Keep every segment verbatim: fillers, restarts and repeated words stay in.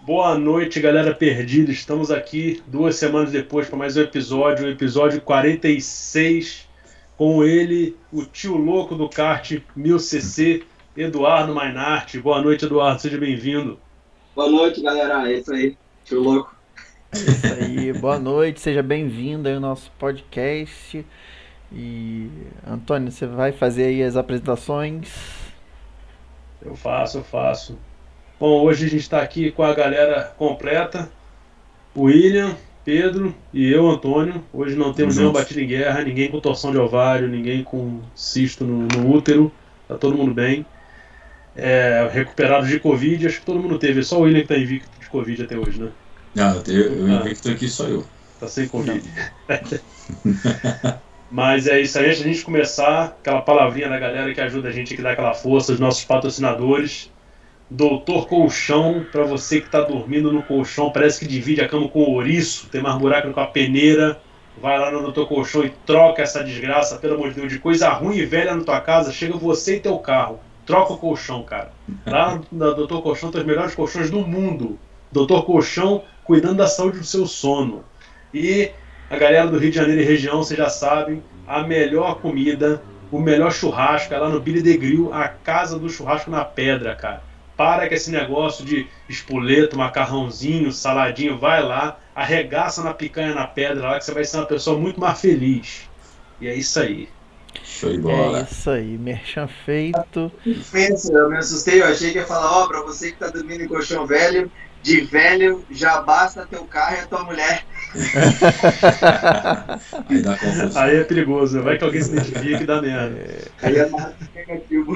Boa noite, galera perdida. Estamos aqui duas semanas depois para mais um episódio, o episódio quarenta e seis, com ele, o tio louco do kart mil C C, Eduardo Mainardi. Boa noite, Eduardo, seja bem-vindo. Boa noite, galera. É isso aí, tio louco. É isso aí, boa noite, seja bem-vindo aí ao nosso podcast. E, Antônio, você vai fazer aí as apresentações? Eu faço, eu faço. Bom, hoje a gente está aqui com a galera completa, o William, Pedro e eu, Antônio. Hoje não temos nenhum batido em guerra, ninguém com torção de ovário, ninguém com cisto no, no útero, tá todo mundo bem. É, recuperado de Covid, acho que todo mundo teve, só o William que tá invicto de Covid até hoje, né? Não, eu invicto aqui sou eu. Tá sem Covid. Mas é isso aí, antes da gente começar, aquela palavrinha da galera que ajuda a gente, que dá aquela força, os nossos patrocinadores. Doutor Colchão, para você que está dormindo no colchão, parece que divide a cama com o ouriço, tem mais buraco com a peneira, vai lá no Doutor Colchão e troca essa desgraça, pelo amor de Deus, de coisa ruim e velha na tua casa, chega você e teu carro, troca o colchão, cara. Lá no Doutor Colchão tem os melhores colchões do mundo. Doutor Colchão cuidando da saúde do seu sono. E a galera do Rio de Janeiro e região, vocês já sabem, a melhor comida, o melhor churrasco é lá no Billy the Grill, a casa do churrasco na pedra, cara. Para com esse negócio de espoleto, macarrãozinho, saladinho, vai lá, arregaça na picanha na pedra lá que você vai ser uma pessoa muito mais feliz. E é isso aí. Show de bola. É isso aí, merchan feito. Eu me assustei, eu achei que ia falar, ó, oh, pra você que tá dormindo em colchão velho, de velho, já basta teu carro e a tua mulher. Aí dá confusão. Aí é perigoso, vai que alguém se identifica e dá merda. É... Aí é mais negativo.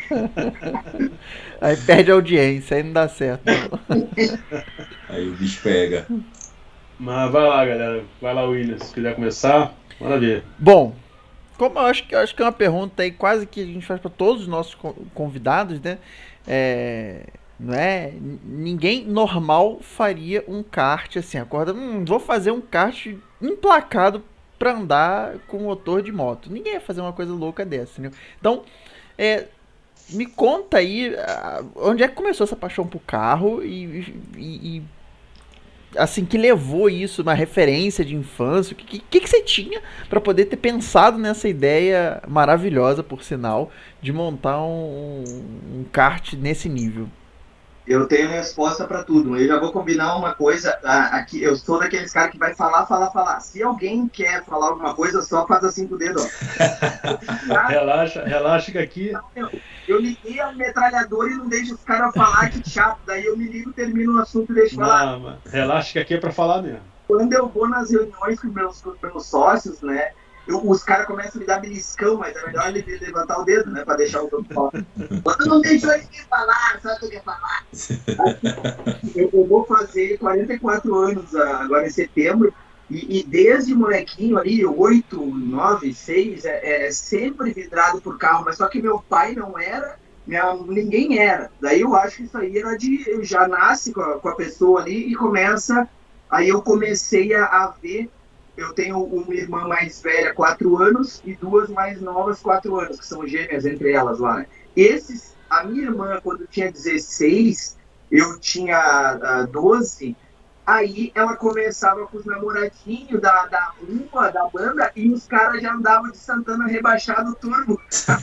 Aí perde a audiência, aí não dá certo. Não. Aí o bicho pega. Mas vai lá, galera. Vai lá, William, se quiser começar, manda ver. Bom, como eu acho que, eu acho que é uma pergunta aí quase que a gente faz para todos os nossos convidados, né? É, não é? Ninguém normal faria um kart assim, acorda, hum, vou fazer um kart emplacado para andar com motor de moto. Ninguém ia fazer uma coisa louca dessa, né? Então, é... me conta aí, onde é que começou essa paixão por carro e, e, e assim, que levou isso, uma referência de infância, o que, que, que você tinha para poder ter pensado nessa ideia maravilhosa, por sinal, de montar um, um kart nesse nível? Eu tenho resposta para tudo. Eu já vou combinar uma coisa. Aqui, eu sou daqueles caras que vai falar, falar, falar. Se alguém quer falar alguma coisa, só faz assim com o dedo. Ó. relaxa, relaxa que aqui... Eu liguei a metralhadora e não deixo os caras falar, que chato. Daí eu me ligo, termino o assunto e deixo falar. Não, relaxa que aqui é para falar mesmo. Quando eu vou nas reuniões com meus, com meus sócios, né? Eu, os caras começam a me dar beliscão, mas é melhor ele levantar o dedo, né? Pra deixar o outro falar. Quando não deixou ele falar, sabe o que eu quero falar? Eu, eu vou fazer quarenta e quatro anos agora em setembro, e, e desde molequinho ali, oito, nove, seis, é, é sempre vidrado por carro, mas só que meu pai não era, minha, ninguém era. Daí eu acho que isso aí era de. Eu já nasce com a, com a pessoa ali e começa. Aí eu comecei a, a ver. Eu tenho uma irmã mais velha, quatro anos, e duas mais novas, quatro anos, que são gêmeas entre elas lá, né? Esses, a minha irmã, quando tinha dezesseis, eu tinha uh, doze, aí ela começava com os namoradinhos da, da rua, da banda, e os caras já andavam de Santana rebaixado turbo.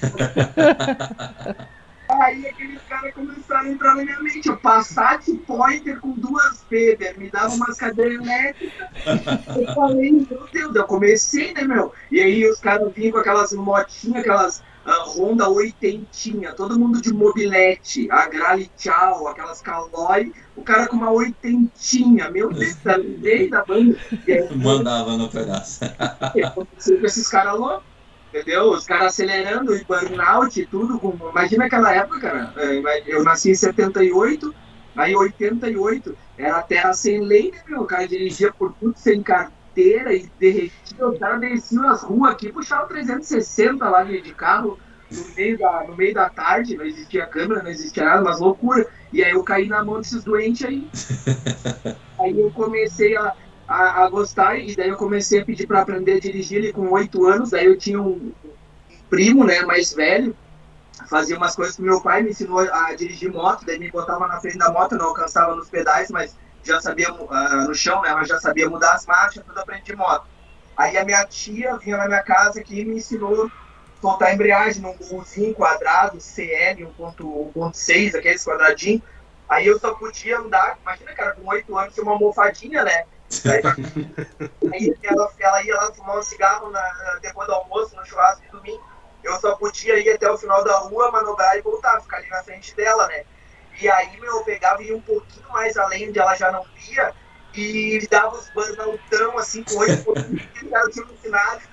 Aí aqueles caras começaram a entrar na minha mente. Eu Passat Pointer com duas Weber, me dava umas cadeiras elétricas. Eu falei, meu Deus, eu comecei, né, meu? E aí os caras vinham com aquelas motinhas, aquelas uh, Honda oitentinha, todo mundo de mobilete, a Grali Tchau, aquelas Caloi, o cara com uma oitentinha, meu Deus, desde a banda. Aí, mandava no pedaço. Eu comecei com esses caras loucos. Entendeu? Os caras acelerando e burnout e tudo. Com... Imagina aquela época, cara. Eu nasci em setenta e oito, aí em oitenta e oito era terra sem lei, né, meu? O cara dirigia por tudo sem carteira e derretia. O cara descia nas ruas aqui, puxava trezentos e sessenta lá de, de carro no meio, da, no meio da tarde. Não existia câmera, não existia nada, mas loucura. E aí eu caí na mão desses doentes aí. Aí eu comecei a. A, a gostar, e daí eu comecei a pedir para aprender a dirigir ele com oito anos. Daí eu tinha um, um primo, né, mais velho, fazia umas coisas que meu pai me ensinou a dirigir moto, daí me botava na frente da moto, não alcançava nos pedais, mas já sabia, uh, no chão, né, mas já sabia mudar as marchas, tudo aprendi de moto. Aí a minha tia vinha na minha casa aqui e me ensinou a soltar a embreagem num golzinho quadrado, C L um ponto seis, aqueles quadradinhos. Aí eu só podia andar, imagina, cara, com oito anos tinha uma almofadinha, né? Aí, aí ela, ela ia lá fumar um cigarro na, depois do almoço, no churrasco de domingo. Eu só podia ir até o final da rua, manobrar e voltar, ficar ali na frente dela, né? E aí, meu, eu pegava e ia um pouquinho mais além, onde ela já não via, e dava os burnoutão, assim, com oito pontinhos, que ela tinha ensinado.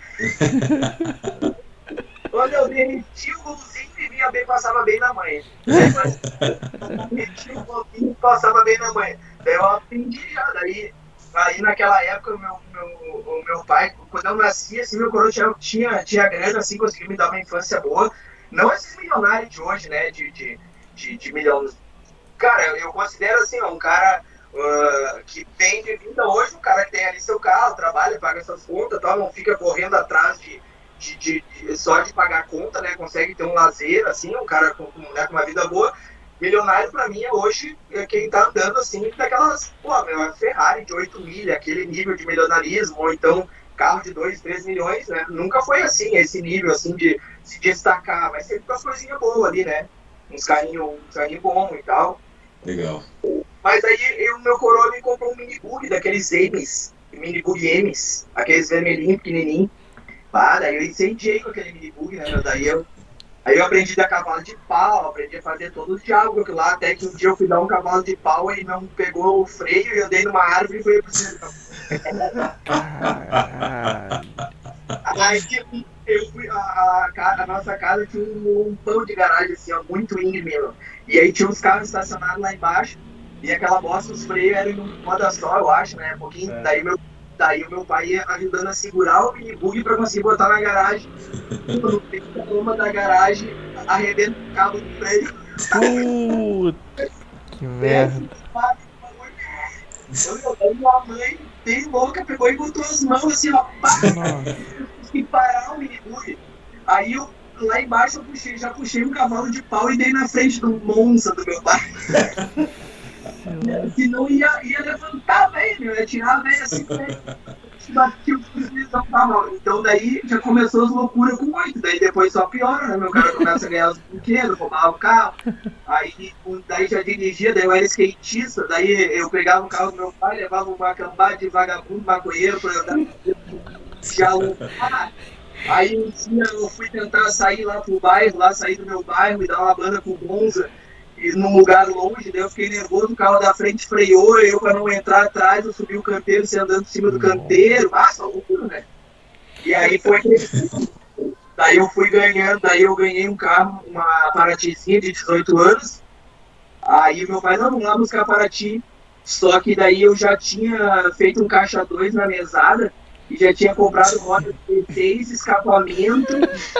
Quando eu derreti o golzinho e vinha bem, passava bem na manhã. Derreti o golzinho e passava bem na manhã. Daí eu aprendi já, daí... Aí naquela época, o meu, meu, o meu pai, quando eu nasci, assim, meu coroa tinha, tinha, tinha grana, assim, conseguiu me dar uma infância boa. Não esses milionários de hoje, né, de, de, de, de milhões. Cara, eu, eu considero, assim, ó, um cara uh, que vem de vida hoje, um cara que tem ali seu carro, trabalha, paga suas contas, tal, não fica correndo atrás de, de, de, de só de pagar conta, né, consegue ter um lazer, assim, um cara com, né, com uma vida boa. Milionário pra mim é hoje é quem tá andando assim daquelas, pô, meu, Ferrari de oito milha, aquele nível de milionarismo, ou então carro de dois, três milhões, né? Nunca foi assim, esse nível assim de se destacar, mas sempre com as coisinhas boas ali, né? Uns carrinhos uns carrinho bom e tal. Legal. Mas aí o meu coroa me comprou um minibug daqueles M's, minibug M's, aqueles vermelhinhos, pequenininhos. Ah, daí eu incendiei com aquele minibug, né, meu? Daí eu Aí eu aprendi a dar cavalo de pau, aprendi a fazer todo o diálogo lá, até que um dia eu fui dar um cavalo de pau e não pegou o freio e eu dei numa árvore e foi pro céu. Aí eu fui, a, a, a nossa casa tinha um montão de garagem assim, ó, muito íngreme, meu. E aí tinha uns carros estacionados lá embaixo e aquela bosta, os freios eram em uma roda só, eu acho, né? Um pouquinho, é. daí meu Daí o meu pai ia ajudando a segurar o minibug pra conseguir botar na garagem. No peito da lama da garagem, arrebenta o cabo do freio. Puta que merda. Aí minha mãe, bem louca, pegou e botou as mãos assim, ó. E parar o minibug. Aí eu, lá embaixo, eu puxei, já puxei um cavalo de pau e dei na frente do Monza do meu pai. Senão ia, ia levantar, velho, ia tirar a velha assim, velho. Então daí já começou as loucuras com oito, daí depois só piora, né? Meu cara começa a ganhar os brinquedos, roubava o carro, aí daí já dirigia, daí eu era skatista, daí eu pegava o carro do meu pai, levava uma cambada de vagabundo, maconheiro pra andar já ah, aí um dia eu fui tentar sair lá pro bairro, lá sair do meu bairro e dar uma banda com o Monza. E num lugar longe, daí eu fiquei nervoso, o carro da frente freou, eu pra não entrar atrás, eu subi o canteiro, você andando em cima do canteiro, ah, só loucura, né? E aí foi que... Daí eu fui ganhando, daí eu ganhei um carro, uma Paratizinha de dezoito anos, aí meu pai, não, vamos lá buscar Paraty, só que daí eu já tinha feito um caixa dois na mesada, e já tinha comprado roda de seis, escapamento,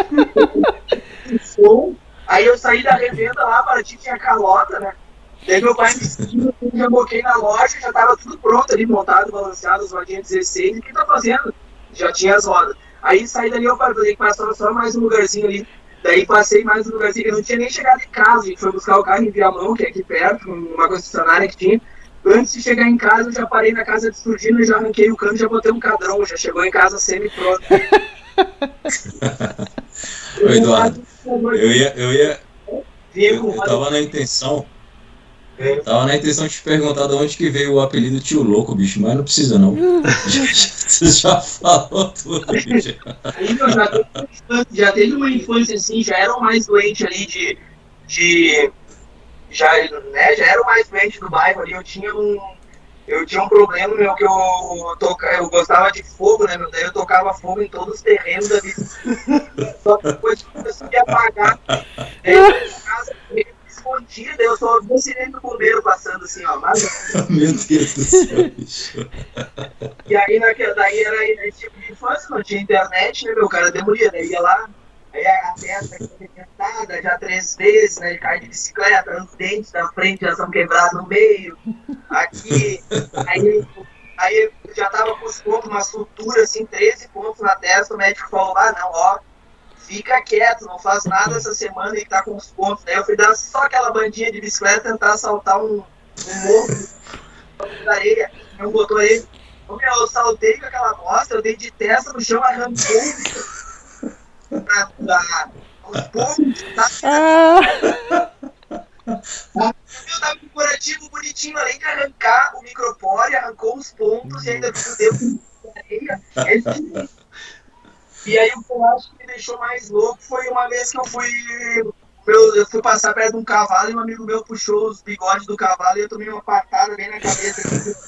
som. Aí eu saí da revenda lá, Paraty tinha calota, né? Daí meu pai me seguiu, eu já boquei na loja, já tava tudo pronto ali, montado, balanceado, as rodinhas dezesseis, e o que tá fazendo? Já tinha as rodas. Aí saí dali, eu falei que passava só mais um lugarzinho ali. Daí passei mais um lugarzinho, eu não tinha nem chegado em casa, a gente foi buscar o carro em Viamão, que é aqui perto, uma concessionária que tinha. Antes de chegar em casa, eu já parei na casa de Surdino, já arranquei o cano, já botei um cadrão, já chegou em casa semi-pronto. Ô, Eduardo, eu ia, eu ia, eu, eu tava na intenção, eu tava na intenção de te perguntar de onde que veio o apelido Tio Louco, bicho, mas não precisa não. Você já falou tudo, bicho. Já teve uma infância assim, já era o mais doente ali de, de já, né, já era o mais doente do bairro ali, eu tinha um, eu tinha um problema, meu, que eu, toca, eu gostava de fogo, né, meu, daí eu tocava fogo em todos os terrenos da vida. Só que depois que eu consegui apagar, daí eu casa escondida, eu só vi o sirene do bombeiro passando assim, ó. Mas... Meu Deus do céu, bicho. E aí, naquela, daí era esse tipo de infância, não tinha internet, né, meu, cara demolia, né, ia lá, aí a testa arrebentada já três vezes, né, de cair de bicicleta, os dentes da frente já são quebrados no meio, aqui, aí, aí já tava com os pontos, uma sutura assim, treze pontos na testa, o médico falou, ah, não, ó, fica quieto, não faz nada essa semana e tá com os pontos. Daí eu fui dar só aquela bandinha de bicicleta, tentar saltar um, um morro da areia, não botou ele. Eu saltei com aquela bosta, eu dei de testa no chão, arrancou pra, pra, os pontos, tá? Ah! Eu tava com um curativo bonitinho, além de arrancar o micropore, arrancou os pontos e ainda deu na areia. É, e aí o que eu acho que me deixou mais louco foi uma vez que eu fui. Eu, eu fui passar perto de um cavalo e um amigo meu puxou os bigodes do cavalo e eu tomei uma patada bem na cabeça.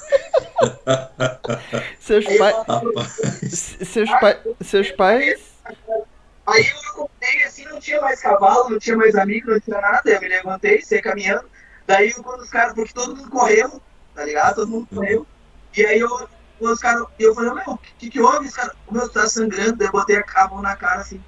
Seus pais. Seus, pa... seus pais. Aí eu acordei assim, não tinha mais cavalo, não tinha mais amigo, não tinha nada. Eu me levantei, saí caminhando. Daí quando os caras, porque todo mundo correu, tá ligado? Todo mundo correu. E aí eu, os caras, eu falei, meu, o que, que houve? Os caras, o meu tá sangrando. Daí eu botei a mão na cara assim.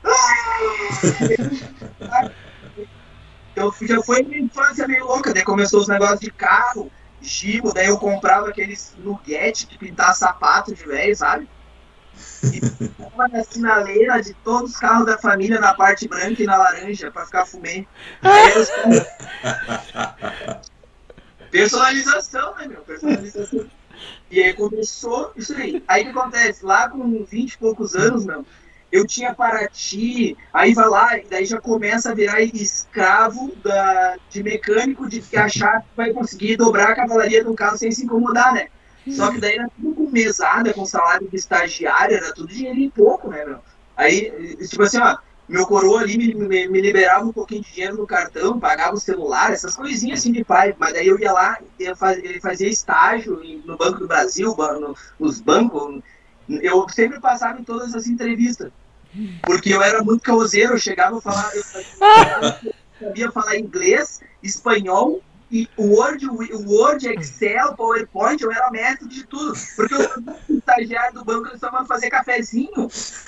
Eu já foi minha infância meio louca. Daí começou os negócios de carro, gibo. Daí eu comprava aqueles nuggets de pintar sapato de velho, sabe? E tava na sinaleira de todos os carros da família na parte branca e na laranja pra ficar fumê. Aí, personalização, né, meu? Personalização. E aí começou isso aí. Aí o que acontece? Lá com vinte e poucos anos, meu, eu tinha Paraty, aí vai lá, e daí já começa a virar escravo da, de mecânico de achar que vai conseguir dobrar a cavalaria do carro sem se incomodar, né? Só que daí era tudo com mesada, com salário de estagiário, era tudo dinheirinho pouco, né, meu? Aí, tipo assim, ó, meu coroa ali me, me, me liberava um pouquinho de dinheiro no cartão, pagava o celular, essas coisinhas assim de pai. Mas daí eu ia lá, eu fazia, ele fazia estágio no Banco do Brasil, no, nos bancos. Eu sempre passava em todas as entrevistas. Porque eu era muito causeiro, eu chegava a falar, eu sabia, eu sabia falar inglês, espanhol, e Word, Word, Excel, PowerPoint, eu era mestre de tudo. Porque o estagiário do banco, eles estavam fazer cafezinho.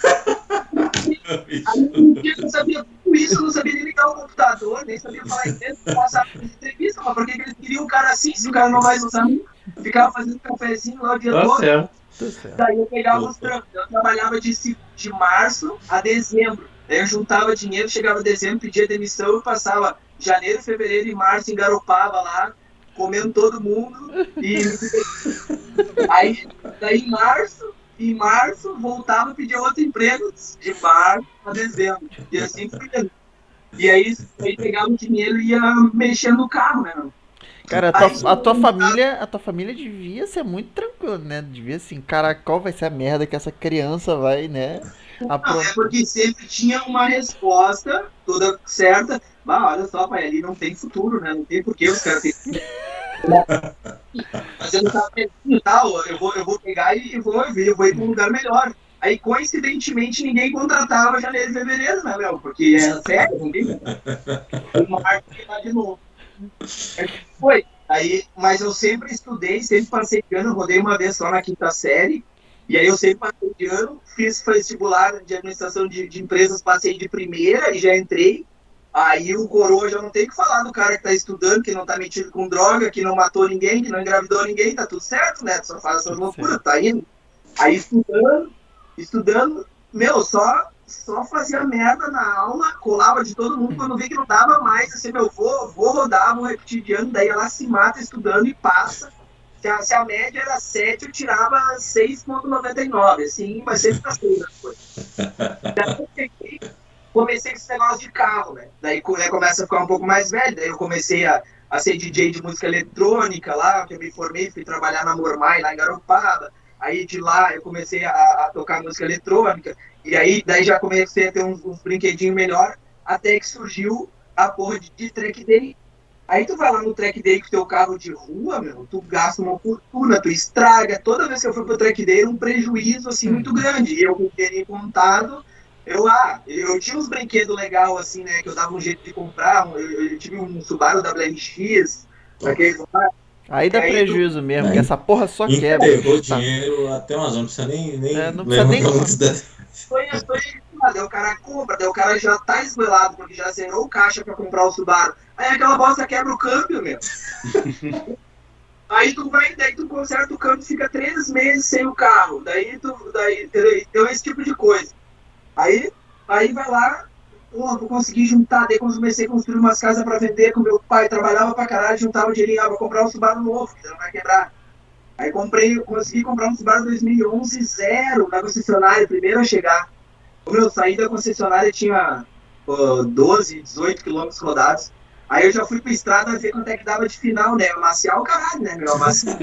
Aí eu não sabia tudo isso, eu não sabia nem ligar o computador, nem sabia falar inglês, passar por entrevista, mas por que eles queriam um cara assim, se o cara não vai usar muito? Ficava fazendo cafezinho lá o dia todo. Certo. Daí eu pegava os trampos, eu trabalhava de, de março a dezembro. Daí eu juntava dinheiro, chegava dezembro, pedia demissão e passava janeiro, fevereiro e março em Garopaba lá, comendo todo mundo. E aí, daí em março, em março, voltava e pedia outro emprego de março a dezembro. E assim foi. E aí, aí pegava o dinheiro e ia mexendo no carro, né? Cara, a tua, a tua família, a tua família devia ser muito tranquila, né? Devia assim, cara, qual vai ser a merda que essa criança vai, né? Apro... Não, é porque sempre tinha uma resposta toda certa. Bah, olha só, pai, ali não tem futuro, né? Não tem porquê os caras terem... Mas eu não tava pensando, tá, eu vou, eu vou pegar e vou, eu vou ir para um lugar melhor. Aí, coincidentemente, ninguém contratava janeiro e fevereiro, né, meu? Porque é sério, ninguém... Uma arte lá de novo. Foi. Aí, mas eu sempre estudei, sempre passei de ano, rodei uma vez só na quinta série, e aí eu sempre passei de ano, fiz vestibular de administração de, de empresas, passei de primeira e já entrei. Aí o coroa já não tem que falar do cara que tá estudando, que não tá metido com droga, que não matou ninguém, que não engravidou ninguém, tá tudo certo, né? Só faz essas loucuras, tá indo. Aí estudando, estudando, meu, só... só fazia merda na aula, colava de todo mundo, quando vi que não dava mais, assim, meu, vou, vou rodar, vou repetir de ano, daí ela se mata estudando e passa. Se a, se a média era sete, eu tirava seis vírgula noventa e nove, assim, mas sempre passei das coisas. Daí eu peguei, comecei com esse negócio de carro, né? Daí né, começa a ficar um pouco mais velho, daí eu comecei a, a ser D J de música eletrônica lá, que eu me formei, fui trabalhar na Mormai, lá em Garopaba. Aí de lá eu comecei a, a tocar música eletrônica, e aí daí já comecei a ter uns, uns brinquedinhos melhor, até que surgiu a porra de, de track day. Aí tu vai lá no track day com teu carro de rua, meu, tu gasta uma fortuna, tu estraga. Toda vez que eu fui pro track day era um prejuízo assim muito grande. E eu com o dinheirinho contado, eu ah, eu tinha uns brinquedos legais assim, né, que eu dava um jeito de comprar. Eu, eu tive um Subaru W R X, aquele lá. Aí dá aí prejuízo tu... mesmo, porque essa porra só quebra. Pegou dinheiro até umas não precisa nem, nem é, não precisa nem foi, foi, daí o cara compra, daí o cara já tá esgoelado, porque já zerou o caixa pra comprar o Subaru. Aí aquela bosta quebra o câmbio, meu. Aí tu vai, daí tu conserta o câmbio, fica três meses sem o carro. Daí tu, daí, então esse tipo de coisa. Aí, Aí vai lá, pô, vou conseguir juntar, daí quando comecei a construir umas casas pra vender, com meu pai trabalhava pra caralho, juntava o dinheirinho, ah, vou comprar um Subaru novo, que não vai quebrar. Aí comprei, consegui comprar um Subaru dois mil e onze zero na concessionária, primeiro a chegar. Quando eu saí da concessionária tinha pô, doze, dezoito quilômetros rodados. Aí eu já fui pra estrada ver quanto é que dava de final, né? Amaciar o caralho, né, meu? Amaciar.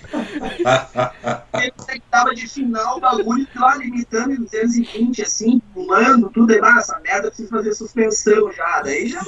Ver quanto é que dava de final, o bagulho lá limitando em duzentos e vinte, assim, pulando, tudo. E lá, essa merda, eu preciso fazer suspensão já. Daí já.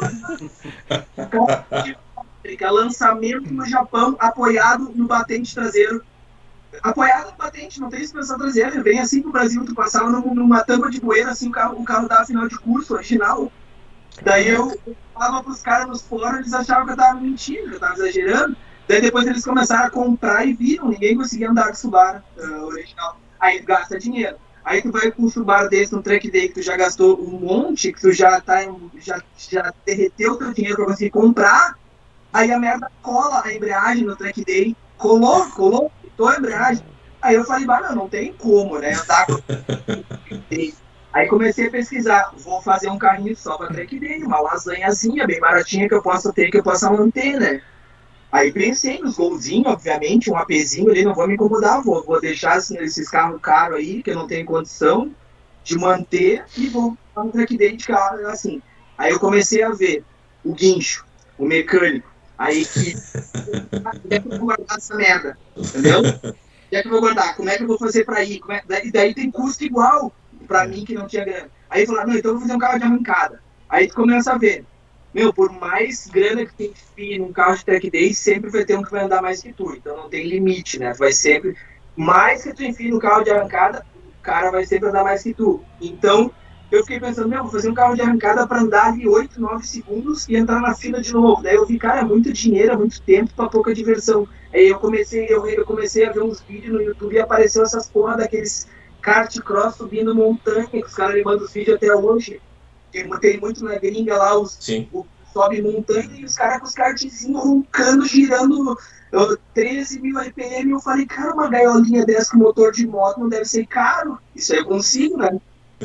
Lançamento no Japão, apoiado no batente traseiro. Apoiado no batente, não tem suspensão traseira. Vem assim pro Brasil, tu passava numa tampa de poeira, assim, o carro, o carro dava final de curso, original. Daí eu falava pros caras nos fóruns, eles achavam que eu tava mentindo, que eu tava exagerando. Daí depois eles começaram a comprar e viram, ninguém conseguia andar com o Subaru uh, original. Aí tu gasta dinheiro. Aí tu vai com um Subaru desse, um Track Day, que tu já gastou um monte, que tu já, tá, já, já derreteu o teu dinheiro pra conseguir comprar. Aí a merda cola a embreagem no Track Day. Colou, colou, quitou a embreagem. Aí eu falei, bah, não, não tem como, né, andar com o Track Day. Aí comecei a pesquisar, vou fazer um carrinho só para Track Day, uma lasanhazinha bem baratinha que eu possa ter, que eu possa manter, né? Aí pensei nos golzinhos, obviamente, um APzinho ali, não vou me incomodar, vou, vou deixar assim, esses carros caros aí, que eu não tenho condição de manter, e vou para um Track Day de carro, assim. Aí eu comecei a ver o guincho, o mecânico, aí que... Onde é que eu vou guardar essa merda? Entendeu? Onde é que eu vou guardar? Como é que eu vou fazer para ir? É... E daí tem custo igual. Pra mim que não tinha grana. Aí falaram, não, então eu vou fazer um carro de arrancada. Aí tu começa a ver, meu, por mais grana que tem que vir num carro de Track Day, sempre vai ter um que vai andar mais que tu. Então não tem limite, né? Tu vai sempre, mais que tu enfie no carro de arrancada, o cara vai sempre andar mais que tu. Então eu fiquei pensando, meu, vou fazer um carro de arrancada pra andar ali oito, nove segundos e entrar na fila de novo. Daí eu vi, cara, é muito dinheiro, é muito tempo pra pouca diversão. Aí eu comecei, eu, eu comecei a ver uns vídeos no YouTube e apareceu essas porra daqueles kart cross subindo montanha, que os caras me mandam os vídeos até hoje. Tem, tem muito na gringa lá, os, o, sobe montanha e os caras com os kartzinhos roncando, girando eu, treze mil R P M. Eu falei, cara, uma gaiolinha dessa com motor de moto não deve ser caro. Isso aí eu consigo, né?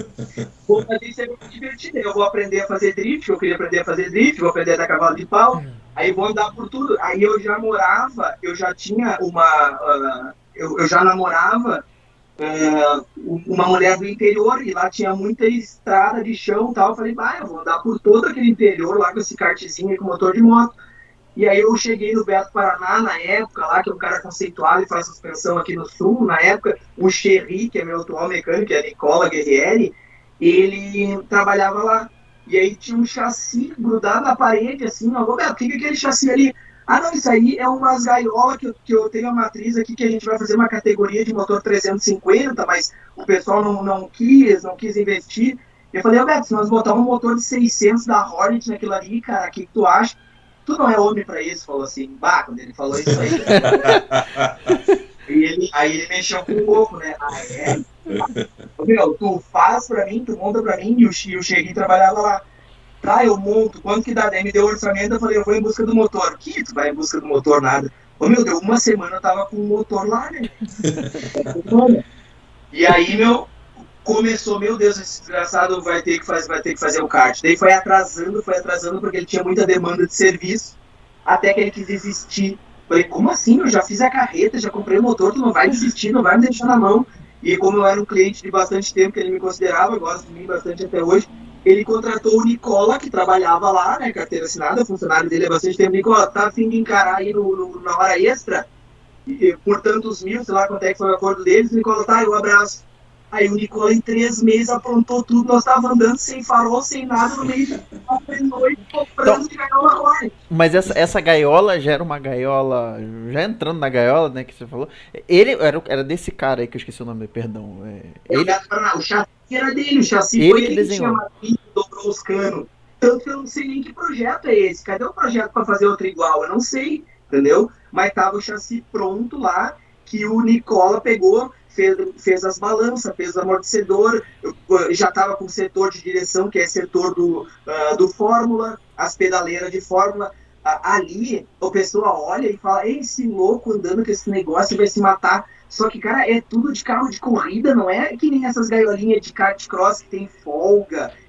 Vou fazer isso aí pra me divertir. Eu vou aprender a fazer drift, eu queria aprender a fazer drift, vou aprender a dar cavalo de pau, aí vou andar por tudo. Aí eu já morava, eu já tinha uma... Uh, eu, eu já namorava Uh, uma mulher do interior, e lá tinha muita estrada de chão e tal. Eu falei, bah, eu vou andar por todo aquele interior lá com esse kartzinho com motor de moto. E aí eu cheguei no Beto Paraná na época, lá que é um cara conceituado e faz suspensão aqui no sul, na época, o Cherry, que é meu atual mecânico, que é Nicola Guerrieri, ele trabalhava lá. E aí tinha um chassi grudado na parede, assim, ó, Beto, o que é aquele chassi ali? Ah, não, isso aí é umas gaiolas que eu, que eu tenho a matriz aqui, que a gente vai fazer uma categoria de motor trezentos e cinquenta, mas o pessoal não, não quis, não quis investir. Eu falei, Beto, se nós botar um motor de seiscentos da Hornet naquilo ali, cara, o que, que tu acha? Tu não é homem pra isso, falou assim. Bah, quando ele falou isso aí. e ele, aí ele mexeu com o pouco, né? Ah, é? Meu, tu faz pra mim, tu monta pra mim, e o, e o Cheguinho trabalhava lá. Tá, eu monto, quanto que dá? Daí me deu o orçamento, eu falei, eu vou em busca do motor. Que tu vai em busca do motor, nada. Ô meu, deu uma semana, eu tava com o motor lá, né? E aí, meu, começou, meu Deus, esse desgraçado vai ter que fazer, vai ter que fazer o kart. Daí foi atrasando, foi atrasando, porque ele tinha muita demanda de serviço, até que ele quis desistir. Falei, como assim? Eu já fiz a carreta, já comprei o motor, tu não vai desistir, não vai me deixar na mão. E como eu era um cliente de bastante tempo, que ele me considerava, gosta de mim bastante até hoje, ele contratou o Nicola, que trabalhava lá, né, carteira assinada, funcionário dele há bastante tempo. Nicola, tá a fim de encarar aí no, no, na hora extra, e, por tantos mil, sei lá quanto é que foi o acordo deles. O Nicola, tá, eu abraço. Aí o Nicola, em três meses, aprontou tudo, nós tava andando sem farol, sem nada, no meio de noite, comprando de gaiola agora. Mas essa, essa gaiola já era uma gaiola, já entrando na gaiola, né, que você falou, ele era, era desse cara aí, que eu esqueci o nome, perdão. É, ele... O chassi era dele, o chassi ele foi que ele desenhou. Que tinha dobrou os canos. Tanto que eu não sei nem que projeto é esse. Cadê o projeto para fazer outro igual? Eu não sei, entendeu? Mas tava o chassi pronto lá, que o Nicola pegou, fez, fez as balanças, fez o amortecedor, já tava com o setor de direção, que é setor do, uh, do Fórmula, as pedaleiras de Fórmula. Uh, ali, o pessoal olha e fala, esse louco andando com esse negócio vai se matar. Só que, cara, é tudo de carro de corrida, não é que nem essas gaiolinhas de kart cross que tem folga,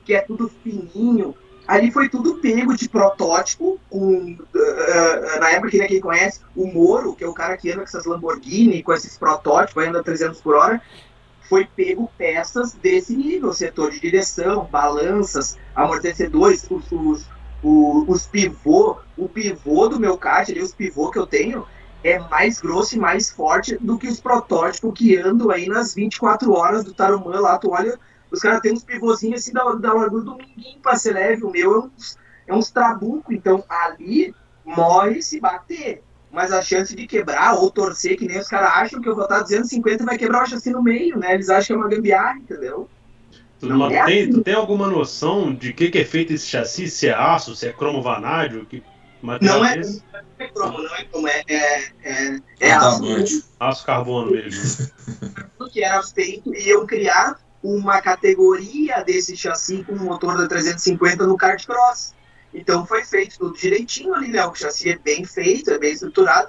que é tudo fininho. Ali foi tudo pego de protótipo, com, uh, na época que ninguém conhece, o Moro, que é o cara que anda com essas Lamborghini, com esses protótipos, anda trezentos por hora, foi pego peças desse nível, setor de direção, balanças, amortecedores, os, os, os, os pivô, o pivô do meu kart, ali, os pivô que eu tenho, é mais grosso e mais forte do que os protótipos que andam aí nas vinte e quatro horas do Tarumã lá, tu olha... Os caras têm uns pivôzinhos assim da, da largura do minguinho pra ser leve. O meu é uns, é uns trabuco. Então ali morre se bater. Mas a chance de quebrar ou torcer, que nem os caras acham que eu vou estar duzentos e cinquenta e vai quebrar o chassi no meio, né? Eles acham que é uma gambiarra, entendeu? Tu, não é tem, assim. Tu tem alguma noção de que, que é feito esse chassi? Se é aço, se é cromo vanádio? Que material não, é, é esse? não é cromo, não é cromo. É, é, é, é aço. Aço carbono mesmo. O que era feito e eu criar uma categoria desse chassi com um motor da trezentos e cinquenta no kart cross. Então foi feito tudo direitinho ali, né? O chassi é bem feito, é bem estruturado,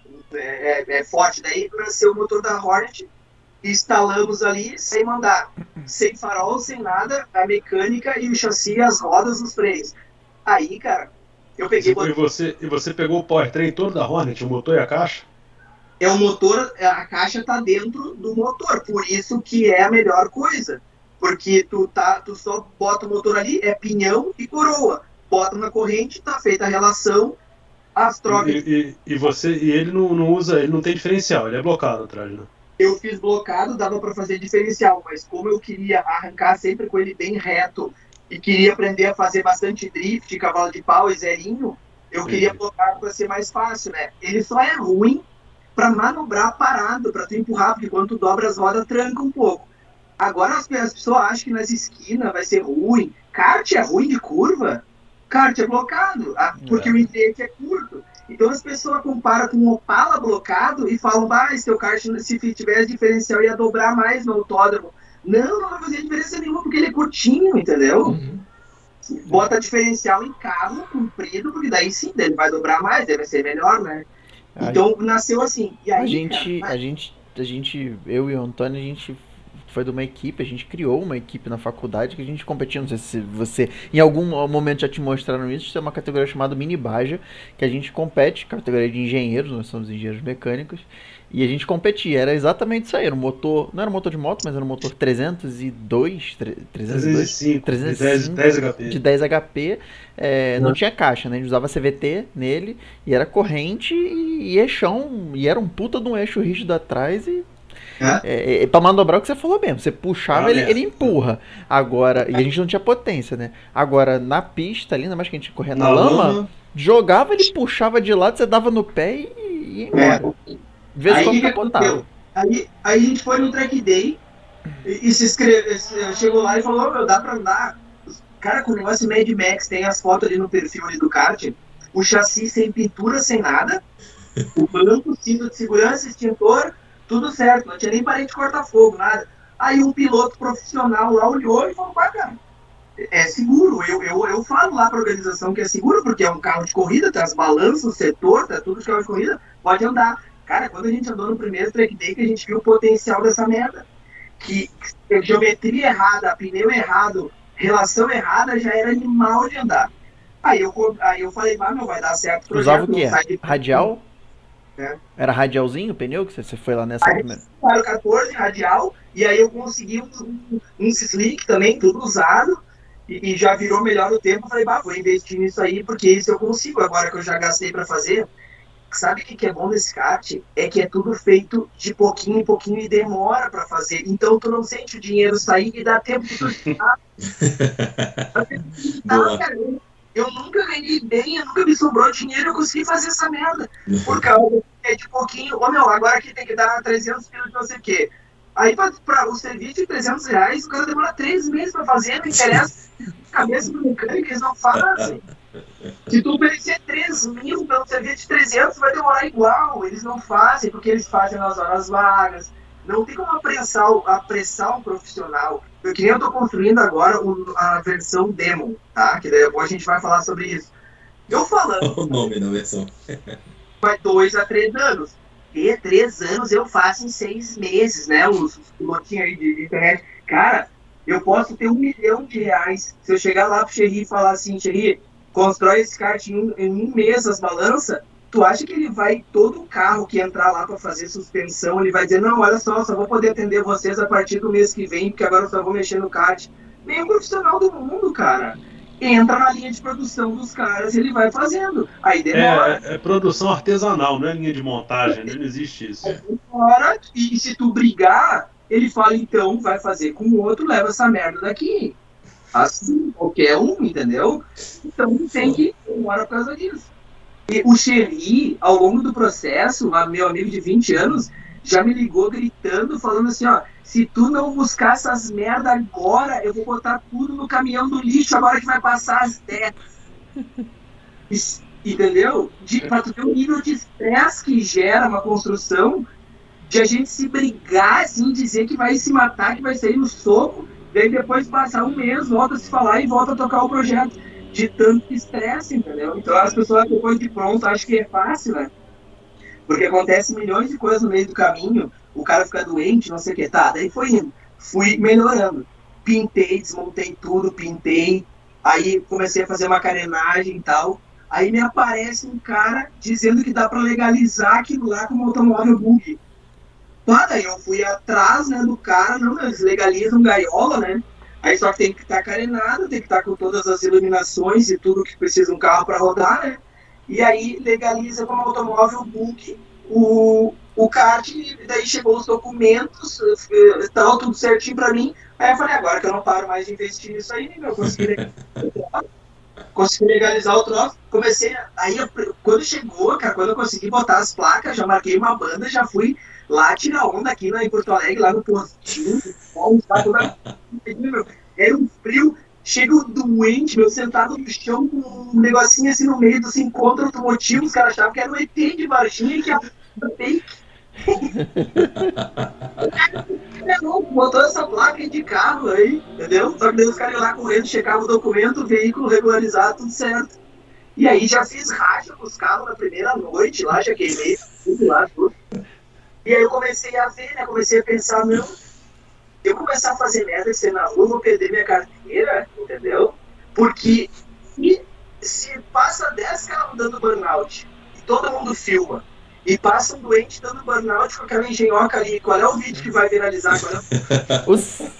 é, é, é forte daí para ser o motor da Hornet. Instalamos ali sem mandar, sem farol, sem nada, a mecânica e o chassi, as rodas, os freios. Aí, cara, eu peguei... E você, e você pegou o powertrain todo da Hornet, o motor e a caixa? É o motor, a caixa tá dentro do motor, por isso que é a melhor coisa. Porque tu, tá, tu só bota o motor ali, é pinhão e coroa. Bota na corrente, tá feita a relação, as trocas... E, e, e, você, e ele não, não usa, ele não tem diferencial, ele é blocado atrás, né? Eu fiz blocado, dava para fazer diferencial, mas como eu queria arrancar sempre com ele bem reto e queria aprender a fazer bastante drift, cavalo de pau e zerinho, eu Sim. queria blocar para ser mais fácil, né? Ele só é ruim para manobrar parado, para tu empurrar, porque quando tu dobra as rodas, tranca um pouco. Agora as, as pessoas acham que nas esquinas vai ser ruim. Kart é ruim de curva? Kart é blocado, porque é. o intake é curto. Então as pessoas comparam com um Opala blocado e falam, ah, se teu kart, se tivesse diferencial, ia dobrar mais no autódromo. Não, não vai fazer diferença nenhuma, porque ele é curtinho, entendeu? Uhum. Bota diferencial em carro comprido, porque daí sim, ele vai dobrar mais, deve ser melhor, né? Então, gente, nasceu assim. E aí, a, gente, cara, a, gente, a gente, eu e o Antônio, a gente foi de uma equipe, a gente criou uma equipe na faculdade que a gente competia, não sei se você, em algum momento já te mostraram isso, isso é uma categoria chamada Mini Baja, que a gente compete, categoria de engenheiros, nós somos engenheiros mecânicos, e a gente competia, era exatamente isso aí, era um motor, não era um motor de moto, mas era um motor trezentos e dois, trezentos e dois, trezentos e cinco, dez H P. De dez H P, é, não tinha caixa, né? A gente usava C V T nele, e era corrente e, e eixão, e era um puta de um eixo rígido atrás, e é, é, pra manobrar o que você falou mesmo, você puxava, ah, ele, ele empurra. Agora, e a gente não tinha potência, né? Agora, na pista ali, ainda mais que a gente corria na, na lama, lama, jogava, ele puxava de lado, você dava no pé e, e ia embora. É. De vez em quando capotava. Aí, aí a gente foi no track day e, e se inscreveu, chegou lá e falou, meu, dá pra andar. Cara, com o negócio Mad Max, tem as fotos ali no perfil ali do kart, o chassi sem pintura, sem nada, o banco, cinto de segurança, extintor, tudo certo, não tinha nem parede de corta-fogo, nada. Aí um piloto profissional lá olhou e falou, pá, cara, é seguro. Eu, eu, eu falo lá pra organização que é seguro, porque é um carro de corrida, tem as balanças, o setor, tá tudo de carro de corrida, pode andar. Cara, quando a gente andou no primeiro track day, que a gente viu o potencial dessa merda, que geometria errada, pneu errado, relação errada, já era animal de andar. Aí eu, aí eu falei, ah, não vai dar certo. Projeto, usava o quê? Radial? É. Era radialzinho o pneu que você foi lá nessa aí, primeira? Era quatorze, radial, e aí eu consegui um, um, um slick também, tudo usado, e, e já virou melhor o tempo. Eu falei, bah, vou investir nisso aí, porque isso eu consigo, agora que eu já gastei pra fazer. Sabe o que, que é bom desse kart? É que é tudo feito de pouquinho em pouquinho e demora pra fazer. Então tu não sente o dinheiro sair e dá tempo de tu ah, cara, eu nunca ganhei bem, eu nunca me sobrou dinheiro, eu consegui fazer essa merda. Por causa é de pouquinho. Ô meu, agora aqui tem que dar trezentos quilos de não sei o quê. Aí pra, pra o serviço de trezentos reais, o cara demora três meses pra fazer, não interessa. Cabeça do mecânico, eles não fazem. Se tu oferecer três mil pelo serviço de trezentos, vai demorar igual. Eles não fazem, porque eles fazem nas horas vagas. Não tem como apressar, apressar um profissional. Eu que nem eu tô construindo agora o, a versão demo, tá? Que depois a gente vai falar sobre isso. Eu falando... o nome da versão. Vai dois a três anos. E três anos eu faço em seis meses, né? Os, os pilotinhos aí de, de internet. Cara, Eu posso ter um milhão de reais. Se eu chegar lá pro Xerri e falar assim, Xerri, constrói esse kart em um, em um mês as balanças, tu acha que ele vai, todo carro que entrar lá para fazer suspensão, ele vai dizer, não, olha só, só vou poder atender vocês a partir do mês que vem, porque agora eu só vou mexer no kart. Nem profissional do mundo, cara. Entra na linha de produção dos caras e ele vai fazendo. Aí demora. É, é produção artesanal, não é linha de montagem, não existe isso. Aí demora, e se tu brigar, ele fala, então, vai fazer com o outro, leva essa merda daqui. Assim, qualquer um, entendeu? Então tem que demora por causa disso. E o Xerri, ao longo do processo, meu amigo de vinte anos, já me ligou gritando, falando assim, ó, se tu não buscar essas merda agora, eu vou botar tudo no caminhão do lixo agora que vai passar as dez. Entendeu? De, pra tu ver o nível de estresse que gera uma construção, de a gente se brigar, assim, dizer que vai se matar, que vai sair no soco, daí depois passar um mês, volta a se falar e volta a tocar o projeto. De tanto estresse, entendeu? Então as pessoas depois de pronto acham que é fácil, né? Porque acontece milhões de coisas no meio do caminho, o cara fica doente, não sei o que, tá, daí foi indo, fui melhorando, pintei, desmontei tudo, pintei, aí comecei a fazer uma carenagem e tal, aí me aparece um cara dizendo que dá pra legalizar aquilo lá como automóvel bug. Tá, daí eu fui atrás, né, do cara, não, eles legalizam gaiola, né? Aí só que tem que estar carenado, tem que estar com todas as iluminações e tudo que precisa um carro para rodar, né? E aí legaliza como automóvel book o, o kart, e daí chegou os documentos, tal, tudo certinho para mim. Aí eu falei, agora que eu não paro mais de investir nisso aí, né, eu consegui legalizar, consegui legalizar o troço. Comecei, aí eu, quando chegou, cara, quando eu consegui botar as placas, já marquei uma banda, já fui lá tirar onda aqui na, em Porto Alegre, lá no postinho, era um frio, chega doente, meu, sentado no chão com um negocinho assim no meio dos encontros automotivos, os caras achavam que era um E T de Varginha, que era fake. Botou essa placa de carro aí, entendeu? Só que daí os caras iam lá correndo, checavam o documento, o veículo regularizado, tudo certo. E aí já fiz racha com os carros na primeira noite lá, já queimei tudo lá, tudo. E aí eu comecei a ver, né? Comecei a pensar, não, eu começar a fazer merda e ser na rua, vou perder minha carteira, entendeu? Porque se, se passa dez carros dando burnout e todo mundo filma, e passa um doente dando burnout com aquela engenhoca ali, qual é o vídeo que vai viralizar? Qual é o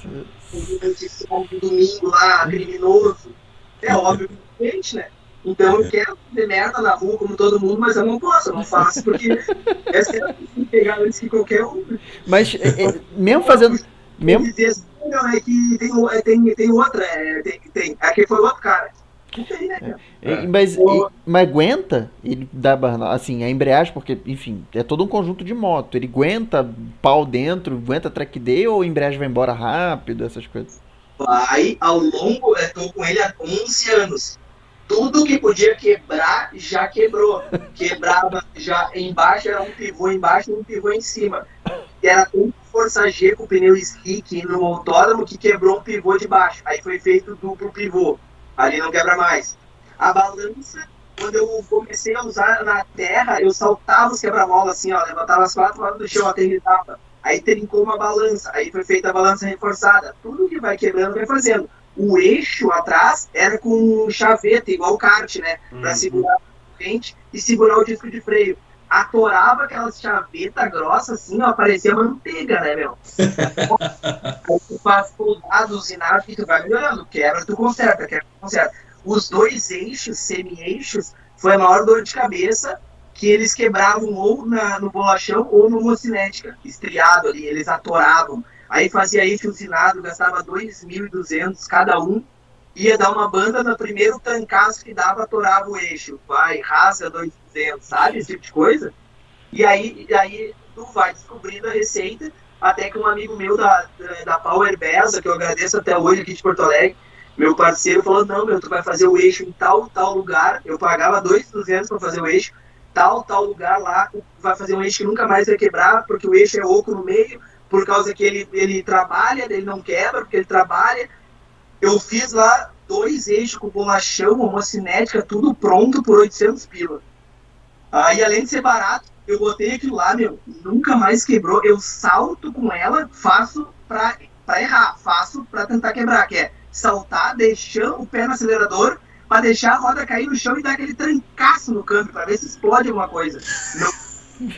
domingo lá, criminoso? É óbvio que é doente, né? Então eu quero fazer merda na rua como todo mundo, mas eu não posso, eu não faço, porque essa é que pegar antes que qualquer um. Mas é, mesmo fazendo. Mesmo... Dizer assim, não, é que tem, tem, tem outra, é, tem, tem. Aqui foi outro cara. Não tem, né, cara? É, mas, e, mas aguenta ele dá burnout, assim, a embreagem, porque, enfim, é todo um conjunto de moto. Ele aguenta pau dentro, aguenta track day ou a embreagem vai embora rápido, essas coisas? Vai ao longo, eu tô com ele há onze anos. Tudo que podia quebrar, já quebrou. Quebrava já embaixo, era um pivô embaixo e um pivô em cima. E era um força G com pneu slick no autódromo que quebrou um pivô de baixo. Aí foi feito duplo pivô. Ali não quebra mais. A balança, quando eu comecei a usar na terra, eu saltava os quebra-mola assim, ó. Levantava as quatro lados do chão, aterrissava. Aí trincou uma balança. Aí foi feita a balança reforçada. Tudo que vai quebrando, vai fazendo. O eixo atrás era com chaveta, igual o kart, né? Pra uhum. segurar a frente e segurar o disco de freio. Atorava aquelas chavetas grossas assim, ó, parecia manteiga, né, meu? Aí tu faz soldados e nada e tu vai melhorando. Quebra, tu conserta, quebra, tu conserta. Os dois eixos, semi-eixos, foi a maior dor de cabeça que eles quebravam ou na, no bolachão ou no mocinética, estriado ali, eles atoravam. Aí fazia eixo usinado, gastava dois mil e duzentos cada um, ia dar uma banda no primeiro trancaço que dava, atorava o eixo, vai, rasga dois mil e duzentos, sabe, esse tipo de coisa. E aí, aí tu vai descobrindo a receita, até que um amigo meu da, da, da Power Beza, que eu agradeço até hoje aqui de Porto Alegre, meu parceiro falou, não, meu, tu vai fazer o eixo em tal, tal lugar, eu pagava dois mil e duzentos para fazer o eixo, tal, tal lugar lá, vai fazer um eixo que nunca mais vai quebrar, porque o eixo é oco no meio, por causa que ele, ele trabalha, ele não quebra, porque ele trabalha. Eu fiz lá dois eixos com bolachão, homocinética, tudo pronto por oitocentos pila. Aí, além de ser barato, eu botei aquilo lá, meu, nunca mais quebrou. Eu salto com ela, faço pra pra errar, faço pra tentar quebrar, que é saltar, deixando o pé no acelerador, pra deixar a roda cair no chão e dar aquele trancaço no câmbio, pra ver se explode alguma coisa. Não.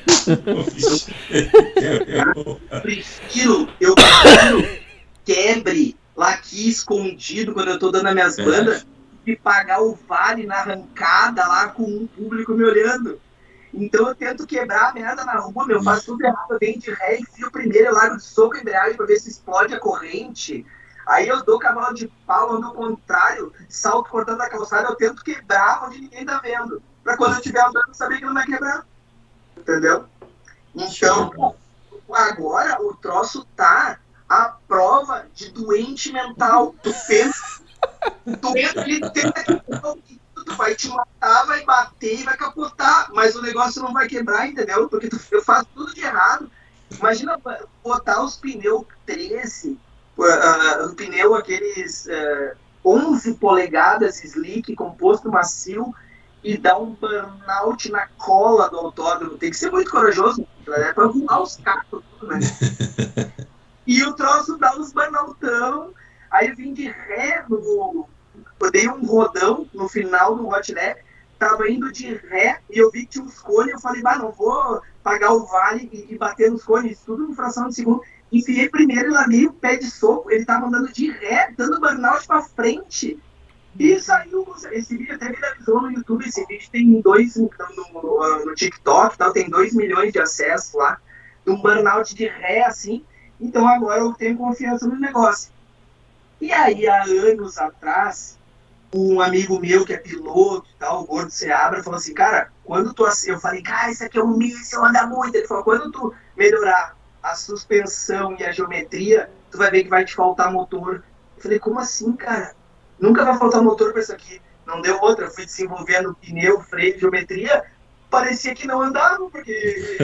Eu prefiro, eu prefiro quebre lá aqui escondido quando eu tô dando as minhas bandas e pagar o vale na arrancada lá com um público me olhando. Então eu tento quebrar a merda na rua, meu, faço tudo errado, eu venho de ré, enfio primeiro, eu largo de soco a embreagem pra ver se explode a corrente. Aí eu dou cavalo de pau, ando ao contrário, salto cortando a calçada, eu tento quebrar onde ninguém tá vendo. Pra quando eu estiver andando, saber que não vai quebrar. Entendeu? Então, agora o troço tá a prova de doente mental. Tu pensa, tu entra ali, tu tenta tu vai te matar, vai bater e vai capotar, mas o negócio não vai quebrar, entendeu? Porque tu, eu faço tudo de errado. Imagina botar os pneus treze, uh, uh, o pneu aqueles uh, onze polegadas slick, composto macio, e dar um burnout na cola do autódromo. Tem que ser muito corajoso, né? Pra voar os carros, tudo, né? E o troço dá uns burnoutão, aí eu vim de ré no... Eu dei um rodão no final do hot lap, tava indo de ré e eu vi que tinha uns cones, eu falei, bah, não vou pagar o vale e, e bater nos cones, tudo em fração de segundo. Enfiei primeiro e larguei o pé de soco, ele tava andando de ré, dando burnout pra frente. E saiu, esse vídeo até viralizou no YouTube, esse vídeo tem dois, no, no, no TikTok, tal, tem dois milhões de acessos lá, de um burnout de ré, assim. Então agora eu tenho confiança no negócio. E aí, há anos atrás, um amigo meu que é piloto e tal, o Gordo Seabra, falou assim, cara, quando tu... Eu falei, cara, isso aqui é um míssil, anda muito. Ele falou, quando tu melhorar a suspensão e a geometria, tu vai ver que vai te faltar motor. Eu falei, como assim, cara? Nunca vai faltar motor pra isso aqui. Não deu outra, eu fui desenvolvendo pneu, freio, geometria, parecia que não andava, porque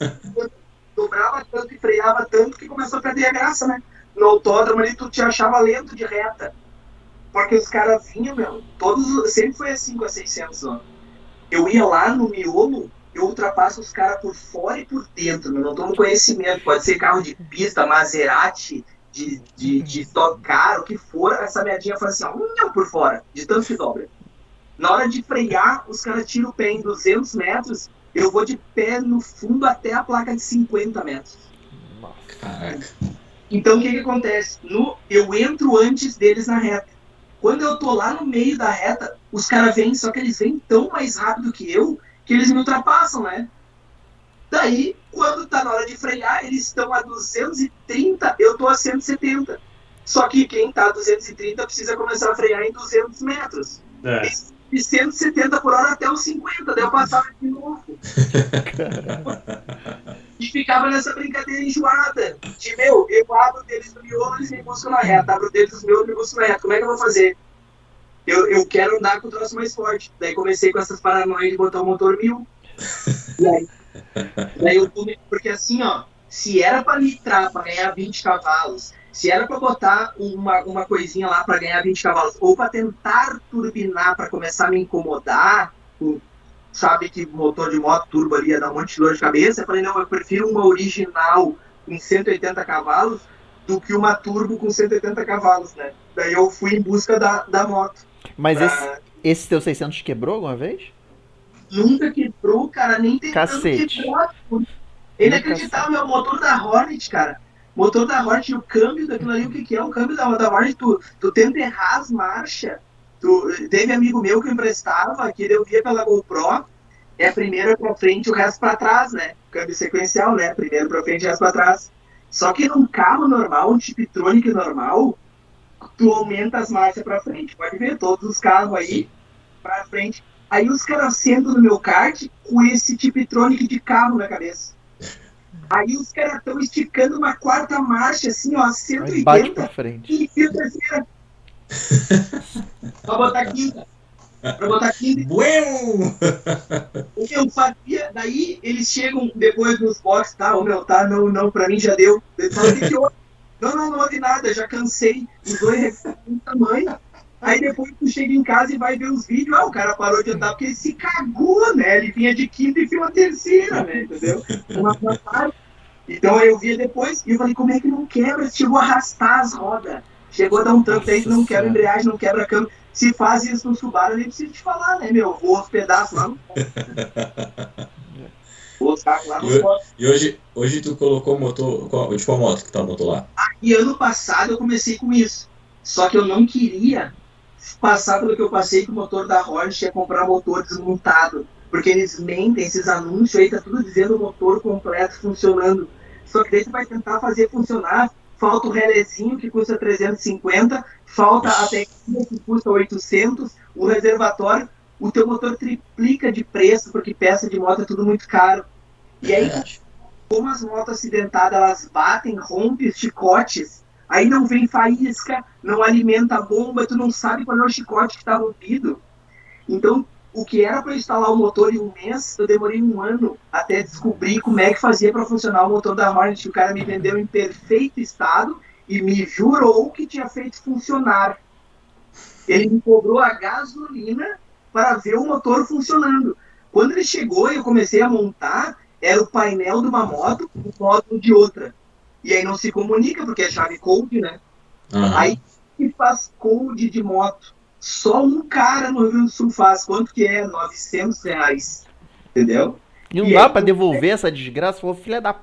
dobrava tanto e freava tanto que começou a perder a graça, né? No autódromo ali tu te achava lento de reta. Porque os caras vinham, meu, todos, sempre foi assim com a seiscentos, ó. Eu ia lá no miolo, eu ultrapasso os caras por fora e por dentro, meu, não tô no conhecimento, pode ser carro de pista, Maserati, de, de, de Stock Car, o que for, essa merdinha faz assim, ó, um por fora, de tanto que dobra. Na hora de frear, os caras tiram o pé em duzentos metros, eu vou de pé no fundo até a placa de cinquenta metros. Caraca. Então o que que acontece? No, eu entro antes deles na reta. Quando eu tô lá no meio da reta, os caras vêm, só que eles vêm tão mais rápido que eu, que eles me ultrapassam, né? Daí, quando tá na hora de frear, eles estão a duzentos e trinta, eu tô a cento e setenta. Só que quem tá a duzentos e trinta precisa começar a frear em duzentos metros. É. De cento e setenta por hora até os cinquenta, daí eu passava de novo. E ficava nessa brincadeira enjoada. De, meu, eu abro deles no miolo, eles me buscam na reta. Abro deles no miolo, eles me buscam na reta. Como é que eu vou fazer? Eu, eu quero andar com o troço mais forte. Daí comecei com essas paranoias de botar o motor mil. E aí, daí eu, porque assim, ó, se era pra nitrar, pra ganhar vinte cavalos, se era pra botar uma, uma coisinha lá pra ganhar vinte cavalos, ou pra tentar turbinar pra começar a me incomodar, com, sabe que motor de moto turbo ali ia dar um monte de dor de cabeça, eu falei, não, eu prefiro uma original com cento e oitenta cavalos do que uma turbo com cento e oitenta cavalos, né? Daí eu fui em busca da, da moto. Mas pra... esse, esse teu seiscentos quebrou alguma vez? Nunca quebrou, cara, nem tentando Cacete. quebrar. Ele acreditava, meu, motor da Hornet, cara. Motor da Hornet, o câmbio daquilo ali, o que que é o câmbio da, da Hornet? Tu, tu tenta errar as marchas. Tu, teve amigo meu que emprestava, que eu via pela GoPro, é primeiro pra frente, o resto pra trás, né? Câmbio sequencial, né? Primeiro pra frente, o resto pra trás. Só que num carro normal, um Tiptronic normal, tu aumenta as marchas pra frente. Pode ver, todos os carros aí pra frente. Aí os caras sentam no meu kart com esse Tiptronic de carro na cabeça. Aí os caras estão esticando uma quarta marcha, assim, ó, cento e oitenta, e enfia a terceira. Pra botar quinta. Pra botar quinta. Bueno! O que eu fazia, daí eles chegam depois nos boxes, tá, o meu, tá, não, não, pra mim já deu. Eles falam, o que que houve? Não, não, não houve nada, já cansei. Os dois recebem tamanho. Aí depois tu chega em casa e vai ver os vídeos, ah, o cara parou de andar porque ele se cagou, né? Ele vinha de quinta e viu a terceira, né? Entendeu? Uma parte. Então eu via depois e eu falei, como é que não quebra? Chegou a arrastar as rodas. Chegou a dar um tanto aí que não quebra embreagem, não quebra câmbio. Se faz isso no Subaru, eu nem preciso te falar, né, meu? Vou os pedaços lá no Vou os carros lá no E, e hoje, hoje tu colocou o motor, qual, de qual moto que tá o motor lá? E ano passado eu comecei com isso. Só que eu não queria passar pelo que eu passei com o motor da Hornet, ia comprar motor desmontado. Porque eles mentem, esses anúncios aí, tá tudo dizendo o motor completo funcionando. Só que daí você vai tentar fazer funcionar, falta o relézinho que custa trezentos e cinquenta, falta a técnica que custa oitocentos, o reservatório, o teu motor triplica de preço, porque peça de moto é tudo muito caro. E aí, como as motos acidentadas, elas batem, rompem os chicotes, aí não vem faísca, não alimenta a bomba, tu não sabe qual é o chicote que está rompido. Então, o que era para instalar o motor em um mês, eu demorei um ano até descobrir como é que fazia para funcionar o motor da Hornet, que o cara me vendeu em perfeito estado e me jurou que tinha feito funcionar. Ele me cobrou a gasolina para ver o motor funcionando. Quando ele chegou e eu comecei a montar, era o painel de uma moto, o módulo de outra. E aí não se comunica, porque é chave code, né? Uhum. Aí que faz code de moto. Só um cara no Rio Grande do Sul faz. Quanto que é? novecentos reais. Entendeu? E não e dá aí, pra devolver é... essa desgraça? Falou, filha da...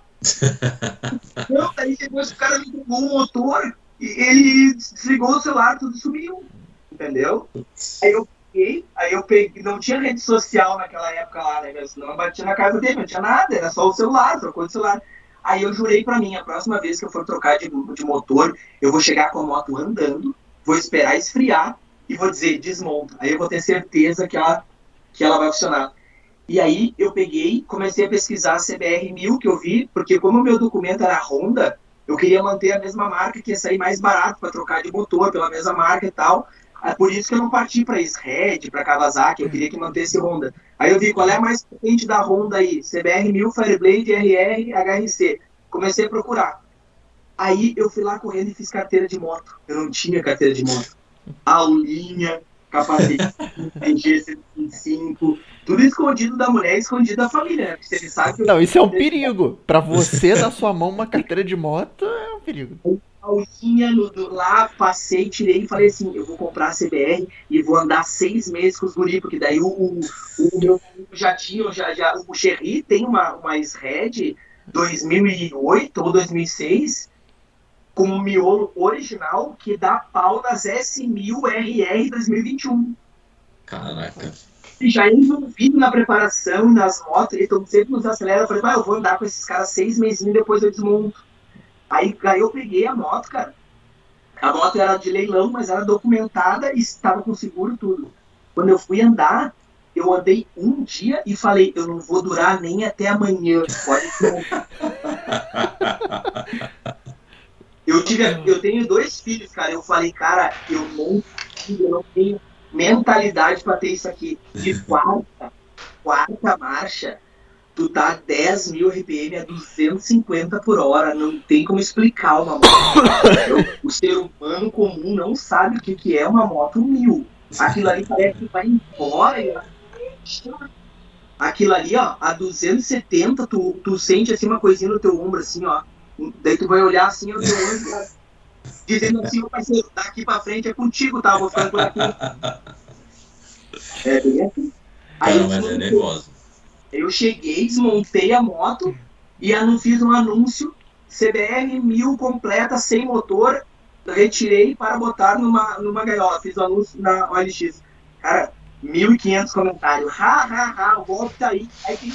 Não, aí depois o cara me entregou o motor e ele desligou o celular, tudo sumiu. Entendeu? Aí eu peguei, aí eu peguei, não tinha rede social naquela época lá, né? Senão eu batia na casa dele, não tinha nada, era só o celular, trocou de celular. Aí eu jurei pra mim, a próxima vez que eu for trocar de, de motor, eu vou chegar com a moto andando, vou esperar esfriar, e vou dizer, desmonta. Aí eu vou ter certeza que ela, que ela vai funcionar. E aí eu peguei, comecei a pesquisar a C B R mil que eu vi, porque como o meu documento era Honda, eu queria manter a mesma marca, que ia sair mais barato para trocar de motor pela mesma marca e tal. É por isso que eu não parti para Red, para Kawasaki, eu queria que mantesse Honda. Aí eu vi qual é a mais potente da Honda aí, C B R mil, Fireblade, R R, H R C. Comecei a procurar. Aí eu fui lá correndo e fiz carteira de moto. Eu não tinha carteira de moto. Aulinha, capacete G cento e vinte e cinco, tudo escondido da mulher, escondido da família, né? Porque ele sabe que não, isso é um perigo. Pra você, na sua mão, uma carteira de moto é um perigo. Aulinha no, do, lá, passei, tirei e falei assim, eu vou comprar a C B R e vou andar seis meses com os guri, porque daí o, o, o meu já tinha, já, já, o Cherry tem uma, uma Red dois mil e oito ou dois mil e seis, com o miolo original que dá pau nas S mil R R dois mil e vinte e um. Caraca. E já envolvido na preparação, nas motos, eles estão sempre nos acelerando. Eu falei, vai, eu vou andar com esses caras seis mesinhos, depois eu desmonto. Aí, aí eu peguei a moto, cara. A moto era de leilão, mas era documentada e estava com seguro tudo. Quando eu fui andar, eu andei um dia e falei, eu não vou durar nem até amanhã. Pode desmontar. Eu, tive, eu tenho dois filhos, cara. Eu falei, cara, eu não, eu não tenho mentalidade pra ter isso aqui. De quarta, quarta marcha, tu tá a dez mil R P M a duzentos e cinquenta por hora. Não tem como explicar uma moto. O ser humano comum não sabe o que, que é uma moto mil. Aquilo ali parece que vai embora. E... Aquilo ali, ó, a duzentos e setenta, tu, tu sente assim uma coisinha no teu ombro, assim, ó. Daí tu vai olhar assim, eu ombro, dizendo assim, ô parceiro, daqui pra frente é contigo, tá? Vou ficar por aqui. É bem assim. Aí cara, mas é nervoso. Eu cheguei, desmontei a moto e não fiz um anúncio, C B R mil completa, sem motor, retirei para botar numa, numa gaiola. Fiz o um anúncio na O L X. Cara, mil e quinhentos comentários. Ha, ha, ha, o golpe tá aí. Aí tem...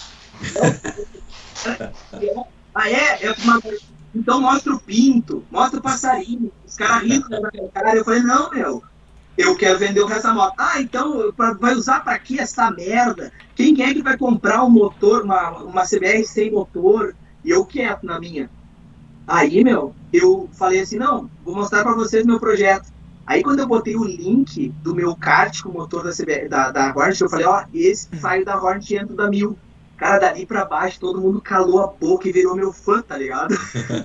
Ah, é? é uma... Então mostra o pinto, mostra o passarinho. Os caras rindo da minha cara. Eu falei, não, meu, eu quero vender o resto da moto. Ah, então vai usar pra quê essa merda? Quem é que vai comprar um motor, uma, uma C B R sem motor? E eu quieto na minha. Aí, meu, eu falei assim, não, vou mostrar pra vocês meu projeto. Aí quando eu botei o link do meu kart com o motor da, C B R, da, da Hornet, eu falei, ó, esse saiu da Hornet e entra da mil. Cara, dali pra baixo, todo mundo calou a boca e virou meu fã, tá ligado?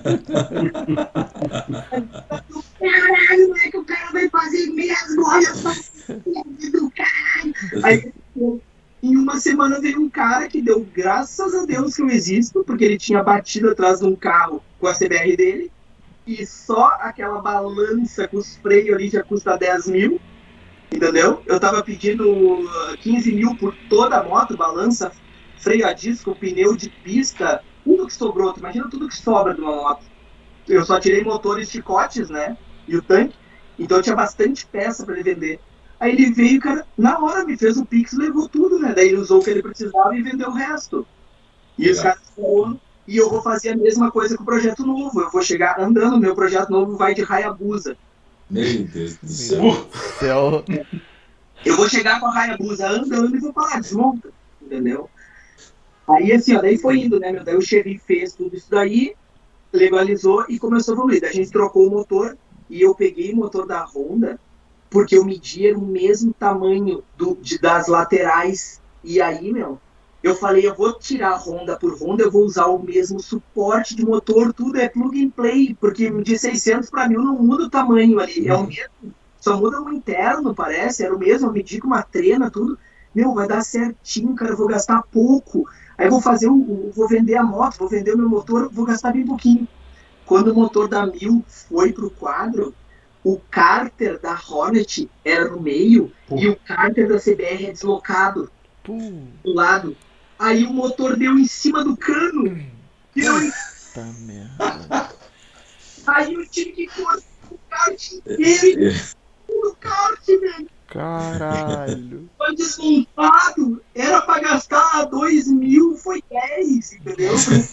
Caralho, é que o cara vai fazer mesmo, olha só, do caralho. Aí, em uma uma semana veio um cara que deu graças a Deus que eu existo, porque ele tinha batido atrás de um carro com a C B R dele, e só aquela balança com os freios ali já custa dez mil, entendeu? Eu tava pedindo quinze mil por toda a moto, balança, freio a disco, pneu de pista, tudo que sobrou, tu imagina tudo que sobra de uma moto. Eu só tirei motores, chicotes, né, e o tanque, então tinha bastante peça para ele vender. Aí ele veio, cara, na hora me fez o Pix, levou tudo, né? Daí ele usou o que ele precisava e vendeu o resto. E Legal. Os caras foram, e eu vou fazer a mesma coisa com o projeto novo. Eu vou chegar andando, meu projeto novo vai de Hayabusa. Meu Deus do céu. céu. Eu vou chegar com a Hayabusa andando e vou falar, desmonta, entendeu? Aí assim, ó, daí foi indo, né, meu? Daí o xerife fez tudo isso daí, legalizou e começou a evoluir. Daí a gente trocou o motor e eu peguei o motor da Honda, porque eu media o mesmo tamanho do, de, das laterais. E aí, meu, eu falei, eu vou tirar a Honda por Honda, eu vou usar o mesmo suporte de motor, tudo é plug and play, porque de seiscentos para mil não muda o tamanho ali, é o mesmo, só muda o interno, parece, era o mesmo, eu medi com uma trena, tudo, meu, vai dar certinho, cara, eu vou gastar pouco, aí eu vou fazer, o, vou vender a moto, vou vender o meu motor, vou gastar bem pouquinho. Quando o motor da Mil foi pro quadro, o cárter da Hornet era no meio Pô. E o cárter da C B R é deslocado Pô. Do lado. Aí o motor deu em cima do cano. Deu em... Tá merda. Aí eu tive que cortar o kart inteiro. O kart, velho. Caralho. Foi desmontado. Era pra gastar dois mil, foi dez, entendeu?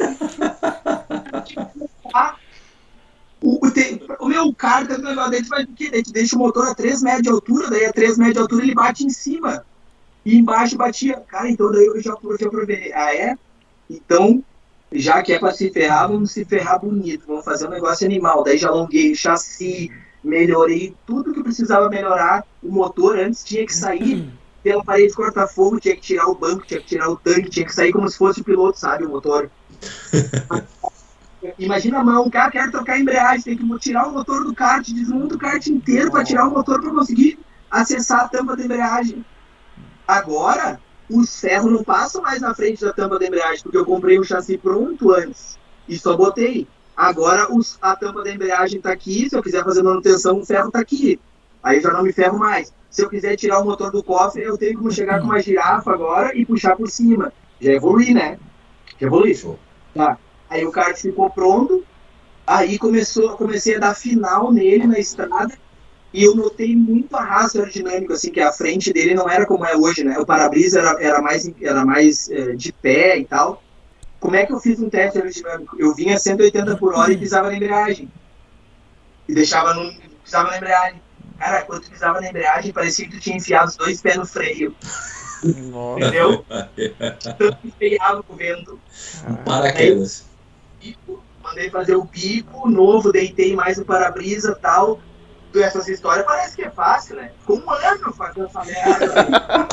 O, o, tem, o meu carro, o negócio dele faz o quê? Ele deixa o motor a três metros de altura, daí a três metros de altura ele bate em cima. E embaixo batia. Cara, então daí eu já, já provei. Ah, é? Então, já que é pra se ferrar, vamos se ferrar bonito. Vamos fazer um negócio animal. Daí já alonguei o chassi, melhorei tudo que precisava melhorar. O motor antes tinha que sair pela parede de corta-fogo, tinha que tirar o banco, tinha que tirar o tanque, tinha que sair como se fosse o piloto, sabe? O motor. Imagina a mão, o cara quer trocar a embreagem, tem que tirar o motor do kart, desmonta o kart inteiro para tirar o motor para conseguir acessar a tampa da embreagem. Agora, os ferros não passam mais na frente da tampa da embreagem, porque eu comprei o chassi pronto antes e só botei. Agora os, a tampa da embreagem está aqui, se eu quiser fazer manutenção, o ferro está aqui. Aí eu já não me ferro mais. Se eu quiser tirar o motor do cofre, eu tenho como chegar com uma girafa agora e puxar por cima. Já evolui, né? Já evolui. Tá. Aí o kart ficou pronto, aí começou, comecei a dar final nele na estrada, e eu notei muito arrasto aerodinâmico, assim, que a frente dele não era como é hoje, né? O para-brisa era, era mais, era mais é, de pé e tal. Como é que eu fiz um teste aerodinâmico? Eu vinha a cento e oitenta por hora e pisava na embreagem. E deixava no... pisava na embreagem. Cara, quando tu pisava na embreagem, parecia que tu tinha enfiado os dois pés no freio. Nossa. Entendeu? Tanto que freava com o vento. Paraquedas. Bico, mandei fazer o bico novo, deitei mais o para-brisa e tal. Essas histórias parece que é fácil, né? Ficou um ano fazendo essa merda.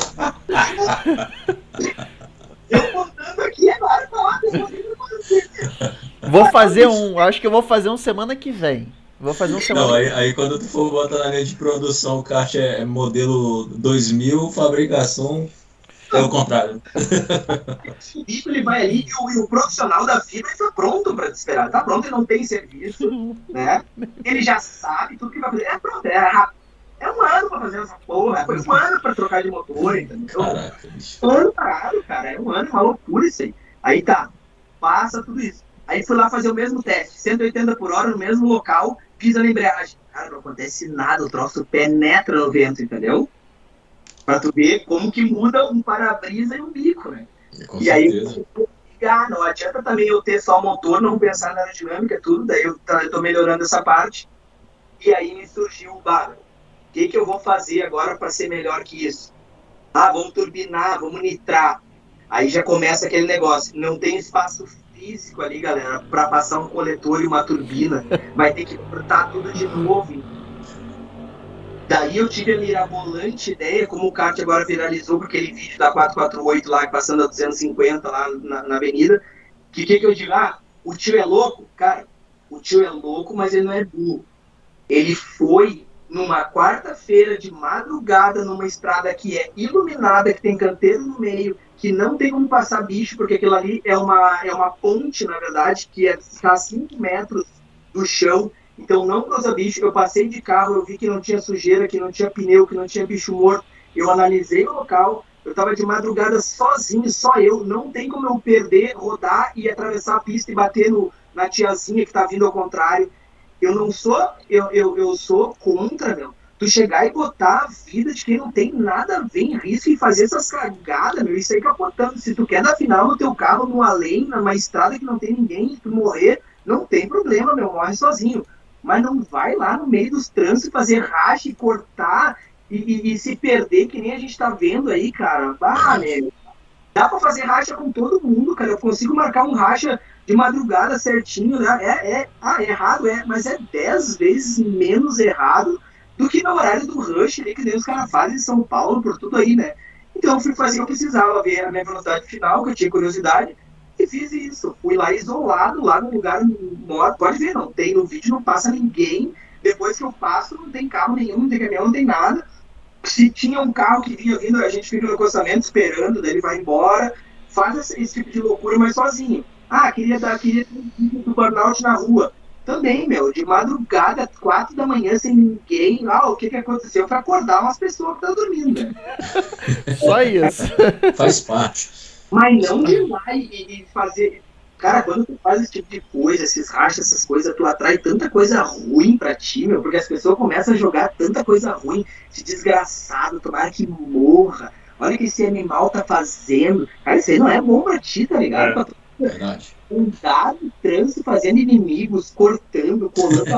Eu contando aqui agora, tá lá, vou fazer um, acho que eu vou fazer um semana que vem. Vou fazer um semana Não, que aí, aí quando tu for botar na linha de produção, o kart é modelo dois mil, fabricação. É o contrário. O bico ele vai ali e o, e o profissional da fibra está pronto para te esperar. Tá pronto, ele não tem serviço, né? Ele já sabe tudo que vai fazer. É pronto, é rápido. É um ano para fazer essa porra. Foi um ano para trocar de motor, entendeu? Caraca, bicho. Um ano parado, cara. É um ano, uma loucura isso aí. Aí tá, passa tudo isso. Aí fui lá fazer o mesmo teste, cento e oitenta por hora no mesmo local, pisa na embreagem. Cara, não acontece nada, o troço penetra no vento, entendeu? Pra tu ver como que muda um para-brisa e um bico, né? Com e certeza. Aí, ah, não adianta também eu ter só o motor, não pensar na aerodinâmica, tudo, daí eu, eu tô melhorando essa parte. E aí me surgiu o bar. O que que eu vou fazer agora para ser melhor que isso? Ah, vamos turbinar, vamos nitrar. Aí já começa aquele negócio, não tem espaço físico ali, galera, para passar um coletor e uma turbina. Vai ter que cortar tudo de novo. Daí eu tive a mirabolante ideia, como o kart agora viralizou com aquele vídeo da quatrocentos e quarenta e oito lá, passando a duzentos e cinquenta lá na, na avenida, que que que eu digo? Ah, o tio é louco? Cara, o tio é louco, mas ele não é burro. Ele foi numa quarta-feira de madrugada, numa estrada que é iluminada, que tem canteiro no meio, que não tem como passar bicho, porque aquilo ali é uma, é uma ponte, na verdade, que é, está a cinco metros do chão, então não causa bicho. Eu passei de carro, eu vi que não tinha sujeira, que não tinha pneu, que não tinha bicho morto, eu analisei o local, eu estava de madrugada sozinho, só eu, não tem como eu perder, rodar e atravessar a pista e bater no, na tiazinha que está vindo ao contrário. Eu não sou, eu, eu, eu sou contra, meu, tu chegar e botar a vida de quem não tem nada a ver em risco e fazer essas cagadas, meu, isso aí capotando. Se tu quer dar final no teu carro, no além, numa estrada que não tem ninguém, e tu morrer, não tem problema, meu, morre sozinho. Mas não vai lá no meio dos trânsitos fazer racha e cortar e, e, e se perder, que nem a gente tá vendo aí, cara. Ah, meu, dá pra fazer racha com todo mundo, cara. Eu consigo marcar um racha de madrugada certinho, né? É, é, ah, é errado, é, mas é dez vezes menos errado do que no horário do rush ali, que nem os caras fazem em São Paulo, por tudo aí, né? Então eu fui fazer, eu precisava ver a minha velocidade final, que eu tinha curiosidade, e fiz isso. Fui lá isolado, lá no lugar morto. Pode ver, não tem no vídeo, não passa ninguém. Depois que eu passo, não tem carro nenhum, não tem caminhão, não tem nada. Se tinha um carro que vinha vindo, a gente fica no acostamento esperando, daí ele vai embora, faz esse, esse tipo de loucura, mas sozinho. Ah, queria dar, queria ter um do burnout na rua. Também, meu, de madrugada, quatro da manhã, sem ninguém. Ah, o que que aconteceu? Pra acordar umas pessoas que estão dormindo, né? Só isso. Faz parte. Mas não de lá e, e fazer... Cara, quando tu faz esse tipo de coisa, esses rachas, essas coisas, tu atrai tanta coisa ruim pra ti, meu, porque as pessoas começam a jogar tanta coisa ruim, esse desgraçado, tomara que morra. Olha o que esse animal tá fazendo. Cara, isso aí não é bom pra ti, tá ligado? É. Pra tu Verdade. andar no trânsito, fazendo inimigos, cortando, colando.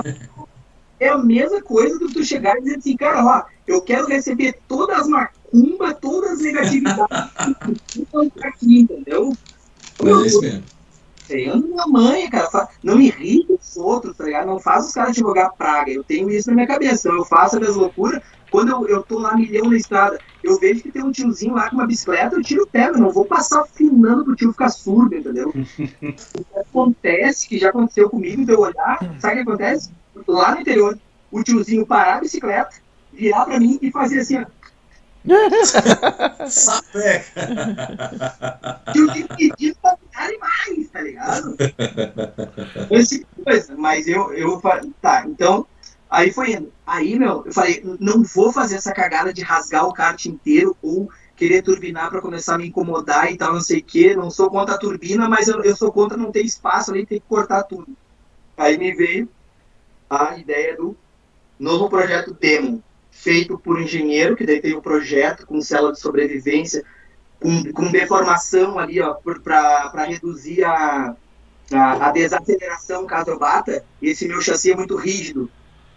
É a mesma coisa do que tu chegar e dizer assim, cara, ó, eu quero receber todas as macumbas, todas as negatividades que estão aqui, entendeu? Mas é isso mesmo. Eu ando na manha, cara. Não irrita os outros, tá ligado? Não faz os caras te jogar praga. Eu tenho isso na minha cabeça. Eu faço as minhas loucuras. Quando eu, eu tô lá milhão na estrada, eu vejo que tem um tiozinho lá com uma bicicleta, eu tiro o pé, eu não vou passar afinando pro tio ficar surdo, entendeu? O que acontece, que já aconteceu comigo, de eu olhar, sabe o que acontece? Lá no interior, o tiozinho parar a bicicleta, virar pra mim e fazer assim, ó. Sapeca! Tiozinho pedindo pra ficarem mais, tá ligado? Esse tipo de coisa. Mas eu, eu falei, tá, então, aí foi indo. Aí, meu, eu falei, não vou fazer essa cagada de rasgar o kart inteiro ou querer turbinar pra começar a me incomodar e tal, não sei o que. Não sou contra a turbina, mas eu, eu sou contra não ter espaço ali, ter que cortar tudo. Aí me veio a ideia do novo projeto Demon, feito por um engenheiro, que daí tem um projeto com célula de sobrevivência, com, com deformação ali, ó, para reduzir a, a, a desaceleração caso eu bata. Esse meu chassi é muito rígido,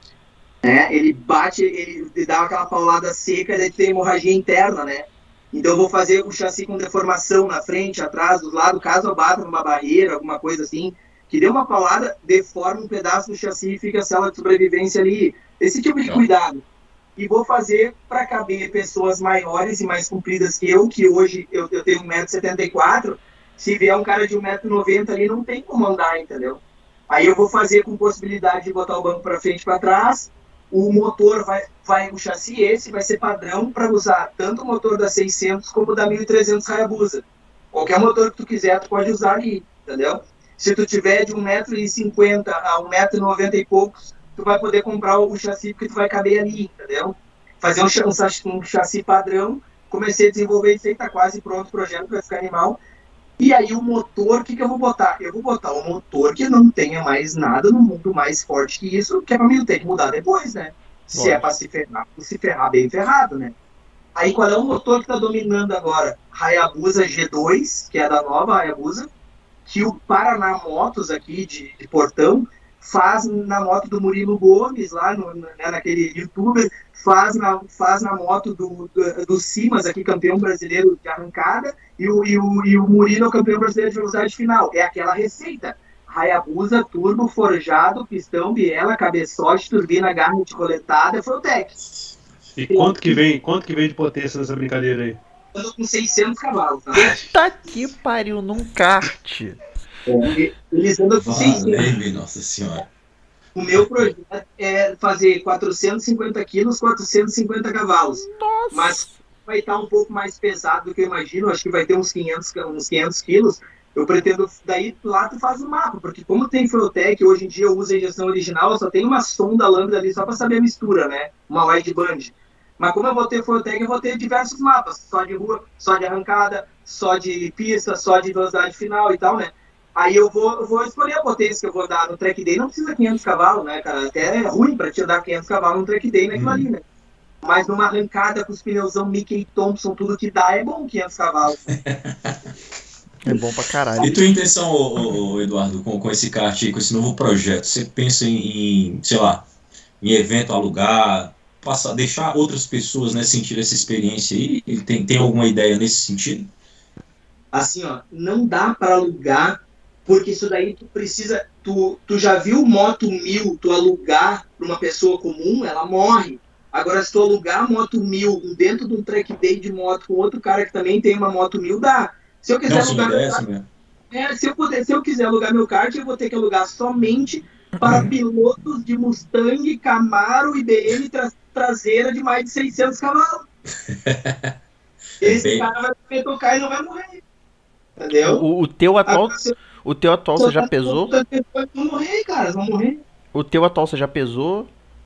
né? Ele bate, ele dá aquela paulada seca, daí tem hemorragia interna, né? Então eu vou fazer o chassi com deformação na frente, atrás, dos lados, caso eu bata numa barreira, alguma coisa assim, que deu uma paulada, deforma um pedaço do chassi e fica a célula de sobrevivência ali. Esse tipo de cuidado. E vou fazer para caber pessoas maiores e mais compridas que eu, que hoje eu, eu tenho um metro e setenta e quatro, se vier um cara de um metro e noventa ali, não tem como andar, entendeu? Aí eu vou fazer com possibilidade de botar o banco para frente e para trás, o motor vai, vai, o chassi esse vai ser padrão para usar tanto o motor da seiscentos como o da mil e trezentos Hayabusa. Qualquer motor que tu quiser, tu pode usar ali, entendeu? Se tu tiver de um metro e cinquenta a um metro e noventa e poucos, tu vai poder comprar o chassi porque tu vai caber ali, entendeu? Fazer um, chassi, um chassi padrão, comecei a desenvolver isso aí, tá quase pronto o projeto, vai ficar animal. E aí o motor, o que que eu vou botar? Eu vou botar um motor que não tenha mais nada no mundo mais forte que isso, que é pra mim ter que mudar depois, né? Se Nossa. É pra se ferrar, se ferrar bem ferrado, né? Aí qual é o motor que tá dominando agora? Hayabusa G dois, que é da nova Hayabusa, que o Paraná Motos aqui de, de Portão faz na moto do Murilo Gomes, lá no, né, naquele youtuber, faz na, faz na moto do, do, do Simas, aqui, campeão brasileiro de arrancada, e o, e, o, e o Murilo é o campeão brasileiro de velocidade final. É aquela receita. Hayabusa, turbo, forjado, pistão, biela, cabeçote, turbina, garra de coletada, Frotec. E quanto que vem, quanto que vem de potência nessa brincadeira aí? Eu tô com seiscentos cavalos, tá? Puta que pariu, num kart. É, eles andam com seiscentos. Nossa senhora. O meu projeto é fazer quatrocentos e cinquenta quilos, quatrocentos e cinquenta cavalos. Nossa! Mas vai estar um pouco mais pesado do que eu imagino. Acho que vai ter uns quinhentos, uns quinhentos quilos. Eu pretendo, daí lá tu faz o mapa, porque como tem Flowtech, hoje em dia eu uso a injeção original, eu só tenho uma sonda lambda ali só para saber a mistura, né? Uma wideband. Mas como eu vou ter Flowtech, eu vou ter diversos mapas, só de rua, só de arrancada, só de pista, só de velocidade final e tal, né? Aí eu vou, eu vou escolher a potência que eu vou dar no track day, não precisa quinhentos cavalos, né, cara? Até é ruim para te dar quinhentos cavalos no track day naquilo ali, né? Mas numa arrancada com os pneuzão Mickey Thompson, tudo que dá é bom quinhentos cavalos. É bom pra caralho. E tua intenção, ô, ô, Eduardo, com, com esse kart aí, com esse novo projeto, você pensa em, em sei lá, em evento, alugar, passar, deixar outras pessoas, né, sentir essa experiência aí? Tem, tem alguma ideia nesse sentido? Assim, ó, não dá para alugar, porque isso daí tu precisa, tu, tu já viu moto mil, tu alugar para uma pessoa comum, ela morre. Agora, se tu alugar a moto mil dentro de um track day de moto com outro cara que também tem uma moto mil, dá. Se eu quiser Não, alugar meu kart, né? é, se, eu puder, se eu quiser alugar meu kart, eu vou ter que alugar somente para pilotos de Mustang, Camaro e B M tra traseira de mais de seiscentos cavalos. Esse bem... cara vai poder tocar e não vai morrer. Entendeu? O, o teu atual, Agora, se, o teu atual você já pesou? Vão morrer, cara, vão morrer. O teu atual você já pesou?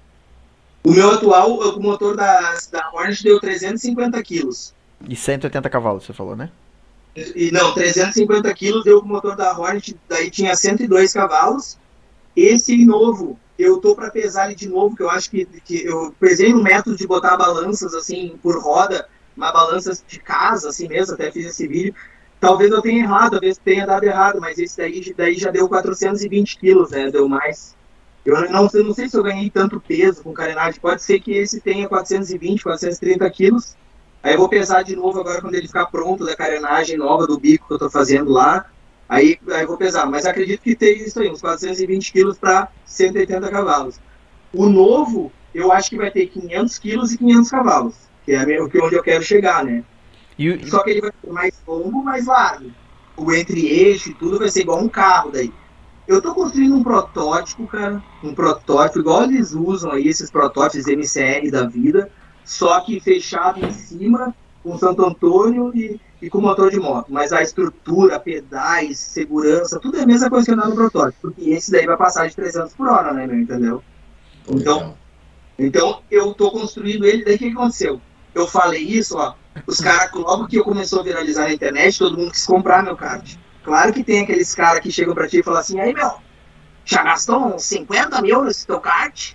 O meu atual, o motor da, da Hornet deu trezentos e cinquenta quilos. E cento e oitenta cavalos, você falou, né? E, não, trezentos e cinquenta quilos deu o motor da Hornet, daí tinha cento e dois cavalos. Esse novo, eu tô para pesar ele de novo, que eu acho que, que eu pesei no método de botar balanças assim por roda, uma balança de casa, assim mesmo, até fiz esse vídeo. Talvez eu tenha errado, talvez tenha dado errado, mas esse daí, daí já deu quatrocentos e vinte quilos, né? Deu mais. Eu não, eu não sei se eu ganhei tanto peso com carenagem, pode ser que esse tenha quatrocentos e vinte, quatrocentos e trinta quilos. Aí eu vou pesar de novo agora quando ele ficar pronto da carenagem nova do bico que eu tô fazendo lá. Aí, aí eu vou pesar, mas acredito que tem isso aí, uns quatrocentos e vinte quilos para cento e oitenta cavalos. O novo, eu acho que vai ter quinhentos quilos e quinhentos cavalos, que é o que onde eu quero chegar, né? E, Só que ele vai ser mais longo, mais largo. O entre-eixo e tudo vai ser igual um carro daí. Eu tô construindo um protótipo, cara, um protótipo, igual eles usam aí, esses protótipos M C R da vida, só que fechado em cima, com Santo Antônio e, e com motor de moto. Mas a estrutura, pedais, segurança, tudo é a mesma coisa que andar no protótipo, porque esse daí vai passar de trezentos por hora, né, meu, entendeu? Então, então eu tô construindo ele, daí o que aconteceu? Eu falei isso, ó, os caras, logo que eu começou a viralizar na internet, todo mundo quis comprar meu kart. Claro que tem aqueles caras que chegam pra ti e falam assim, aí meu, já gastou uns cinquenta mil nesse teu kart?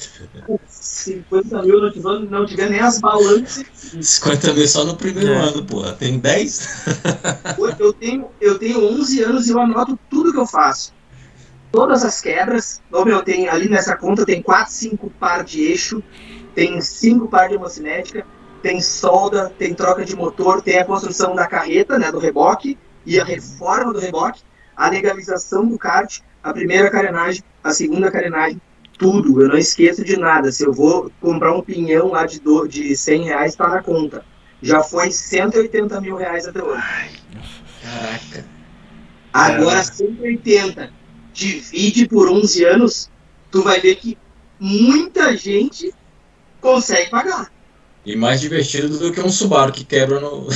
cinquenta mil não tiver, não tiver nem as balanças. cinquenta mil só no primeiro é. ano, porra. Tem dez? eu, tenho, eu tenho onze anos e eu anoto tudo que eu faço. Todas as quebras. Oh, meu, tem, ali nessa conta tem quatro, cinco par de eixo, tem cinco par de hemocinética, tem solda, tem troca de motor, tem a construção da carreta, né, do reboque, e a reforma do reboque, a legalização do kart, a primeira carenagem, a segunda carenagem, tudo. Eu não esqueço de nada. Se eu vou comprar um pinhão lá de, do, de cem reais, tá na conta. Já foi cento e oitenta mil reais até hoje. Ai, caraca. Agora cento e oitenta. Divide por onze anos, tu vai ver que muita gente consegue pagar. E mais divertido do que um Subaru que quebra no,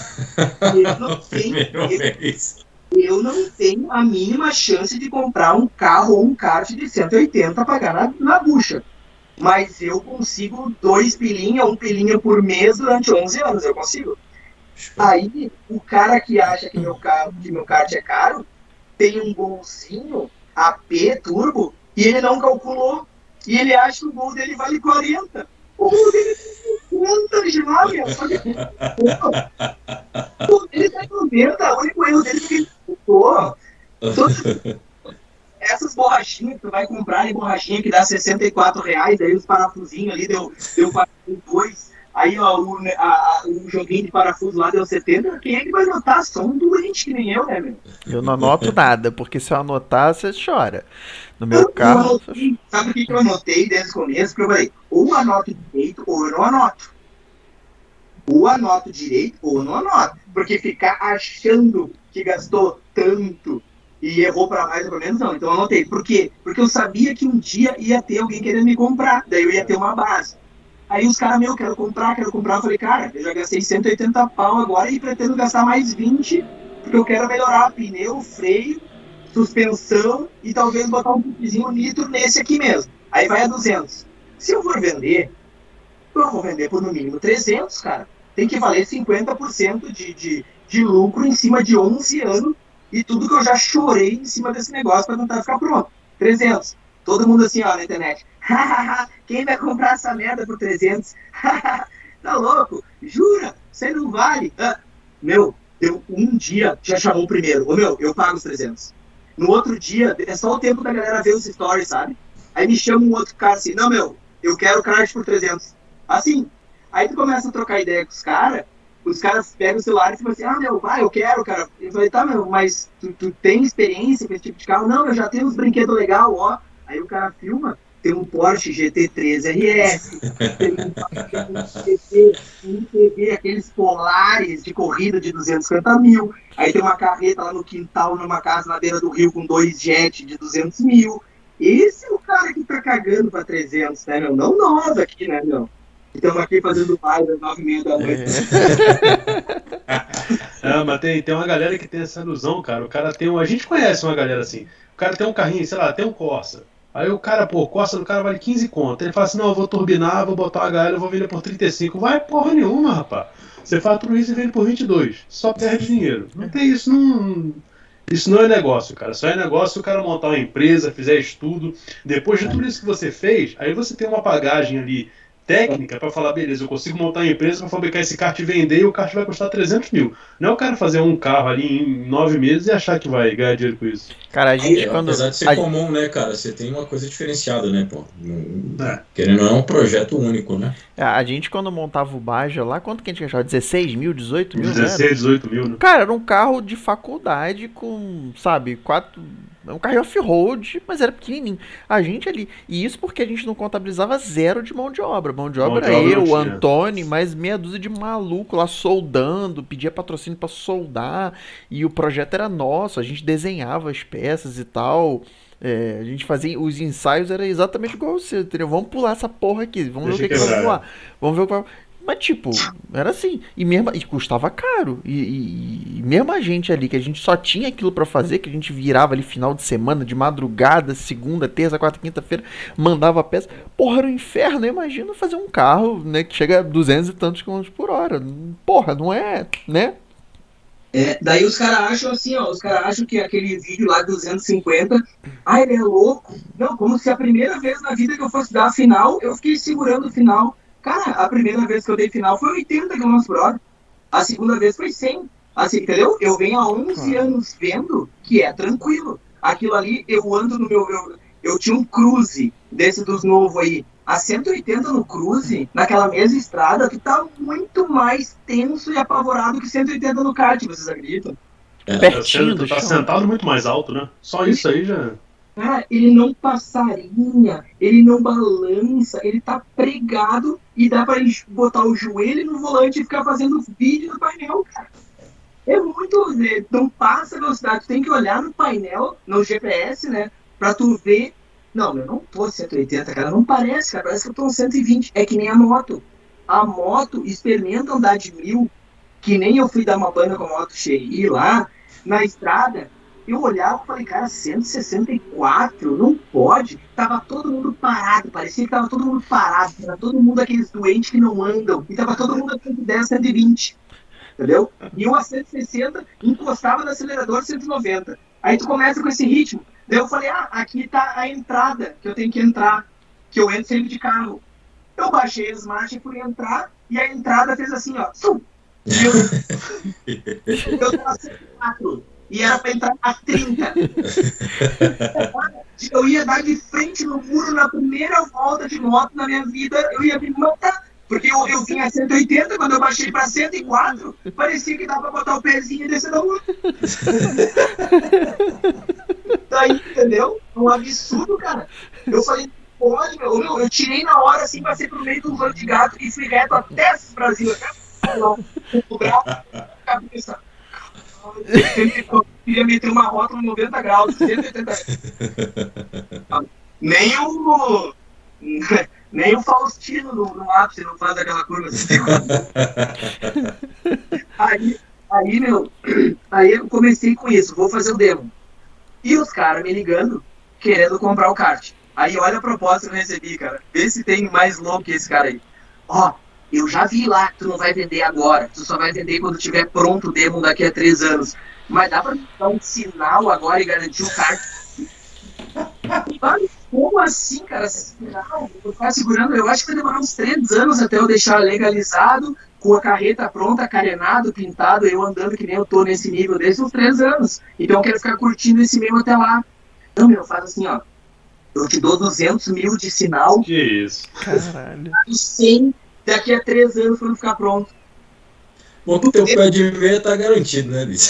eu não no primeiro tenho, mês. Eu não tenho a mínima chance de comprar um carro ou um kart de cento e oitenta a pagar na, na bucha. Mas eu consigo dois pilinha, um pilinha por mês durante onze anos, eu consigo. Aí, o cara que acha que meu, carro, que meu kart é caro, tem um golzinho A P turbo e ele não calculou. E ele acha que o gol dele vale quarenta. O gol dele tem cinquenta já, meu. Só que o dele tá em noventa. O único erro dele é que ele ficou. Essas borrachinhas que tu vai comprar em borrachinha que dá sessenta e quatro reais, aí os parafusinhos ali deu, deu quarenta e dois. Aí ó, o, a, a, o joguinho de parafuso lá deu setenta. Quem é que vai notar? Só um doente que nem eu, né, meu? Eu não anoto nada, porque se eu anotar, você chora. No meu eu, carro. Eu anotei, sabe o que eu anotei desde o começo? Porque eu falei, ou anoto direito ou eu não anoto. Ou anoto direito ou eu não anoto. Porque ficar achando que gastou tanto e errou para mais ou para menos, não. Então eu anotei. Por quê? Porque eu sabia que um dia ia ter alguém querendo me comprar, daí eu ia ter uma base. Aí os caras, meu, quero comprar, quero comprar. Eu falei, cara, eu já gastei cento e oitenta pau agora e pretendo gastar mais vinte, porque eu quero melhorar pneu, freio, suspensão e talvez botar um pouquinho nitro nesse aqui mesmo. Aí vai a duzentos. Se eu for vender, eu vou vender por no mínimo trezentos, cara. Tem que valer cinquenta por cento de, de, de lucro em cima de onze anos e tudo que eu já chorei em cima desse negócio para tentar ficar pronto. trezentos. Todo mundo assim, ó, na internet. Quem vai comprar essa merda por trezentos? Tá louco? Jura? Você não vale? Ah, meu, deu um dia, já chamou o primeiro. Ô, meu, eu pago os trezentos. No outro dia, é só o tempo da galera ver os stories, sabe? Aí me chama um outro cara assim, não, meu, eu quero kart por trezentos. Assim. Aí tu começa a trocar ideia com os caras, os caras pegam o celular e falam assim, ah, meu, vai, eu quero, cara. Eu falei, tá, meu, mas tu, tu tem experiência com esse tipo de carro? Não, eu já tenho uns brinquedos legais, ó. Aí o cara filma, tem um Porsche G T três R S, tem um T V, aqueles Polares de corrida de duzentos e cinquenta mil, aí tem uma carreta lá no quintal, numa casa na beira do rio com dois jets de duzentos mil. Esse é o cara que tá cagando pra trezentos, né, meu? Não nós aqui, né, meu? Estamos aqui fazendo baile às nove e meia da noite. É. É, mas tem, tem uma galera que tem essa ilusão, cara. O cara tem um... A gente conhece uma galera assim. O cara tem um carrinho, sei lá, tem um Corsa. Aí o cara, pô, o Corsa do cara vale quinze conto. Ele fala assim, não, eu vou turbinar, vou botar uma H L, eu vou vender por trinta e cinco. Vai porra nenhuma, rapaz. Você fatura isso e vende por vinte e dois. Só perde dinheiro. Não tem isso, não... Isso não é negócio, cara. Só é negócio se o cara montar uma empresa, fizer estudo. Depois de tudo isso que você fez, aí você tem uma bagagem ali técnica para falar, beleza, eu consigo montar uma empresa para fabricar esse kart e vender e o kart vai custar trezentos mil. Não é o cara fazer um carro ali em nove meses e achar que vai ganhar dinheiro com isso. Cara, a gente é, quando... Apesar de ser a... comum, né, cara, você tem uma coisa diferenciada, né, pô. É. Querendo ou não, é um projeto único, né? A gente quando montava o Baja lá, quanto que a gente achava? dezesseis mil, dezoito mil? dezesseis, dezoito mil, né? Cara, era um carro de faculdade com, sabe, quatro... um carro off-road, mas era pequenininho. A gente ali... E isso porque a gente não contabilizava zero de mão de obra. Mão de obra era eu, o Antônio, mais meia dúzia de maluco lá soldando, pedia patrocínio pra soldar, e o projeto era nosso, a gente desenhava as peças e tal... É, a gente fazia os ensaios, era exatamente igual você, entendeu? Vamos pular essa porra aqui, vamos Deixa ver o que, que vai voar. Vamos ver o que vai... Mas tipo, era assim, e, mesmo, e custava caro, e, e, e mesmo a gente ali, que a gente só tinha aquilo pra fazer, que a gente virava ali final de semana, de madrugada, segunda, terça, quarta, quinta-feira, mandava a peça, porra, era um inferno. Eu imagino fazer um carro, né, que chega a duzentos e tantos quilômetros por hora, porra, não é, né? É, daí os caras acham assim, ó, os caras acham que aquele vídeo lá de duzentos e cinquenta, ah, ele é louco. Não, como se a primeira vez na vida que eu fosse dar a final, eu fiquei segurando o final. Cara, a primeira vez que eu dei final foi oitenta quilômetros por hora. A segunda vez foi cem. Assim, entendeu? Eu venho há onze anos vendo que é tranquilo. Aquilo ali, eu ando no meu... Eu, eu tinha um Cruze desse dos novos aí. A cento e oitenta no Cruze, naquela mesma estrada, que tá muito mais tenso e apavorado que cento e oitenta no kart, vocês acreditam? É, pertinho do chão. Tá sentado muito mais alto, né? Só isso aí já... Cara, ele não passarinha, ele não balança, ele tá pregado e dá pra botar o joelho no volante e ficar fazendo vídeo no painel, cara. É muito... Não passa velocidade, tu tem que olhar no painel, no G P S, né, pra tu ver... Não, eu não tô cento e oitenta, cara, não parece, cara, parece que eu tô cento e vinte, é que nem a moto. A moto experimenta andar de mil, que nem eu fui dar uma banda com a moto Chery lá, na estrada, eu olhava e falei, cara, cento e sessenta e quatro, não pode, tava todo mundo parado, parecia que tava todo mundo parado, era todo mundo aqueles doentes que não andam, e tava todo mundo a cento e dez, cento e vinte, entendeu? E eu a cento e sessenta, encostava no acelerador cento e noventa, aí tu começa com esse ritmo. Daí eu falei, ah, aqui tá a entrada que eu tenho que entrar, que eu entro sempre de carro. Eu baixei as marchas e fui entrar, e a entrada fez assim, ó. Sum! E eu, eu tava a cento e quatro, e era pra entrar a trinta. Eu ia dar de frente no muro na primeira volta de moto na minha vida, eu ia me matar. Porque eu, eu vinha a cento e oitenta, quando eu baixei pra cento e quatro, parecia que dava pra botar o pezinho e descer da rua. Daí, entendeu? Um absurdo, cara. Eu falei, pode, meu, meu, eu tirei na hora, assim, passei pro meio do ramo de gato e fui reto até o Brasil, até o braço, cabeça. ia meter uma rótula noventa graus, cento e oitenta graus. Nem o... Nem o Faustino no, no ápice não faz aquela curva assim. aí, aí, meu... Aí eu comecei com isso, vou fazer o demo. E os caras me ligando, querendo comprar o kart. Aí olha a proposta que eu recebi, cara. Vê se tem mais louco que esse cara aí. Ó, eu já vi lá que tu não vai vender agora. Tu só vai vender quando tiver pronto o demo daqui a três anos. Mas dá pra me dar um sinal agora e garantir o kart? Mano, como assim, cara? Sinal? Eu vou ficar segurando. Eu acho que vai demorar uns três anos até eu deixar legalizado, com a carreta pronta, carenado, pintado, eu andando que nem eu tô nesse nível desde uns três anos. Então eu quero ficar curtindo esse meio até lá. Não, meu, faz assim, ó. Eu te dou duzentos mil de sinal. Que isso? Caralho. E cem daqui a três anos quando ficar pronto. Bom, que teu pé de meia tá garantido, né, bicho?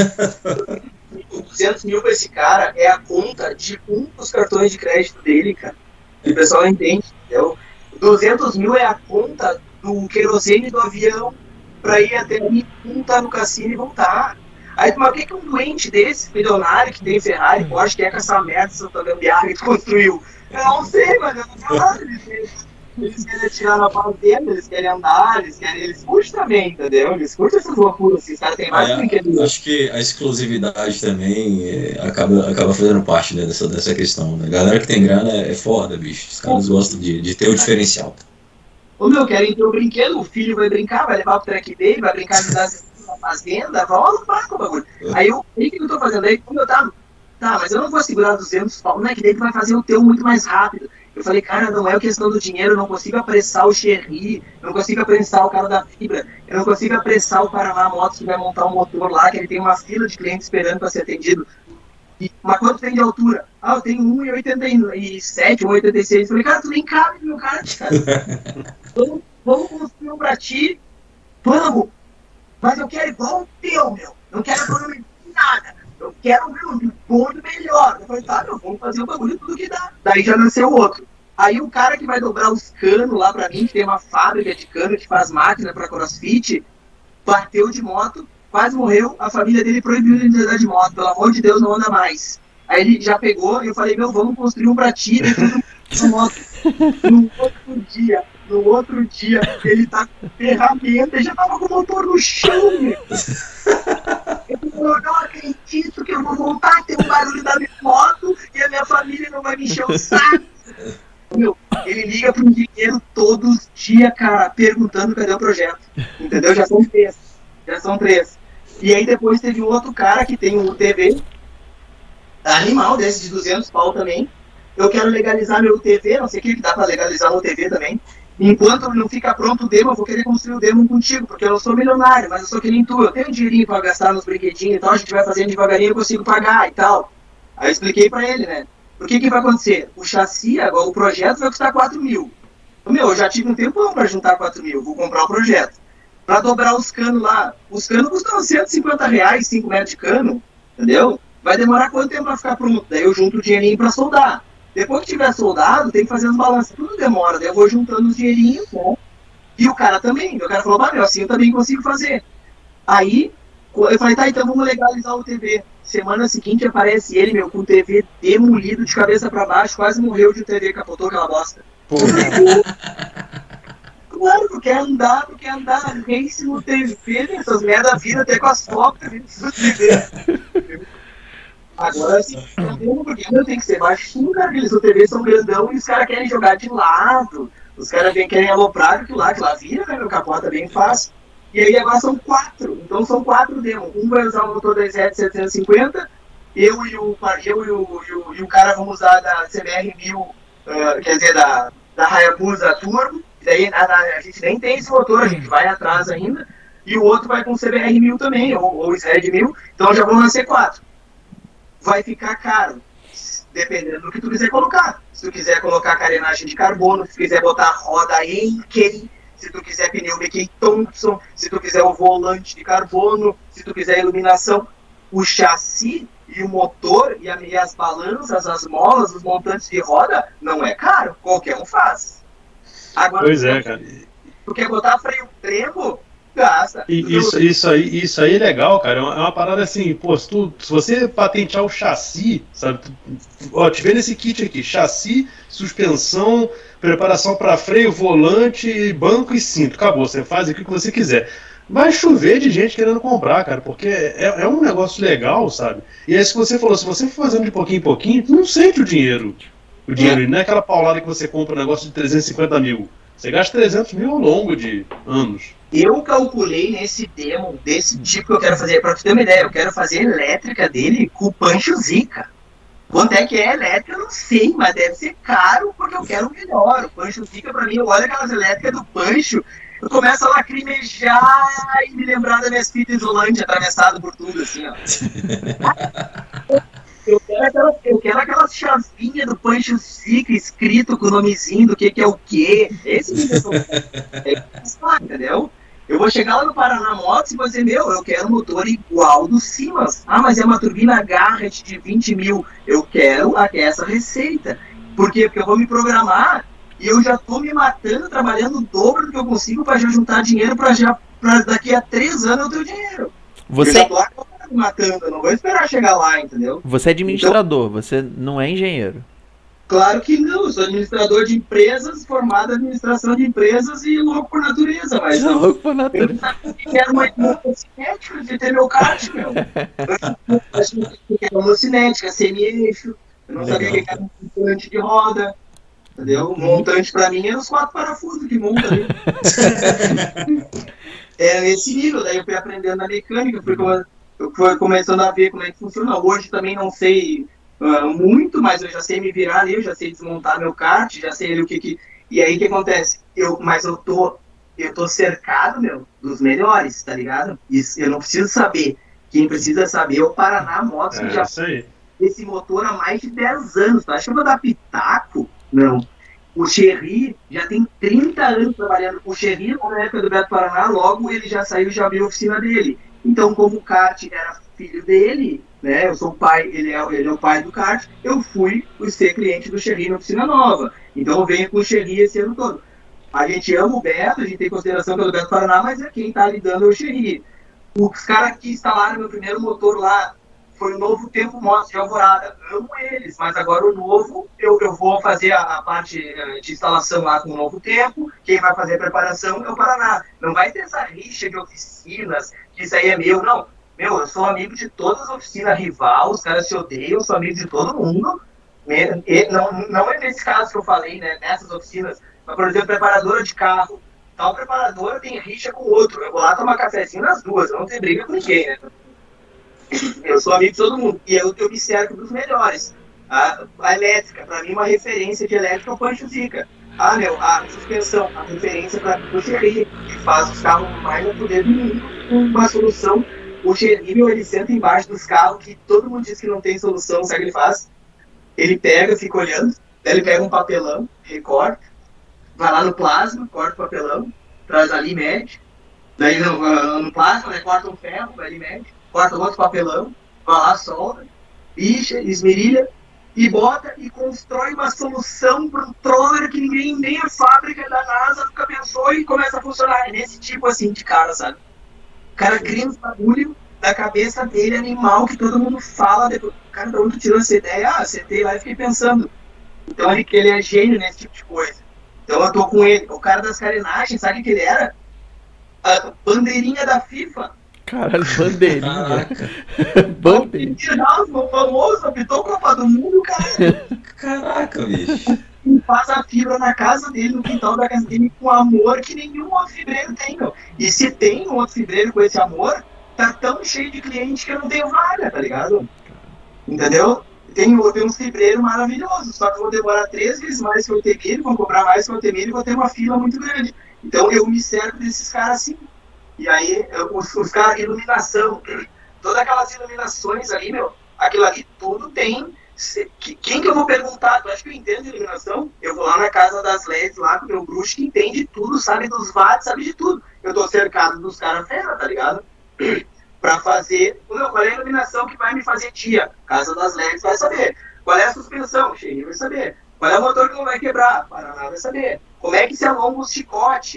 duzentos mil pra esse cara é a conta de um dos cartões de crédito dele, cara. E o pessoal não entende, entendeu? duzentos mil é a conta do querosene do avião pra ir até ali, montar no cassino e voltar. Aí, mas o que que um doente desse, milionário, que tem Ferrari, Porsche, quer com essa merda, essa gambiarra que tu construiu? Eu não sei, mas eu não sei nada. Eles, eles querem atirar na fazenda, eles querem andar, eles querem... Eles curtem também, entendeu? Eles curtem essas loucuras, assim, os caras têm mais É, brinquedos. acho que a exclusividade também é, acaba, acaba fazendo parte, né, dessa, dessa questão, né? A galera que tem grana é, é foda, bicho. Os caras gostam de, de ter o diferencial. Ô meu, querem ter um brinquedo, o filho vai brincar, vai levar pro track day, vai brincar de dar na fazenda, vai alugar com o bagulho. Aí eu, o que eu tô fazendo aí? Como eu tava, tá, mas eu não vou segurar duzentos pau, não é que daí tu vai fazer o teu muito mais rápido. Eu falei, cara, não é a questão do dinheiro, eu não consigo apressar o Cherry, eu não consigo apressar o cara da fibra, eu não consigo apressar o Paraná Motos que vai montar um motor lá, que ele tem uma fila de clientes esperando para ser atendido. E, mas quanto tem de altura? Ah, eu tenho um e oitenta e sete, um e oitenta e seis. Eu falei, cara, tu nem cabe no meu kart, cara. Vamos, vamos construir um pra ti, vamos. Mas eu quero igual o teu, meu. Não quero economizar nada. Eu quero o meu bom e melhor. Eu falei, tá, meu, vamos fazer o bagulho tudo que dá. Daí já nasceu outro. Aí o cara que vai dobrar os canos lá pra mim, que tem uma fábrica de cano que faz máquina pra crossfit, bateu de moto, quase morreu, a família dele proibiu ele de andar de moto. Pelo amor de Deus, não anda mais. Aí ele já pegou e eu falei, meu, vamos construir um pra ti, e tudo moto. No outro dia, no outro dia, ele tá com ferramenta e já tava com o motor no chão, meu. Eu falei, não acredito que eu vou voltar a ter um barulho da minha moto e a minha família não vai me encher o saco. Meu, ele liga pro engenheiro todos os dias, cara, perguntando cadê o projeto. Entendeu? Já são três. Já são três. E aí depois teve um outro cara que tem um U T V animal desse de duzentos pau também. Eu quero legalizar meu U T V, não sei o que dá pra legalizar o U T V também. Enquanto não fica pronto o demo, eu vou querer construir o demo contigo, porque eu não sou milionário, mas eu sou que nem tu, eu tenho um dinheirinho pra gastar nos brinquedinhos e tal, a gente vai fazendo devagarinho, eu consigo pagar e tal. Aí eu expliquei pra ele, né? O que que vai acontecer? O chassi, agora, o projeto vai custar quatro mil. Meu, eu já tive um tempão pra juntar quatro mil, vou comprar o projeto. Pra dobrar os canos lá, os canos custam cento e cinquenta reais, cinco metros de cano, entendeu? Vai demorar quanto tempo pra ficar pronto? Daí eu junto o dinheirinho pra soldar. Depois que tiver soldado, tem que fazer as balanças. Tudo demora, daí eu vou juntando os dinheirinhos, né? E o cara também. O cara falou, meu, assim eu também consigo fazer. Aí, eu falei, tá, então vamos legalizar o T V. Semana seguinte aparece ele, meu, com o T V demolido de cabeça pra baixo, quase morreu de um T V, capotou aquela bosta. Claro, tu quer andar, tu quer andar race no T V, essas merda vida até com as fotos do T V. Agora sim, porque tem que ser baixinho, cara, aqueles U T Vs são grandão e os caras querem jogar de lado. Os caras querem aloprar aquilo lá, que lá vira, né, meu capota bem fácil. E aí agora são quatro, então são quatro demos. Um vai usar o motor da Z setecentos e cinquenta, eu e o, eu e o, e o, e o cara vamos usar da C B R mil, uh, quer dizer, da, da Hayabusa Turbo. Daí a, a gente nem tem esse motor, a gente vai atrás ainda. E o outro vai com C B R mil também, ou, ou S R E D mil, então já vão nascer quatro. Vai ficar caro, dependendo do que tu quiser colocar. Se tu quiser colocar carenagem de carbono, se tu quiser botar roda Enkei, se tu quiser pneu B K Thompson, se tu quiser o volante de carbono, se tu quiser iluminação, o chassi e o motor e, a, e as balanças, as molas, os montantes de roda, não é caro, qualquer um faz. Agora, pois é, cara. Tu quer botar freio tremo, gasta. E isso, isso, aí, isso aí é legal, cara. É uma, é uma parada assim, pô, se, tu, se você patentear o chassi, sabe? Tu, ó, te vê nesse kit aqui: chassi, suspensão, preparação para freio, volante, banco e cinto. Acabou, você faz aqui o que você quiser. Vai chover de gente querendo comprar, cara, porque é, é um negócio legal, sabe? E aí, se você falou, se você for fazendo de pouquinho em pouquinho, tu não sente o dinheiro. O dinheiro, não é aquela paulada que você compra um negócio de trezentos e cinquenta mil. Você gasta trezentos mil ao longo de anos. Eu calculei nesse demo desse tipo que eu quero fazer, pra tu ter uma ideia, eu quero fazer elétrica dele com o Pancho Zica. Quanto é que é elétrica, eu não sei, mas deve ser caro porque eu quero o melhor. O Pancho Zica, pra mim, eu olho aquelas elétricas do Pancho, eu começo a lacrimejar e me lembrar das minhas fitas isolantes atravessado por tudo, assim, ó. Eu quero, aquelas, eu quero aquelas chavinhas do Pancho Zica escrito com o nomezinho do que, que é o que. Esse vídeo é, é, entendeu? Eu vou chegar lá no Paraná Motos e vou dizer, meu, eu quero um motor igual do Siemens. Ah, mas é uma turbina Garrett de vinte mil. Eu quero essa receita. Por quê? Porque eu vou me programar e eu já tô me matando, trabalhando o dobro do que eu consigo para já juntar dinheiro para já pra daqui a três anos eu ter o dinheiro. Você... Eu já tô agora me matando, eu não vou esperar chegar lá, entendeu? Você é administrador, então, você não é engenheiro. Claro que não, eu sou administrador de empresas, formado em administração de empresas e louco por natureza, mas não. Louco por natureza. Eu quero uma cinética de ter meu kart, meu. Eu achei que era uma cinética, semi-eixo, eu não Legal. Sabia que era um montante de roda, entendeu? Um montante pra mim era os quatro parafusos que monta ali. É nesse nível, daí eu fui aprendendo a mecânica, fui, eu fui começando a ver como é que funciona. Hoje também não sei... Uh, muito, mas eu já sei me virar ali, eu já sei desmontar meu kart, já sei ali o que que... E aí o que acontece? Eu, mas eu tô, eu tô cercado, meu, dos melhores, tá ligado? Isso, eu não preciso saber. Quem precisa saber é o Paraná Motos, é, que já sei. esse motor há mais de dez anos. Tu acha que eu vou dar pitaco? Não. O Cherry já tem trinta anos trabalhando. O Cherry, na época do Beto Paraná, logo ele já saiu e já abriu a oficina dele. Então, como o kart era filho dele, né, eu sou o pai, ele é, ele é o pai do kart, eu fui ser cliente do Cherry na oficina nova. Então eu venho com o Cherry esse ano todo. A gente ama o Beto, a gente tem consideração pelo Beto Paraná, mas é quem está lidando é o Cherry. Os caras que instalaram meu primeiro motor lá foi o Novo Tempo Motos de Alvorada. Amo eles, mas agora o novo, eu, eu vou fazer a, a parte de instalação lá com o Novo Tempo, quem vai fazer a preparação é o Paraná. Não vai ter essa rixa de oficinas, que isso aí é meu, não. Meu, eu sou amigo de todas as oficinas rival, os caras se odeiam, eu sou amigo de todo mundo. E não, não é nesse caso que eu falei, né, nessas oficinas, mas, por exemplo, preparadora de carro. Tal preparadora tem rixa com o outro. Eu vou lá tomar cafezinho nas duas, eu não tenho briga com ninguém, né? Eu sou amigo de todo mundo. E eu, eu me cerco dos melhores. A, a elétrica, para mim, uma referência de elétrica é o Pancho Zica. Ah, meu, a suspensão, a referência para o Cherry, que faz os carros mais a poder do mundo, com uma solução. O Cherry, meu, ele senta embaixo dos carros que todo mundo diz que não tem solução, sabe o que ele faz? Ele pega, fica olhando, daí ele pega um papelão, recorta, vai lá no plasma, corta o papelão, traz ali e mede, daí no, no plasma, né, corta um ferro, vai ali e mede, corta outro papelão, vai lá, solda, lixa, esmerilha, e bota e constrói uma solução para um troller que ninguém, nem a fábrica da NASA nunca pensou e começa a funcionar. É nesse tipo assim de cara, sabe? O cara cria um bagulho da cabeça dele, animal, que todo mundo fala. Depois, cara, de onde tu tirou essa ideia? Ah, sentei lá e fiquei pensando. Então ele, ele é gênio nesse tipo de coisa. Então eu tô com ele. O cara das carenagens, sabe o que ele era? A bandeirinha da FIFA. Caralho, bandeirinha. Bandeirinha. O famoso, apitou Copa do Mundo, cara. Caraca, bicho. E faz a fibra na casa dele, no quintal da casa dele, com amor que nenhum outro fibreiro tem, meu. E se tem um outro fibreiro com esse amor, tá tão cheio de cliente que eu não tenho vaga, tá ligado? Entendeu? Tem, tem uns fibreiros maravilhosos, só que eu vou demorar três vezes mais que eu ter milho, vou cobrar mais que eu ter milho e vou ter uma fila muito grande. Então eu me cerco desses caras assim. E aí, eu, os, os caras, iluminação, todas aquelas iluminações ali, meu, aquilo ali tudo tem. Se, que, quem que eu vou perguntar? Tu acha que eu entendo de iluminação? Eu vou lá na casa das L E Ds, lá com o meu bruxo, que entende tudo, sabe dos watts, sabe de tudo. Eu tô cercado dos caras fera, tá ligado? Pra fazer, meu, qual é a iluminação que vai me fazer tia? Casa das L E Ds vai saber. Qual é a suspensão? Cheirinho vai saber. Qual é o motor que não vai quebrar? Paraná vai saber. Como é que se alonga o chicote?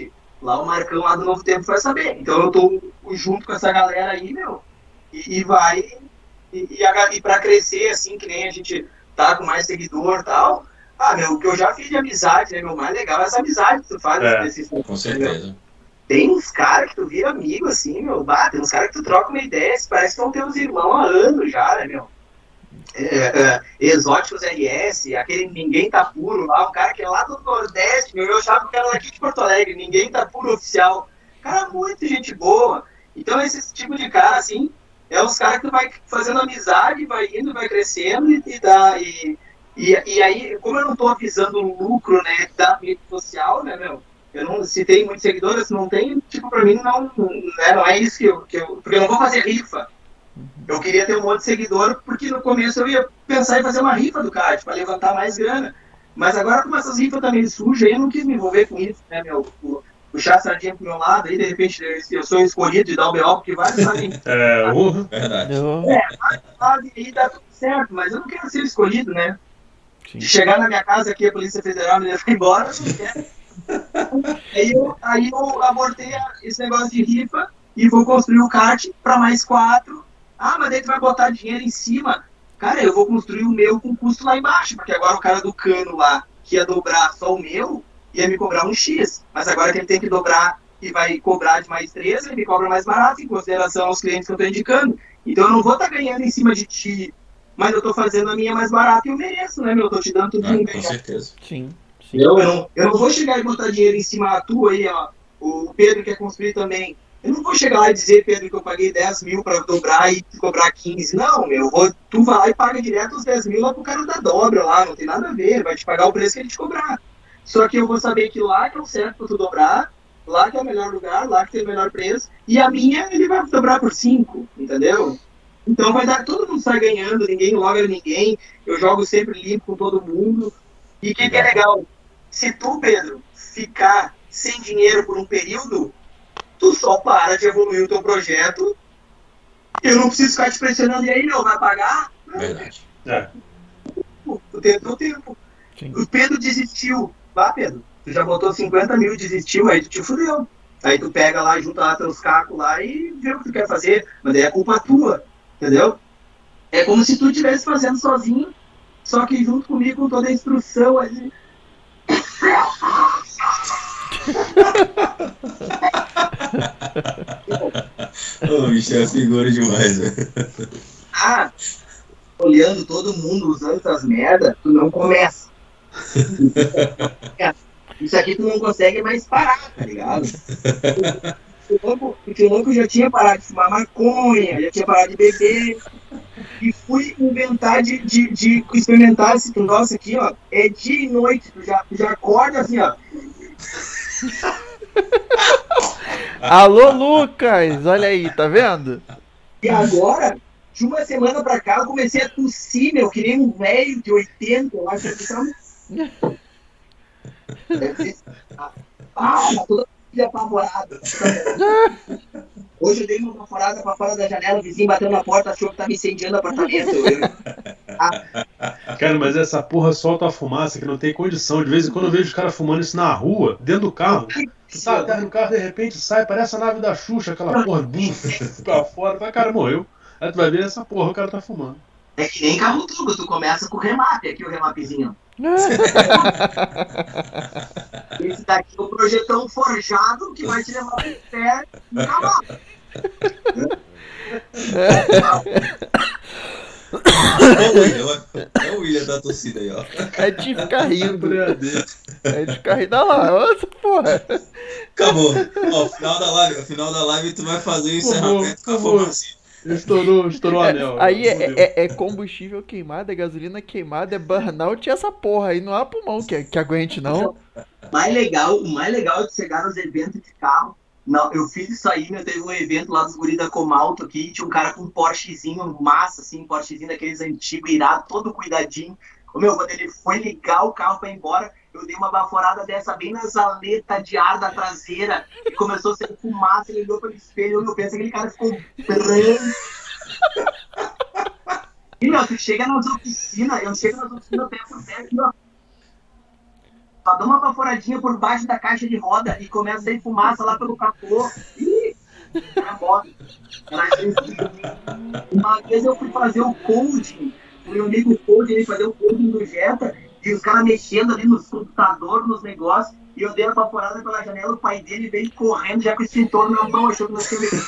Lá o Marcão lá do Novo Tempo vai saber. Então eu tô junto com essa galera aí, meu, e, e vai, e, e, a, e pra crescer, assim, que nem a gente tá com mais seguidor e tal, ah, meu, o que eu já fiz de amizade, né, meu, mais legal é essa amizade que tu faz É, desses. Com certeza. Meu. Tem uns caras que tu vira amigo, assim, meu, bah, tem uns caras que tu troca uma ideia, parece que são teus irmãos há anos já, né, meu. É, é, Exóticos R S, aquele Ninguém Tá Puro lá, um cara que é lá do Nordeste, meu, eu achava que era daqui de Porto Alegre, Ninguém Tá Puro oficial, cara, muito gente boa. Então esse tipo de cara, assim, é uns caras que tu vai fazendo amizade, vai indo, vai crescendo e, e dá, e, e, e aí, como eu não tô visando o lucro, né, da rede social, né, meu, eu não, se tem muitos seguidores, não tem, tipo, pra mim não, né, não é isso que eu, que eu, porque eu não vou fazer rifa. Eu queria ter um monte de seguidor, porque no começo eu ia pensar em fazer uma rifa do kart, para levantar mais grana. Mas agora, como essas rifas também sujas, eu não quis me envolver com isso, né, meu? Puxar a sardinha pro meu lado, aí de repente eu sou escolhido de dar o B O, porque vários fazem. É, uh, Verdade. É, vários fazem e dá tudo certo, mas eu não quero ser escolhido, né? Sim. De chegar na minha casa aqui, a Polícia Federal me levar embora, eu não quero. Aí eu, aí eu abortei esse negócio de rifa e vou construir o kart para mais quatro. Ah, mas daí tu vai botar dinheiro em cima. Cara, eu vou construir o meu com custo lá embaixo, porque agora o cara do cano lá, que ia dobrar só o meu, ia me cobrar um X. Mas agora que ele tem que dobrar e vai cobrar de mais três, ele me cobra mais barato em consideração aos clientes que eu tô indicando. Então eu não vou estar tá ganhando em cima de ti, mas eu tô fazendo a minha mais barata e eu mereço, né, meu? Eu tô te dando tudo Ah, um com certeza. Sim. Sim. Eu, eu, não, eu não vou chegar e botar dinheiro em cima da tua aí, ó. O Pedro quer construir também. Eu não vou chegar lá e dizer, Pedro, que eu paguei dez mil para dobrar e cobrar quinze. Não, meu, vou, tu vai lá e paga direto os dez mil lá pro cara da dobra lá, não tem nada a ver, vai te pagar o preço que ele te cobrar. Só que eu vou saber que lá que é o certo para tu dobrar, lá que é o melhor lugar, lá que tem o melhor preço, e a minha ele vai dobrar por cinco, entendeu? Então vai dar, todo mundo sai ganhando, ninguém logra ninguém, eu jogo sempre limpo com todo mundo. E o que, que é legal? Se tu, Pedro, ficar sem dinheiro por um período, tu só para de evoluir o teu projeto. Eu não preciso ficar te pressionando. E aí, meu, vai pagar? Não. Verdade. é. Tu tem o teu tempo. Sim. O Pedro desistiu. Vá, Pedro. Tu já botou cinquenta mil e desistiu, aí tu te fudeu. Aí tu pega lá, junta lá teus cacos lá e vê o que tu quer fazer. Mas daí é culpa tua. Entendeu? É como se tu estivesse fazendo sozinho, só que junto comigo com toda a instrução ali. Ô, bicho, é figura demais, velho. Ah, olhando todo mundo usando essas merdas, tu não começa. Isso aqui tu não consegue mais parar, tá ligado? Porque o louco já tinha parado de fumar maconha, já tinha parado de beber. E fui inventar de, de, de experimentar esse negócio aqui, ó. É dia e noite, tu já, tu já acorda assim, ó. Alô, Lucas! Olha aí, tá vendo? E agora, de uma semana pra cá, eu comecei a tossir, meu, que nem um velho de oitenta, eu acho que tá... Ah, toda filha apavorada. Hoje eu dei uma apavorada pra fora da janela, o vizinho bateu na porta, achou que tava incendiando o apartamento. Eu... Ah. Cara, mas essa porra solta a fumaça que não tem condição. De vez em quando eu vejo os caras fumando isso na rua, dentro do carro. Tu tá atrás do carro, de repente sai, parece a nave da Xuxa, aquela porra, buf, pra fora. Fala, cara, morreu. Aí tu vai ver essa porra, o cara tá fumando. É que nem carro turbo, tu começa com o remap, aqui o remapzinho. Esse daqui é o projetão forjado que vai te levar pro pé no cavalo. É o William da torcida aí, ó. É de ficar rindo. É de ficar rindo. Olha lá, essa porra. Acabou. Ó, final da live, final da live tu vai fazer o encerramento com a fumacinha. Estourou, estourou o anel. Aí é, é, é combustível queimado, é gasolina queimada, é burnout e essa porra aí. Não há pulmão que, que aguente, não. Mais legal, o mais legal é de chegar nos eventos de carro. Não, eu fiz isso aí, né? Teve um evento lá dos guris da Comalto aqui, tinha um cara com um Porschezinho massa, assim, um Porschezinho daqueles antigos, irado, todo cuidadinho. Ô, meu, quando ele foi ligar o carro pra ir embora, eu dei uma baforada dessa bem nas aletas de ar da traseira e começou a ser fumaça, ele olhou pelo espelho, eu penso que aquele cara ficou branco. E, meu, tu chega nas oficinas, eu chego nas oficinas, eu pego o técnico, ó. Só dá uma baforadinha por baixo da caixa de roda e começa a sair fumaça lá pelo capô. Ih, era morre. Uma vez eu fui fazer o coding, o meu amigo coding, ele fazer o coding do Jetta, e os caras mexendo ali nos computadores, nos negócios, e eu dei uma baforada pela janela, o pai dele veio correndo já com o extintor na mão, achou que nós tínhamos...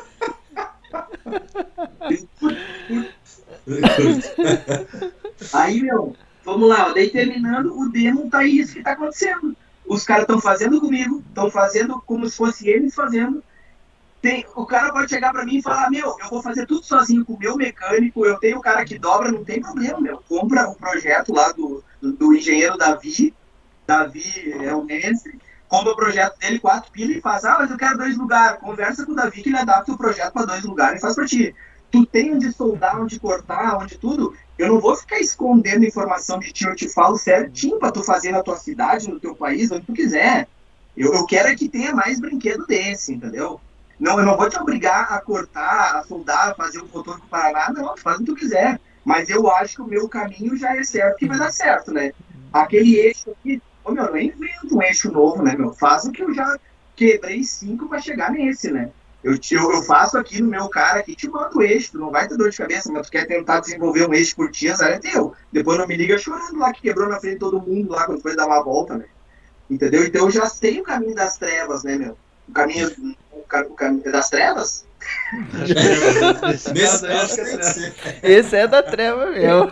Aí, meu, vamos lá, daí terminando, o demo tá aí, isso que tá acontecendo. Os caras estão fazendo comigo, estão fazendo como se fosse eles fazendo. Tem, o cara pode chegar pra mim e falar, meu, eu vou fazer tudo sozinho com o meu mecânico, eu tenho o cara que dobra, não tem problema, meu. Compra o projeto lá do, do, do engenheiro Davi, Davi é o mestre, compra o projeto dele, quatro pilhas e faz, ah, mas eu quero dois lugares. Conversa com o Davi que ele adapta o projeto para dois lugares e faz pra ti. Tu tem onde soldar, onde cortar, onde tudo. Eu não vou ficar escondendo informação de ti, eu te falo certinho pra tu fazer na tua cidade, no teu país, onde tu quiser. Eu, eu quero é que tenha mais brinquedo desse, entendeu? Não, eu não vou te obrigar a cortar, a soldar, a fazer um motor com o Paraná, não, tu faz o que tu quiser. Mas eu acho que o meu caminho já é certo, que vai dar certo, né? Aquele eixo aqui, ô, meu, não invento um eixo novo, né, meu? Faz o que eu já quebrei cinco pra chegar nesse, né? Eu, te, eu, eu faço aqui no meu cara aqui, te mando o eixo, tu não vai ter dor de cabeça, mas tu quer tentar desenvolver um eixo por ti, azar é teu. Depois não me liga chorando lá, que quebrou na frente de todo mundo lá, quando foi dar uma volta, né? Entendeu? Então eu já sei o caminho das trevas, né, meu? O caminho, o, o caminho das trevas? Esse, Nesse caso tem que ser. Esse é da treva mesmo.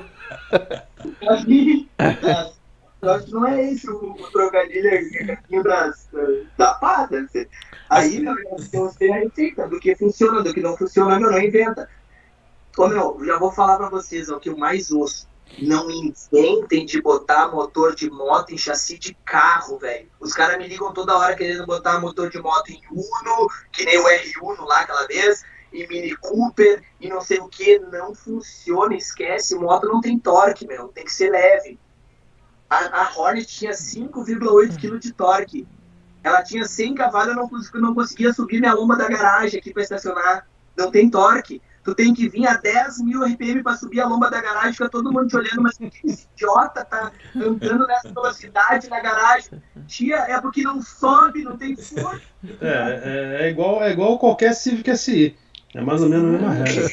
Eu acho que não é esse o, o trocadilho, é caminho das tapadas. Aí, meu, eu sei a receita do que funciona, do que não funciona, meu, não inventa. Ô, meu, já vou falar pra vocês, ó, o que eu mais ouço. Não inventem de botar motor de moto em chassi de carro, velho. Os caras me ligam toda hora querendo botar motor de moto em Uno, que nem o R Uno lá aquela vez, e Mini Cooper, e não sei o que. Não funciona, esquece. Moto não tem torque, meu, tem que ser leve. A, a Hornet tinha cinco vírgula oito quilos de torque. Ela tinha cem cavalos, eu não, não conseguia subir minha lomba da garagem aqui pra estacionar. Não tem torque. Tu tem que vir a dez mil R P M pra subir a lomba da garagem, fica todo mundo te olhando, mas esse idiota tá andando nessa velocidade na garagem. Tia, é porque não sobe, não tem força. É, é, é, igual, é igual qualquer Civic S I. É mais ou menos a mesma regra.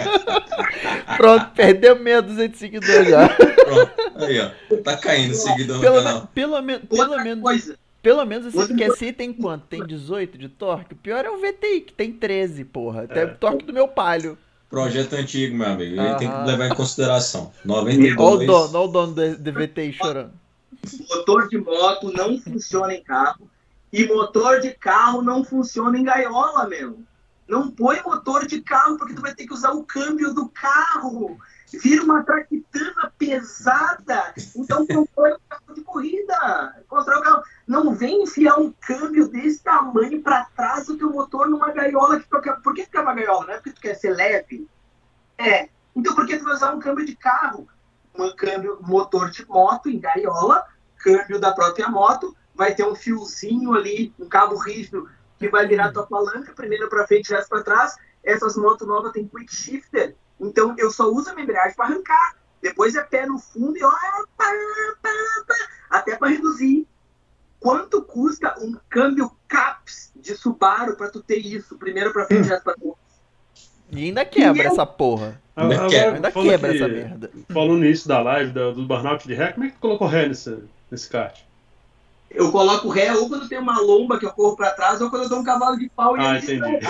Pronto, perdeu meia dúzia de seguidores já. Pronto, aí ó, tá caindo o seguidor Pelo, no canal. Pelo, me, pelo menos... Coisa. Pelo menos esse Civic S I tem quanto? Tem dezoito de torque? O pior é o V T I, que tem treze, porra. Tem o torque do meu Palio. Projeto antigo, meu amigo. Ele Ah. tem que levar em consideração. noventa e Olha o dois. dono, olha o dono do, do V T I chorando. Motor de moto não funciona em carro. E motor de carro não funciona em gaiola, meu. Não põe motor de carro, porque tu vai ter que usar o câmbio do carro. Vira uma traquitana pesada. Então constrói um carro de corrida. Constrói um carro. Não vem enfiar um câmbio desse tamanho para trás do teu motor numa gaiola. Que tu quer... Por que tu quer uma gaiola? Não é porque tu quer ser leve? É. Então por que tu vai usar um câmbio de carro? Um câmbio motor de moto em gaiola, câmbio da própria moto, vai ter um fiozinho ali, um cabo rígido que vai virar tua palanca, primeiro para frente e resto para trás. Essas motos novas tem quick shifter. Então eu só uso a minha embreagem para arrancar. Depois é pé no fundo e ó, pá, pá, pá, até para reduzir. Quanto custa um câmbio CAPS de Subaru para tu ter isso? Primeiro para frente e resto para trás. E ainda quebra E eu- essa porra. Ainda Agora, quebra. Ainda falando quebra que- essa merda. Falando nisso da live, do, do burnout de ré, como é que tu colocou ré nesse, nesse kart? Eu coloco ré ou quando tem uma lomba que eu corro para trás ou quando eu dou um cavalo de pau e Ah, ele entendi.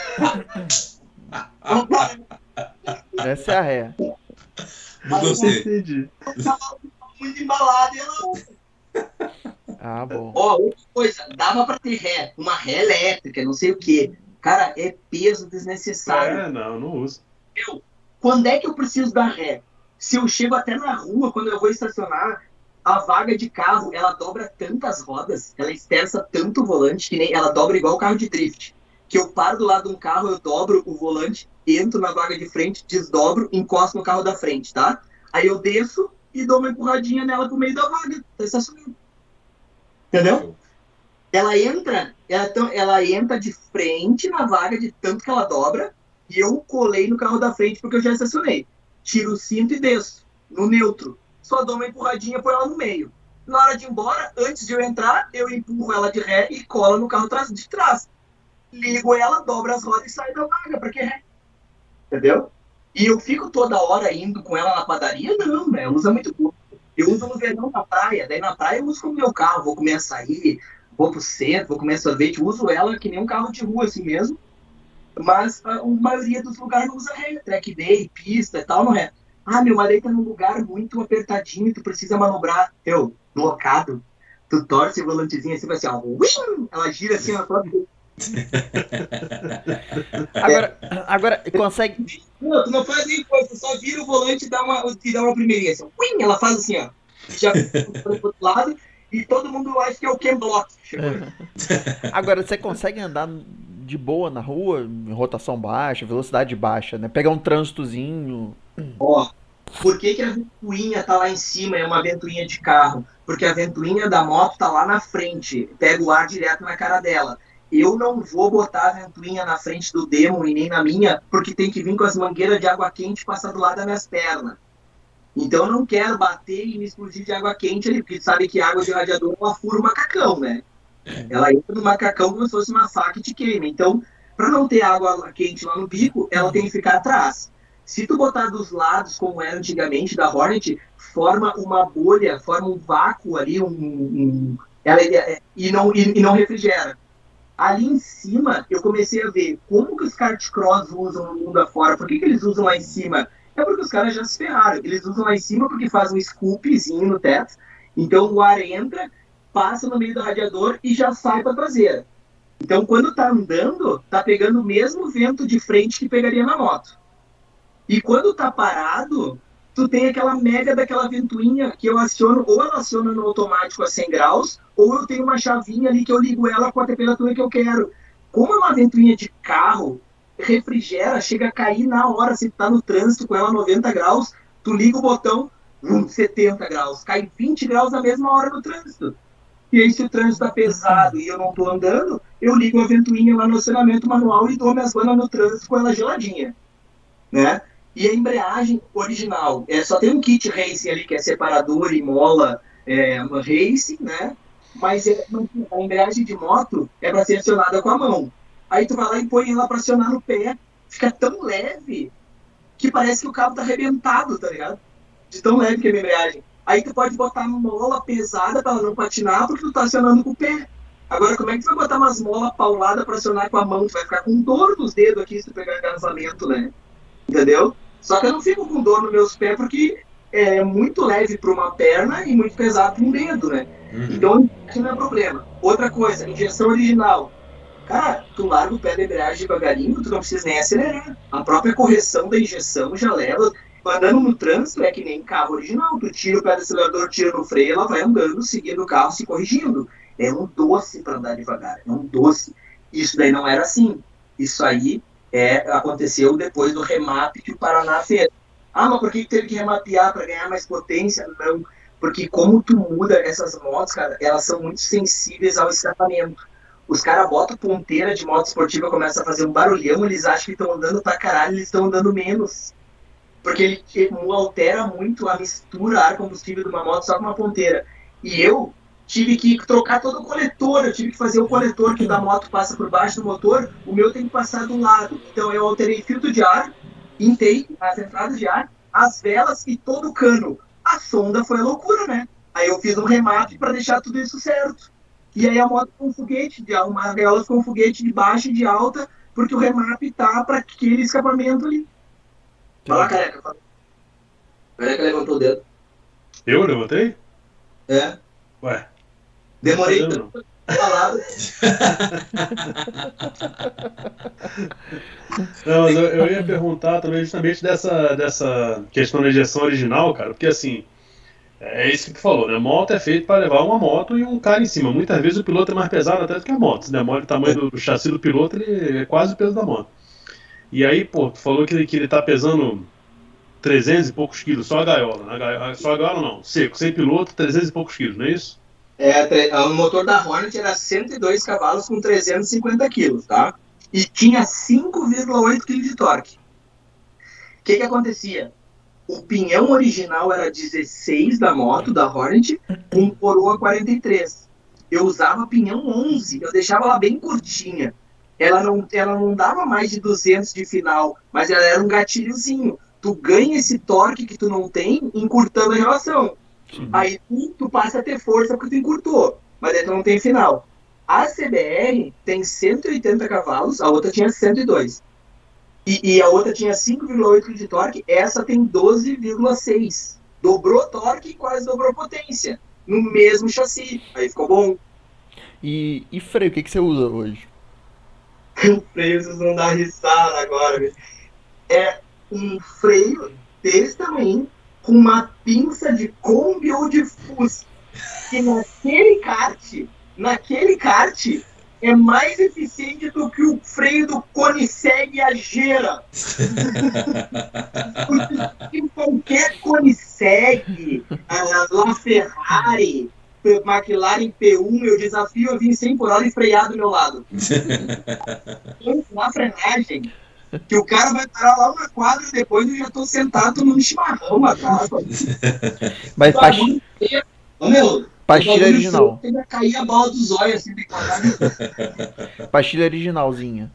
Essa é a ré. Gostei. Entendi. muito embalado e ela... Ah, bom. Ó, outra coisa, dava pra ter ré, uma ré elétrica, não sei o quê. Cara, é peso desnecessário. É, não, não uso. Eu, quando é que eu preciso da ré? Se eu chego até na rua, quando eu vou estacionar, a vaga de carro, ela dobra tantas rodas, ela esterça tanto o volante, que nem ela dobra igual o carro de drift. Que eu paro do lado de um carro, eu dobro o volante, entro na vaga de frente, desdobro, encosto no carro da frente, tá? Aí eu desço e dou uma empurradinha nela pro meio da vaga. Tá estacionando. Entendeu? Ela entra, ela, tão- ela entra de frente na vaga de tanto que ela dobra, e eu colei no carro da frente porque eu já estacionei. Tiro o cinto e desço, no neutro. Só dou uma empurradinha por ela no meio. Na hora de ir embora, antes de eu entrar, eu empurro ela de ré e colo no carro de trás. Ligo ela, dobro as rodas e saio da vaga, pra que ré? Entendeu? E eu fico toda hora indo com ela na padaria? Não, né? Usa muito pouco. Eu uso no verão na praia, daí na praia eu uso como meu carro, vou comer açaí, vou pro centro, vou comer sorvete, uso ela que nem um carro de rua assim mesmo. Mas a, a maioria dos lugares não usa ré, track day, pista e tal, não é? Ah, meu, mas daí tá num lugar muito apertadinho e tu precisa manobrar. Eu, blocado, tu torce o volantezinho assim, vai assim, ó, uim, ela gira assim na tua... Agora, agora consegue... Não, tu não faz nem coisa, tu só vira o volante e dá uma, e dá uma primeirinha assim, uim, ela faz assim, ó, já pro outro lado, e todo mundo acha que é o Ken Block. Agora, você consegue andar de boa na rua, em rotação baixa, velocidade baixa, né? Pegar um trânsitozinho... Ó, por que que a ventoinha tá lá em cima, é uma ventoinha de carro? Porque a ventoinha da moto tá lá na frente, pega o ar direto na cara dela. Eu não vou botar a ventoinha na frente do Demon e nem na minha, porque tem que vir com as mangueiras de água quente e passar do lado das minhas pernas. Então eu não quero bater e me explodir de água quente ali, porque sabe que a água de radiador ela fura o macacão, né? Ela entra no macacão como se fosse uma faca e te queima. Então, para não ter água quente lá no bico, ela tem que ficar atrás. Se tu botar dos lados, como era antigamente da Hornet, forma uma bolha, forma um vácuo ali, um, um, ela, e, não, e, e não refrigera. Ali em cima, eu comecei a ver como que os kart cross usam no mundo afora. Por que, que eles usam lá em cima? É porque os caras já se ferraram. Eles usam lá em cima porque faz um scoopzinho no teto. Então o ar entra, passa no meio do radiador e já sai para a traseira. Então quando tá andando, tá pegando o mesmo vento de frente que pegaria na moto. E quando tá parado, tu tem aquela mega daquela ventoinha que eu aciono, ou ela aciona no automático a cem graus, ou eu tenho uma chavinha ali que eu ligo ela com a temperatura que eu quero. Como é uma ventoinha de carro, refrigera, chega a cair na hora, se tu tá no trânsito com ela a noventa graus, tu liga o botão, hum, setenta graus, cai vinte graus na mesma hora no trânsito. E aí se o trânsito tá pesado e eu não tô andando, eu ligo a ventoinha lá no acionamento manual e dou minhas bandas no trânsito com ela geladinha, né? E a embreagem original, é, só tem um kit racing ali, que é separador e mola é, uma racing, né? Mas é, a embreagem de moto é para ser acionada com a mão. Aí tu vai lá e põe ela para acionar no pé, fica tão leve que parece que o cabo tá arrebentado, tá ligado? De tão leve que é a embreagem. Aí tu pode botar mola pesada para ela não patinar, porque tu tá acionando com o pé. Agora, como é que tu vai botar umas molas pauladas para acionar com a mão? Tu vai ficar com dor nos dedos aqui se tu pegar engarrafamento, né? Entendeu? Só que eu não fico com dor nos meus pés porque é muito leve para uma perna e muito pesado para um dedo, né? Uhum. Então, isso não é problema. Outra coisa, injeção original. Cara, tu larga o pé da embreagem devagarinho, tu não precisa nem acelerar. A própria correção da injeção já leva. Andando no trânsito é que nem carro original. Tu tira o pé do acelerador, tira no freio, ela vai andando, seguindo o carro, se corrigindo. É um doce para andar devagar, é um doce. Isso daí não era assim. Isso aí É, aconteceu depois do remap que o Paraná fez. Ah, mas por que teve que remapear para ganhar mais potência? Não, porque como tu muda essas motos, cara, elas são muito sensíveis ao escapamento. Os caras botam ponteira de moto esportiva, começa a fazer um barulhão, eles acham que estão andando pra caralho, eles estão andando menos. Porque ele, ele altera muito a mistura ar-combustível de uma moto só com uma ponteira. E eu tive que trocar todo o coletor, eu tive que fazer o coletor que da moto passa por baixo do motor, o meu tem que passar do lado. Então eu alterei filtro de ar, intake, as entradas de ar, as velas e todo o cano. A sonda foi a loucura, né? Aí eu fiz um remap para deixar tudo isso certo. E aí a moto com foguete, de arrumar elas com foguete de baixa e de alta, porque o remap tá para aquele escapamento ali. Fala, careca. Fala. Careca levantou o dedo. Eu levantei? É. Ué. Demorei tanto pra falar. Não, mas eu, eu ia perguntar também justamente dessa, dessa questão da injeção original, cara, porque assim, é isso que tu falou, né? Moto é feito para levar uma moto e um cara em cima. Muitas vezes o piloto é mais pesado até do que a moto. Se demora o tamanho do, do chassi do piloto, ele é quase o peso da moto. E aí, pô, tu falou que ele, que ele tá pesando trezentos e poucos quilos, só a gaiola. A gaiola só a gaiola não, seco, sem piloto, trezentos e poucos quilos, não é isso? É, o motor da Hornet era cento e dois cavalos com trezentos e cinquenta quilos, tá? E tinha cinco vírgula oito quilos de torque. O que que acontecia? O pinhão original era dezesseis da moto, da Hornet, com coroa quarenta e três. Eu usava pinhão onze, eu deixava ela bem curtinha. Ela não, ela não dava mais de duzentos de final, mas ela era um gatilhozinho. Tu ganha esse torque que tu não tem encurtando a relação. Sim. Aí tu, tu passa a ter força porque tu encurtou, mas aí tu não tem final. A C B R tem cento e oitenta cavalos, a outra tinha cento e dois. E, e a outra tinha cinco vírgula oito de torque, essa tem doze vírgula seis. Dobrou torque e quase dobrou potência. No mesmo chassi. Aí ficou bom. E, e freio, o que, que você usa hoje? Freio, vocês vão dar risada agora. É um freio desse tamanho, com uma pinça de Kombi ou de Fusca. Que naquele kart, naquele kart, é mais eficiente do que o freio do Koenigsegg e a Gera. Porque qualquer Koenigsegg, a LaFerrari, McLaren P um, eu desafio a vir cem por hora e frear do meu lado. Na frenagem, que o cara vai parar lá na quadra e depois eu já tô sentado num chimarrão atrás. Mas pastilha... Meu, pastilha original. Tem que cair a bola dos olhos assim, tem que pastilha originalzinha.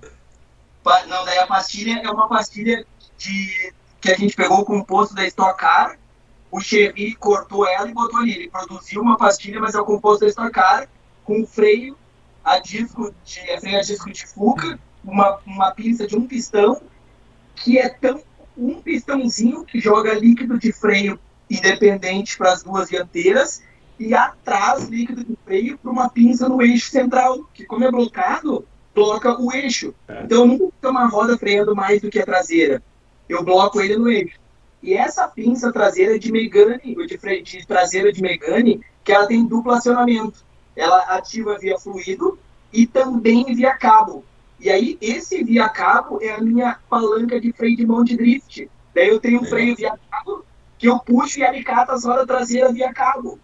Não, daí a pastilha é uma pastilha de... que a gente pegou o composto da Stock Car. O Chevy cortou ela e botou ali. Ele produziu uma pastilha, mas é o composto da Stock Car, com freio a disco de, é freio a disco de Fuca, uma, uma pinça de um pistão, que é tão um pistãozinho que joga líquido de freio independente para as duas dianteiras, e atrás líquido de freio para uma pinça no eixo central, que como é blocado, bloca o eixo. Então eu nunca tenho uma roda freando mais do que a traseira. Eu bloco ele no eixo. E essa pinça traseira de Megane, de, freio, de traseira de Megane, que ela tem duplo acionamento. Ela ativa via fluido e também via cabo. E aí, esse via cabo é a minha palanca de freio de mão de drift. Daí eu tenho um freio via cabo que eu puxo e alicata as rodas traseiras via cabo.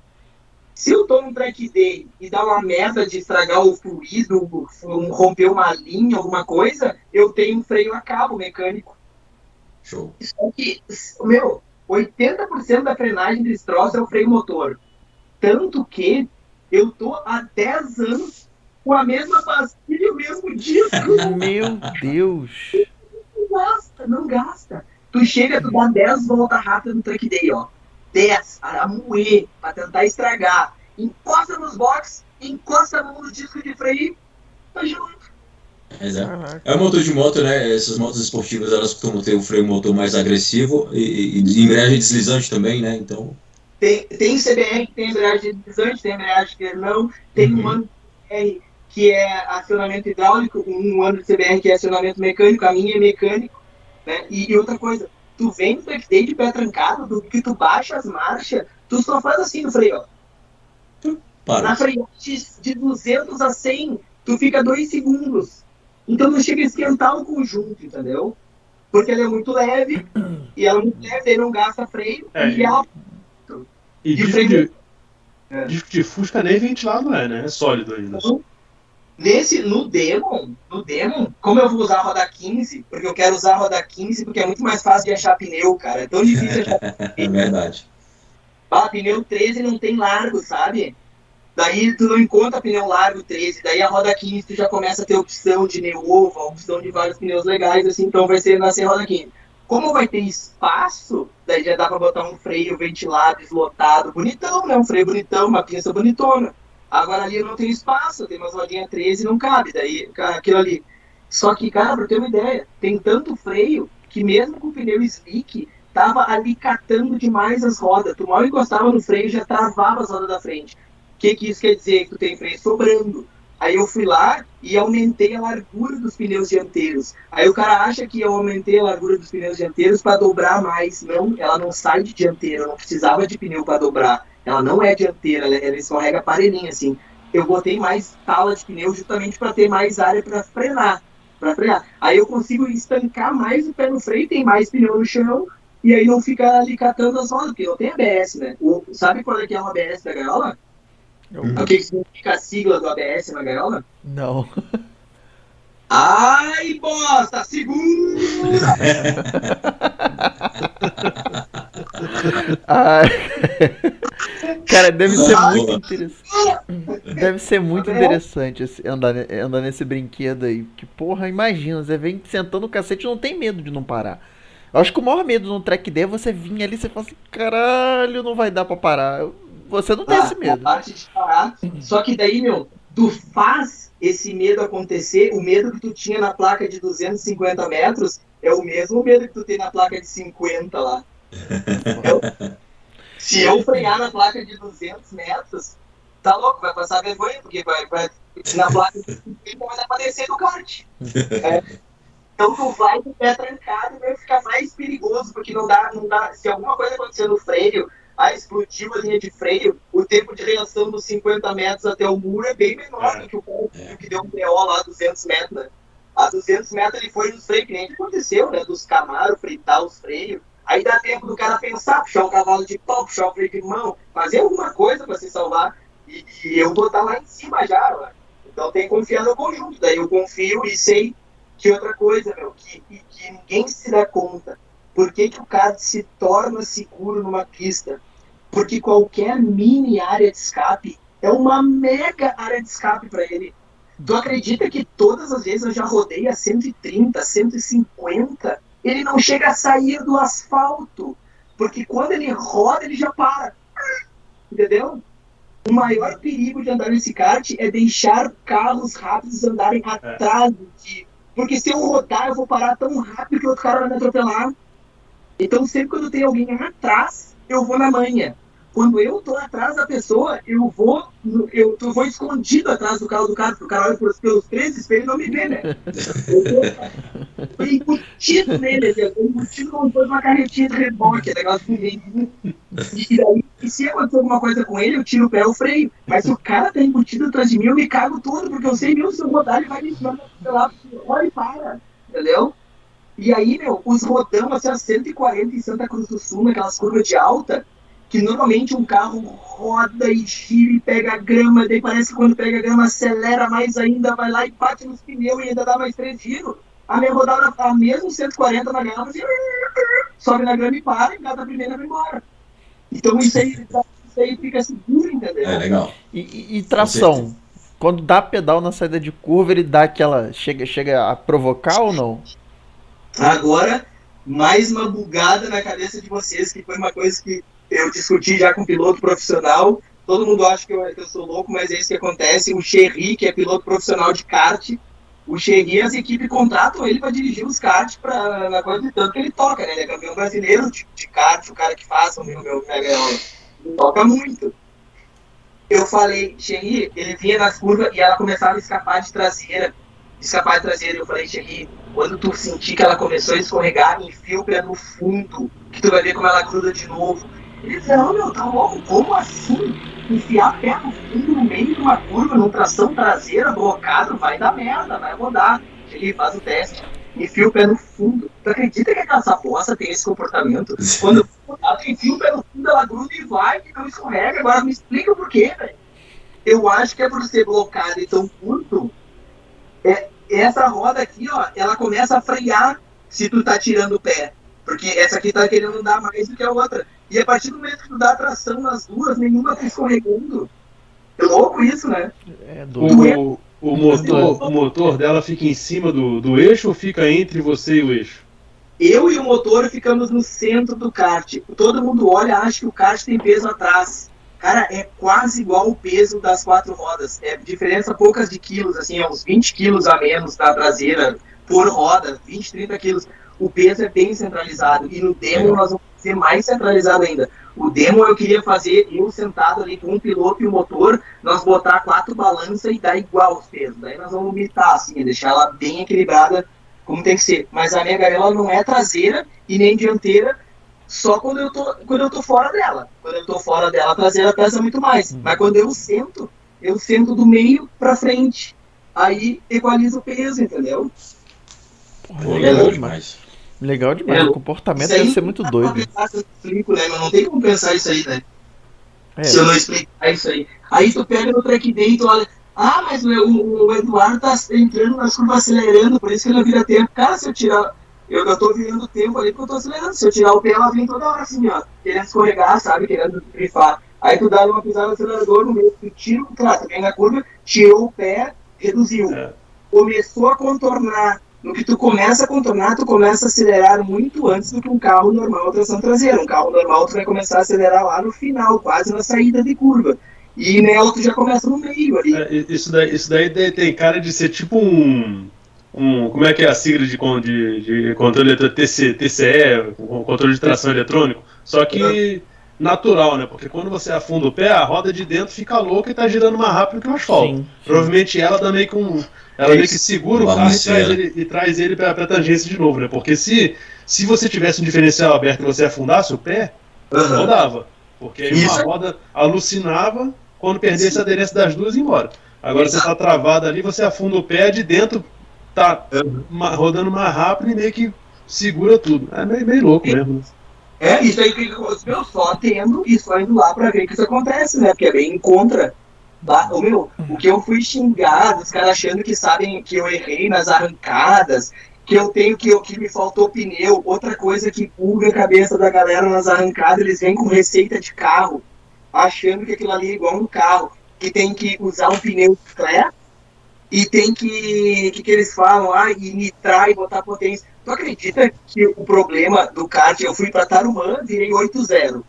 Se eu tô num track day e dá uma merda de estragar o fluido, romper uma linha, alguma coisa, eu tenho um freio a cabo mecânico. Show. Só que, meu, oitenta por cento da frenagem desse troço é o freio motor. Tanto que eu tô há dez anos com a mesma pastilha e o mesmo disco. Meu Deus. Não gasta, não gasta. Tu chega, tu dá dez voltas rápidas no track day, ó. dez, a moer, pra tentar estragar. Encosta nos boxes, encosta a mão no disco de freio, tá junto. Exato. É uma motor de moto, né? Essas motos esportivas, elas costumam ter um freio motor mais agressivo e, e, e embreagem deslizante também, né? Então... Tem, tem C B R que tem embreagem deslizante, tem embreagem que não, tem uhum. um ano de C B R que é acionamento hidráulico, um ano de C B R que é acionamento mecânico, a minha é mecânico, né? E, e outra coisa, tu vem no track day de pé trancado, do que tu baixa as marchas, tu só faz assim no freio, ó. Para. Na freio de duzentos a cem, tu fica dois segundos. Então não chega a esquentar o conjunto, entendeu? Porque ela é muito leve, e ela é muito leve, aí não gasta freio, é, e ela... E disco de, de, é. disco de Fusca nem ventilado é, né? É sólido ainda. Então, nesse, no Demon, no Demon, como eu vou usar a roda quinze, porque eu quero usar a roda quinze, porque é muito mais fácil de achar pneu, cara. É tão difícil achar pneu. É verdade. Ah, pneu treze não tem largo, sabe? Daí tu não encontra pneu largo treze, daí a roda quinze tu já começa a ter opção de Neova, opção de vários pneus legais, assim, então vai ser nascer roda quinze. Como vai ter espaço, daí já dá pra botar um freio ventilado, eslotado, bonitão, né? Um freio bonitão, uma pinça bonitona. Agora ali eu não tenho espaço, tem umas rodinhas treze e não cabe, daí aquilo ali. Só que, cara, pra ter uma ideia, tem tanto freio que mesmo com o pneu slick, tava alicatando demais as rodas. Tu mal encostava no freio, já travava as rodas da frente. O que que isso quer dizer? Que tu tem freio sobrando. Aí eu fui lá e aumentei a largura dos pneus dianteiros. Aí o cara acha que eu aumentei a largura dos pneus dianteiros para dobrar mais. Não, ela não sai de dianteira, eu não precisava de pneu para dobrar. Ela não é dianteira, ela, ela escorrega parelhinha assim. Eu botei mais tala de pneu justamente para ter mais área para frenar, para frear. Aí eu consigo estancar mais o pé no freio, tem mais pneu no chão, e aí não fica ali catando as rodas, porque não tem A B S, né? O, sabe qual é que é o A B S da gaiola? O que significa a sigla do A B S na gaiola? Não. Ai, bosta! Segura! Ah, cara, deve ser muito interessante. Deve ser muito interessante esse- andar, ne- andar nesse brinquedo aí. Que porra, imagina, você vem sentando o cacete e não tem medo de não parar. Eu acho que o maior medo no track day é você vir ali e você fala assim, caralho, não vai dar pra parar. Você não tem Ah, esse medo. a parte de parar. Só que daí, meu, tu faz esse medo acontecer, o medo que tu tinha na placa de duzentos e cinquenta metros é o mesmo medo que tu tem na placa de cinquenta lá. Eu- se eu frear na placa de duzentos metros, tá louco, vai passar vergonha, porque vai, vai na placa de cinquenta vai aparecer do kart. É. Então tu vai com o pé trancado e vai ficar mais perigoso, porque não dá, não dá. Se alguma coisa acontecer no freio, a explodiu a linha de freio, o tempo de reação dos cinquenta metros até o muro é bem menor do que o cara É. que deu um P O lá a duzentos metros. Né? A duzentos metros ele foi nos freios, que nem aconteceu, né? Dos Camaro, fritar os freios. Aí dá tempo do cara pensar, puxar um cavalo de pau, puxar o freio de mão, fazer alguma coisa para se salvar. E, e eu vou estar lá em cima já, ó. Então tem que confiar no conjunto. Daí eu confio e sei que outra coisa, meu, que, que, que ninguém se dá conta. Por que, que o kart se torna seguro numa pista? Porque qualquer mini área de escape é uma mega área de escape para ele. Tu acredita que todas as vezes eu já rodei a cento e trinta, cento e cinquenta, ele não chega a sair do asfalto. Porque quando ele roda, ele já para. Entendeu? O maior perigo de andar nesse kart é deixar carros rápidos andarem atrás de ti. Porque se eu rodar, eu vou parar tão rápido que o outro cara vai me atropelar. Então, sempre quando tem alguém atrás, eu vou na manha. Quando eu tô atrás da pessoa, eu vou no- eu, eu vou escondido atrás do carro do cara, porque o cara olha pelos, pelos três espelhos e não me vê, né? Eu tô, tô embutido nele, assim, eu tô embutido como se fosse uma carretinha de reboque, negócio de e, e daí, e se acontecer alguma coisa com ele, eu tiro o pé ou freio. Mas se o cara tá embutido atrás de mim, eu me cago todo, porque eu sei, meu, se eu rodar, ele vai me ensinar, sei lá, olha e para, entendeu? E aí, meu, os rodão, assim, a cento e quarenta em Santa Cruz do Sul, naquelas curvas de alta, que normalmente um carro roda e gira e pega a grama, daí parece que quando pega a grama acelera mais ainda, vai lá e bate nos pneus e ainda dá mais três giros. A minha rodada, a mesmo cento e quarenta na grama, assim, sobe na grama e para, engata a primeira e vai embora. Então isso aí, isso aí fica seguro, entendeu? É legal. E, e- e tração? Quando dá pedal na saída de curva, ele dá aquela. Chega, chega a provocar ou não? Agora, mais uma bugada na cabeça de vocês, que foi uma coisa que eu discuti já com um piloto profissional. Todo mundo acha que eu, que eu sou louco, mas é isso que acontece. O Cherry, que é piloto profissional de kart, o Cherry, as equipes contratam ele para dirigir os karts pra, na coisa de tanto que ele toca, né? Ele é campeão brasileiro de, de kart, o cara que faz o meu, meu mega ele toca muito. Eu falei, Cherry, ele vinha nas curvas e ela começava a escapar de traseira. Escapar de traseira, eu falei, Cherry, quando tu sentir que ela começou a escorregar, enfia o pé no fundo, que tu vai ver como ela gruda de novo. Ele disse, não, meu, tá louco, como assim? Enfiar pé no fundo no meio de uma curva, numa tração traseira, blocado, vai dar merda, vai rodar. Ele faz o teste, enfia o pé no fundo. Tu acredita que aquela saposa tem esse comportamento? Quando ela enfia o pé no fundo, ela gruda e vai, que não escorrega. Agora me explica por quê, velho. Eu acho que é por ser blocado e tão curto, é, essa roda aqui, ó, ela começa a frear se tu tá tirando o pé. Porque essa aqui tá querendo dar mais do que a outra. E a partir do momento que tu dá tração nas duas, nenhuma tá escorregando. É louco isso, né? É doido. O, o, motor, o motor dela fica em cima do, do eixo ou fica entre você e o eixo? Eu e o motor ficamos no centro do kart. Todo mundo olha, acha que o kart tem peso atrás. Cara, é quase igual o peso das quatro rodas. É diferença poucas de quilos, assim, é uns vinte quilos a menos da traseira por roda, vinte, trinta quilos. O peso é bem centralizado. E no demo nós vamos ser mais centralizado ainda. O demo eu queria fazer, eu sentado ali com um piloto e o motor, nós botar quatro balanças e dar igual os pesos. Daí nós vamos limitar, assim, deixar ela bem equilibrada como tem que ser. Mas a minha gaiola não é traseira e nem dianteira, só quando eu tô, quando eu tô fora dela. Quando eu tô fora dela, a traseira pesa muito mais. Mas quando eu sento, eu sento do meio pra frente. Aí equaliza o peso, entendeu? Porra, Pô, legal legal demais. demais. Legal demais. É, o comportamento Isso aí deve ser não muito dá doido. pra pensar se eu explico, né? Mas não tem como pensar isso aí, né? É. Se eu não explicar isso aí. Aí tu pega no track day e tu olha, ah, mas o, o, o Eduardo tá entrando nas curvas acelerando, por isso que ele não vira tempo. Cara, se eu tirar, eu, eu tô virando o tempo ali porque eu tô acelerando. Se eu tirar o pé, ela vem toda hora assim, ó, querendo escorregar, sabe, querendo grifar. Aí tu dá uma pisada no acelerador, no meio, tu tira, claro, tu vem na curva, tirou o pé, reduziu. É. Começou a contornar. No que tu começa a contornar, tu começa a acelerar muito antes do que um carro normal a tração traseira. Um carro normal tu vai começar a acelerar lá no final, quase na saída de curva. E nela tu já começa no meio ali. É, isso, daí, isso daí tem cara de ser tipo um... um como é que é a sigla de, de, de controle T C, T C E, controle de tração eletrônico? Só que natural, né? Porque quando você afunda o pé, a roda de dentro fica louca e tá girando mais rápido que o asfalto. Sim, sim. Provavelmente ela dá meio que um... Ela meio que segura o carro e traz, ele, e traz ele pra, pra tangência de novo, né? Porque se, se você tivesse um diferencial aberto e você afundasse o pé, uhum. rodava. Porque aí uma roda alucinava, quando perdesse a aderência das duas, ia embora. Agora Exato. Você tá travado ali, você afunda o pé, de dentro tá uhum. rodando mais rápido e meio que segura tudo. É meio, meio louco é. mesmo. É, isso aí que eu só tendo e só indo lá pra ver que isso acontece, né? Porque é bem contra... O meu, o que eu fui xingado, os caras achando que sabem que eu errei nas arrancadas, que eu tenho que, eu, que me faltou pneu. Outra coisa que buga a cabeça da galera nas arrancadas, eles vêm com receita de carro, achando que aquilo ali é igual um carro, que tem que usar um pneu Clé e tem que, que, que eles falam, ah, e nitrar e botar potência. Tu acredita que o problema do kart, eu fui pra Tarumã, virei oito zero.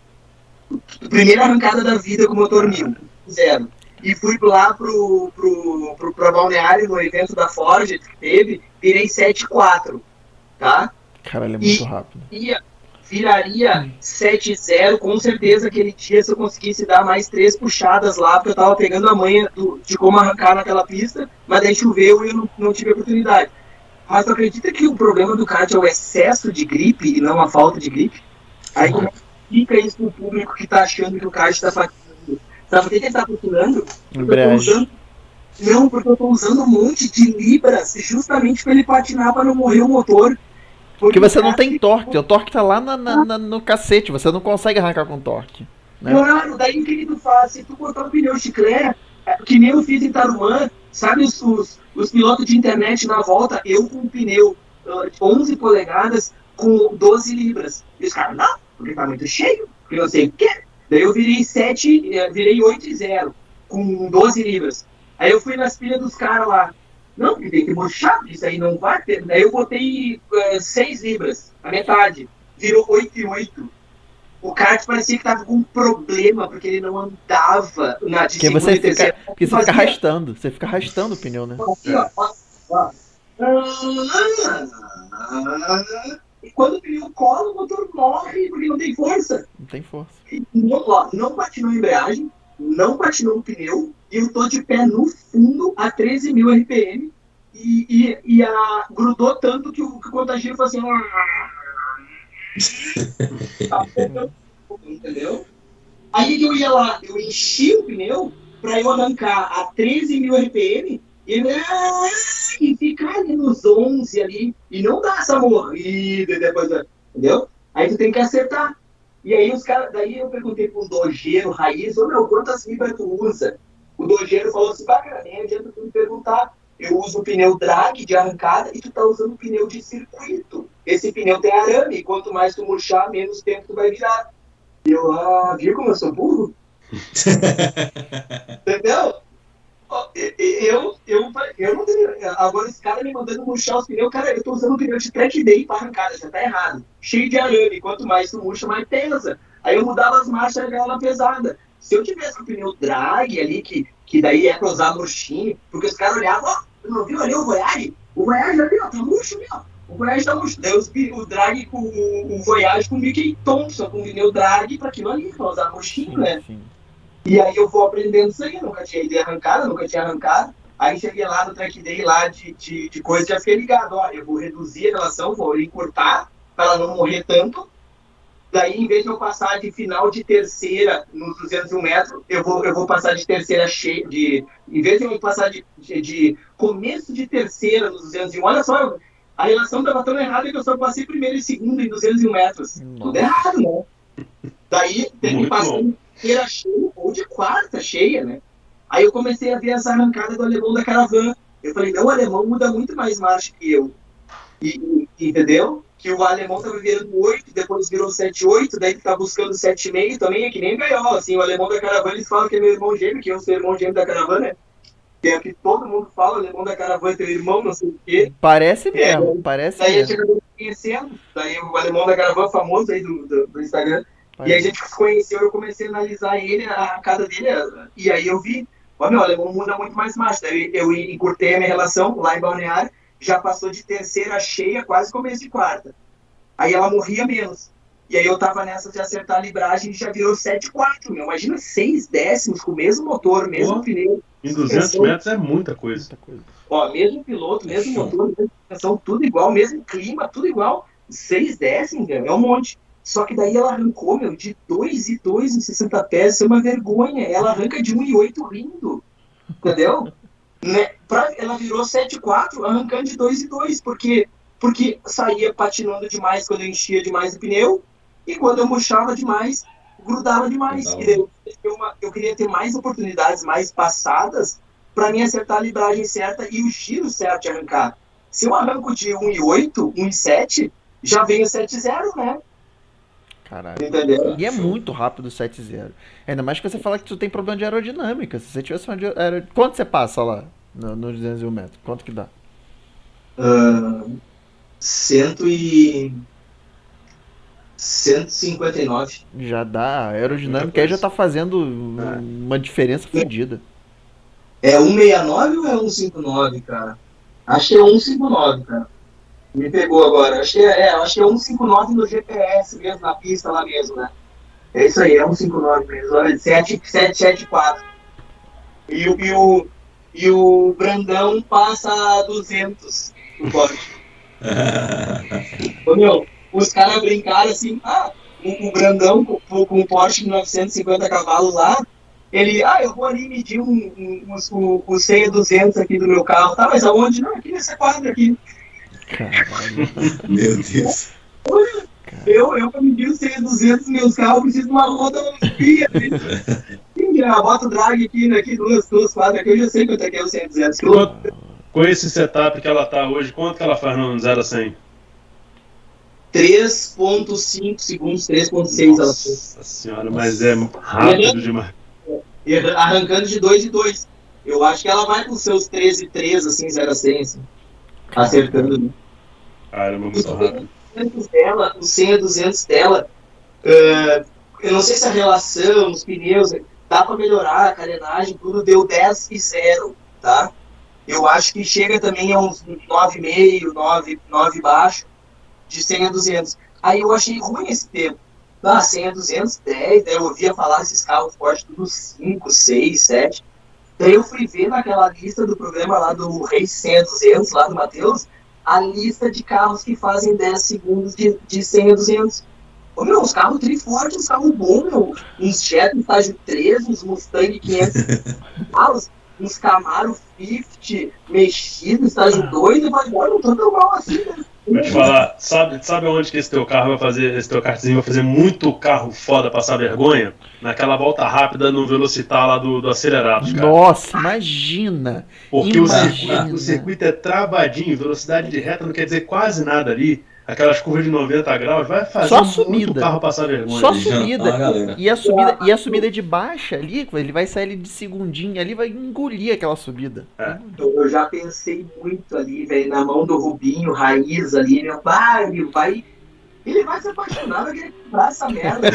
Primeira arrancada da vida com motor mil, zero. E fui lá pro, pro, pro, pro Balneário, no evento da Ford que teve, virei sete quatro, tá? Cara, ele é muito e, rápido. Ia, viraria sete zero, com certeza, aquele dia, se eu conseguisse dar mais três puxadas lá, porque eu tava pegando a manha do, de como arrancar naquela pista, mas daí choveu e eu não, não tive oportunidade. Mas tu acredita que o problema do kart é o excesso de gripe e não a falta de gripe? Aí como é que fica isso pro público que tá achando que o kart tá fazendo? Sabe por que ele tá procurando? Usando... Não, porque eu tô usando um monte de libras justamente pra ele patinar pra não morrer o motor. Porque, porque você não tem torque, o torque tá lá na, na, na, no cacete, você não consegue arrancar com torque. Né? Claro, daí o que tu faz? Se tu botar um pneu chiclete, que nem eu fiz em Tarumã, sabe os, os, os pilotos de internet na volta, eu com um pneu uh, onze polegadas com doze libras. E os caras, não, porque tá muito cheio, porque não sei o que. Daí eu virei sete, virei oito zero, com doze libras. Aí eu fui nas pilhas dos caras lá. Não, porque tem que murchar, isso aí não vai ter. Daí eu botei uh, seis libras, a metade. Virou oito e oito. O kart parecia que tava com um problema, porque ele não andava na de porque segunda você e fica, terceira. Porque você fica arrastando, você fica arrastando o pneu, né? Aqui, ó, ó, ó. E quando o pneu cola, o motor morre porque não tem força. Não tem força. Não, ó, não patinou a embreagem, não patinou o pneu, e eu tô de pé no fundo a treze mil R P M e, e, e a, grudou tanto que o, que o contagiro foi assim. Entendeu? Aí que eu ia lá, eu enchi o pneu pra eu arrancar a treze mil R P M e, e ficar ali nos onze ali e não dar essa morrida depois, entendeu? Aí tu tem que acertar. E aí os caras, daí eu perguntei pro dojeiro raiz, ô meu, quantas libras tu usa? O dojeiro falou assim, bacana, nem adianta tu me perguntar. Eu uso o pneu drag de arrancada e tu tá usando o pneu de circuito. Esse pneu tem arame, e quanto mais tu murchar, menos tempo tu vai virar. E eu, ah, viu como eu sou burro? Entendeu? Eu, eu, eu não tenho. Agora esse cara me mandando murchar os pneus, cara, eu tô usando um pneu de track day pra arrancada, já tá errado. Cheio de arame, quanto mais tu murcha, mais pesa. Aí eu mudava as marchas e ela pesada. Se eu tivesse com o pneu drag ali, que, que daí é pra usar murchinho, porque os caras olhavam, ó, oh, não viu ali o Voyage? O Voyage ali, ó, tá murcho ali, ó. O Voyage tá murcho. Daí os, o drag com o, o Voyage com o Mickey Thompson, com o pneu drag pra aquilo ali, pra usar murchinho, né? Sim. E aí eu vou aprendendo isso aí, eu nunca tinha ido arrancada, nunca tinha arrancado. Aí cheguei lá no track day lá de, de, de coisa, já fiquei ligado, ó, eu vou reduzir a relação, vou encurtar para ela não morrer tanto. Daí, em vez de eu passar de final de terceira nos duzentos e um metros, eu vou, eu vou passar de terceira cheia, de, em vez de eu passar de, de, de começo de terceira nos duzentos e um, olha só, a relação estava tão errada que eu só passei primeiro e segundo em duzentos e um metros. Nossa. Tudo errado, né? Daí, tem que passar de terceira cheia ou de quarta cheia, né? Aí eu comecei a ver essa arrancada do alemão da Caravan. Eu falei, não, o alemão muda muito mais marcha que eu. E, e, entendeu? que o alemão tava virando oito, depois virou sete oito, daí que tá buscando sete vírgula cinco também, é que nem gaiola, assim, o alemão da caravana, eles falam que é meu irmão gêmeo, que eu sou irmão gêmeo da caravana, né? Que é o que todo mundo fala, o alemão da caravana é teu irmão, não sei o quê. Parece mesmo, é, parece daí mesmo. a gente acabou conhecendo, daí o alemão da caravana famoso aí do, do, do Instagram, parece. E a gente se conheceu, eu comecei a analisar ele, a casa dele, e aí eu vi, ó, meu, o alemão muda muito mais macho, daí eu, eu encurtei a minha relação lá em Balneário, já passou de terceira cheia, quase começo de quarta. Aí ela morria menos. E aí eu tava nessa de acertar a libragem e já virou sete quatro, meu. Imagina seis décimos com o mesmo motor, mesmo Pô, pneu. Em duzentos metros é muita coisa. Muita coisa. Ó, mesmo piloto, mesmo motor, mesma suspensão, tudo igual, mesmo clima, tudo igual. seis décimos, meu, é um monte. Só que daí ela arrancou, meu, de dois e dois em sessenta pés, isso é uma vergonha. Ela arranca de um e oito rindo. Entendeu? Né? Pra, ela virou sete quatro arrancando de dois e dois, porque, porque saía patinando demais quando eu enchia demais o pneu, e quando eu murchava demais, grudava demais. Não. E daí eu, uma, eu queria ter mais oportunidades, mais passadas, para mim acertar a libragem certa e o giro certo de arrancar. Se eu arranco de um e oito, um e sete, já vem o sete zero, né? Caralho. Entendeu? E é muito rápido o sete zero. Ainda mais que você fala que tu tem problema de aerodinâmica. Se você tivesse uma de aero... Quanto você passa lá no, no duzentos e um metros? Quanto que dá? Uh, cento e... cento e cinquenta e nove. Já dá. A aerodinâmica aí já tá fazendo É. uma diferença fodida. É cento e sessenta e nove ou é cento e cinquenta e nove, cara? Acho que é cento e cinquenta e nove, cara. Me pegou agora. Acho que é, é, acho que é cento e cinquenta e nove no G P S mesmo, na pista lá mesmo, né? É isso aí, é cento e cinquenta e nove mesmo. Olha, sete sete quatro. E, o- e, o, e o Brandão passa a duzentos no corte. Ô, meu, os caras brincaram assim, ah, o, o Brandão com, com um Porsche de novecentos e cinquenta cavalos lá, ele, ah, eu vou ali medir um, um, os- o, o cem a duzentos aqui do meu carro, tá, mas aonde? Não, aqui nessa quadra aqui. Caralho. Meu Deus. Eu, eu pra medir os cem a duzentos meus carros, preciso de uma roda fia. Sim, já bota o drag aqui, né, aqui duas, duas quadras aqui, eu já sei quanto é que é o cem a duzentos quilômetros. Quanto- Com esse setup que ela tá hoje, quanto que ela faz no zero a cem? três ponto cinco segundos, três ponto seis ela fez. Nossa senhora, mas é rápido demais. E arrancando de dois e dois. Eu acho que ela vai com seus treze e três, assim, zero a cem, assim, acertando. Né? Caramba, muito rápido. duzentos dela, o cem a duzentos dela, uh, eu não sei se a relação, os pneus, dá pra melhorar, a carenagem, tudo deu dez e zero, tá? Eu acho que chega também a uns nove vírgula cinco, nove, nove baixo, de cem a duzentos. Aí eu achei ruim esse tempo. Ah, cem a duzentos, dez, daí eu ouvia falar esses carros fortes, tudo cinco, seis, sete. Daí eu fui ver naquela lista do programa lá do Race cem a duzentos, lá do Matheus, a lista de carros que fazem dez segundos de, de cem a duzentos. Ô, meu, os carros trifortes, uns carros bons, meu. Uns Jetta estágio três, uns Mustang quinhentos cavalos, uns Camaro cinquenta mexido, estágio dois, e eu falei, olha, não tô tão mal assim, né? Vou te falar, sabe, sabe onde que esse teu carro vai fazer, esse teu kartzinho vai fazer muito carro foda passar vergonha? Naquela volta rápida no Velocitar lá do, do Acelerados, cara. Nossa, imagina. Porque o imagina. circuito, o circuito é travadinho, velocidade de reta não quer dizer quase nada ali. Aquelas curvas de noventa graus, vai fazer Só muito subida. carro passar vergonha. Só Já subida. tá, galera. E a subida, e a subida de baixa ali, ele vai sair ali de segundinha ali, vai engolir aquela subida. É. Eu, eu já pensei muito ali, velho, na mão do Rubinho, raiz ali, meu pai, ele vai. Ele vai se apaixonar, vai querer comprar essa merda.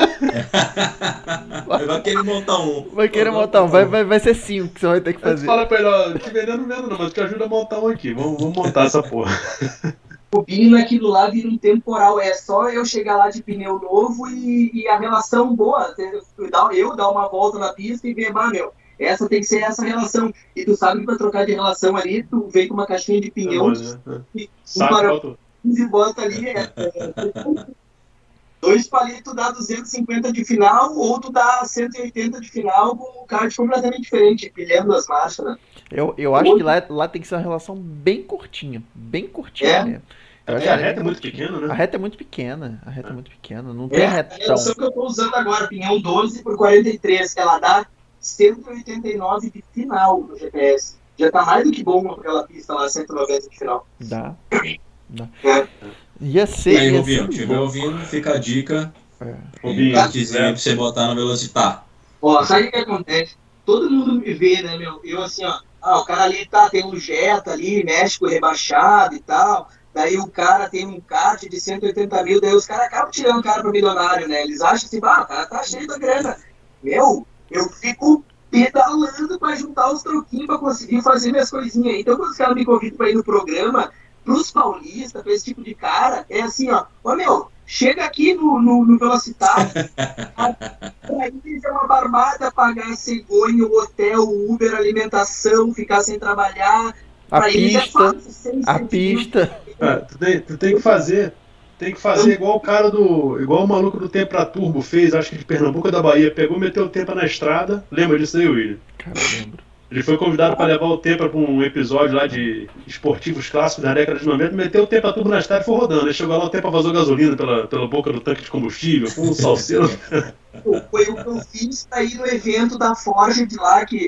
Ele vai querer montar um. Vai querer montar um, vai, vai, vai ser cinco que você vai ter que Aí tu fazer. fala pra ele, ó, te vendendo não vendo não, mas te ajuda a montar um aqui. Vamos, vamos montar essa porra. O Rubinho naquilo lá vira um temporal, é só eu chegar lá de pneu novo e, e a relação boa, eu dar, eu dar uma volta na pista e ver, bah, meu, essa tem que ser essa relação. E tu sabe que pra trocar de relação ali, tu vem com uma caixinha de pneu, É, saco alto. e bota ali, é, é, dois palitos dá duzentos e cinquenta de final, ou tu dá cento e oitenta de final com um kart completamente diferente, pilhando as marchas, né? Eu, eu acho que lá, lá tem que ser uma relação bem curtinha. Bem curtinha É. mesmo. Eu Até acho a que reta é muito pequena, A né? reta é muito pequena. A reta é muito pequena. Não É, tem a retão. relação que eu tô usando agora, pinhão doze por quarenta e três, que ela dá cento e oitenta e nove de final no G P S. Já tá mais do que bom aquela pista lá, cento e noventa de final. Dá. Dá. É. Ia ser. E aí, ia Rubinho, ser estiver ouvindo, fica a dica. É. Rubinho, Um cartezinho é. pra você botar no Velocitar. Ó, sabe o que acontece? Todo mundo me vê, né, meu? Eu assim, ó, ah, o cara ali tá, tem um Jetta ali, México rebaixado e tal. Daí o cara tem um kart de cento e oitenta mil, daí os caras acabam tirando o cara pro milionário, né? Eles acham assim, ah, o cara tá cheio da grana. Meu, eu fico pedalando pra juntar os troquinhos pra conseguir fazer minhas coisinhas. Então, quando os caras me convidam pra ir no programa, pros paulistas, pra esse tipo de cara, é assim, ó, ô meu, chega aqui no, no, no Velocitar, pra eles é uma barbada pagar cegonha, o hotel, o Uber, alimentação, ficar sem trabalhar. A Pra eles é pista, fácil, seis, a sete pista. Ah, tu, tem, tu tem que fazer. Tem que fazer igual o cara do. Igual o maluco do Tempra Turbo fez, acho que de Pernambuco ou da Bahia. Pegou, meteu o Tempra na estrada. Lembra disso aí, William? Cara, lembro. Ele foi convidado para levar o Tempra para um episódio lá de esportivos clássicos da década de noventa, meteu o Tempra Turbo na estrada e foi rodando. Aí chegou lá, o Tempra vazou gasolina pela, pela boca do tanque de combustível, com um salseiro. Foi o que eu fiz aí no evento da Forge de lá, que,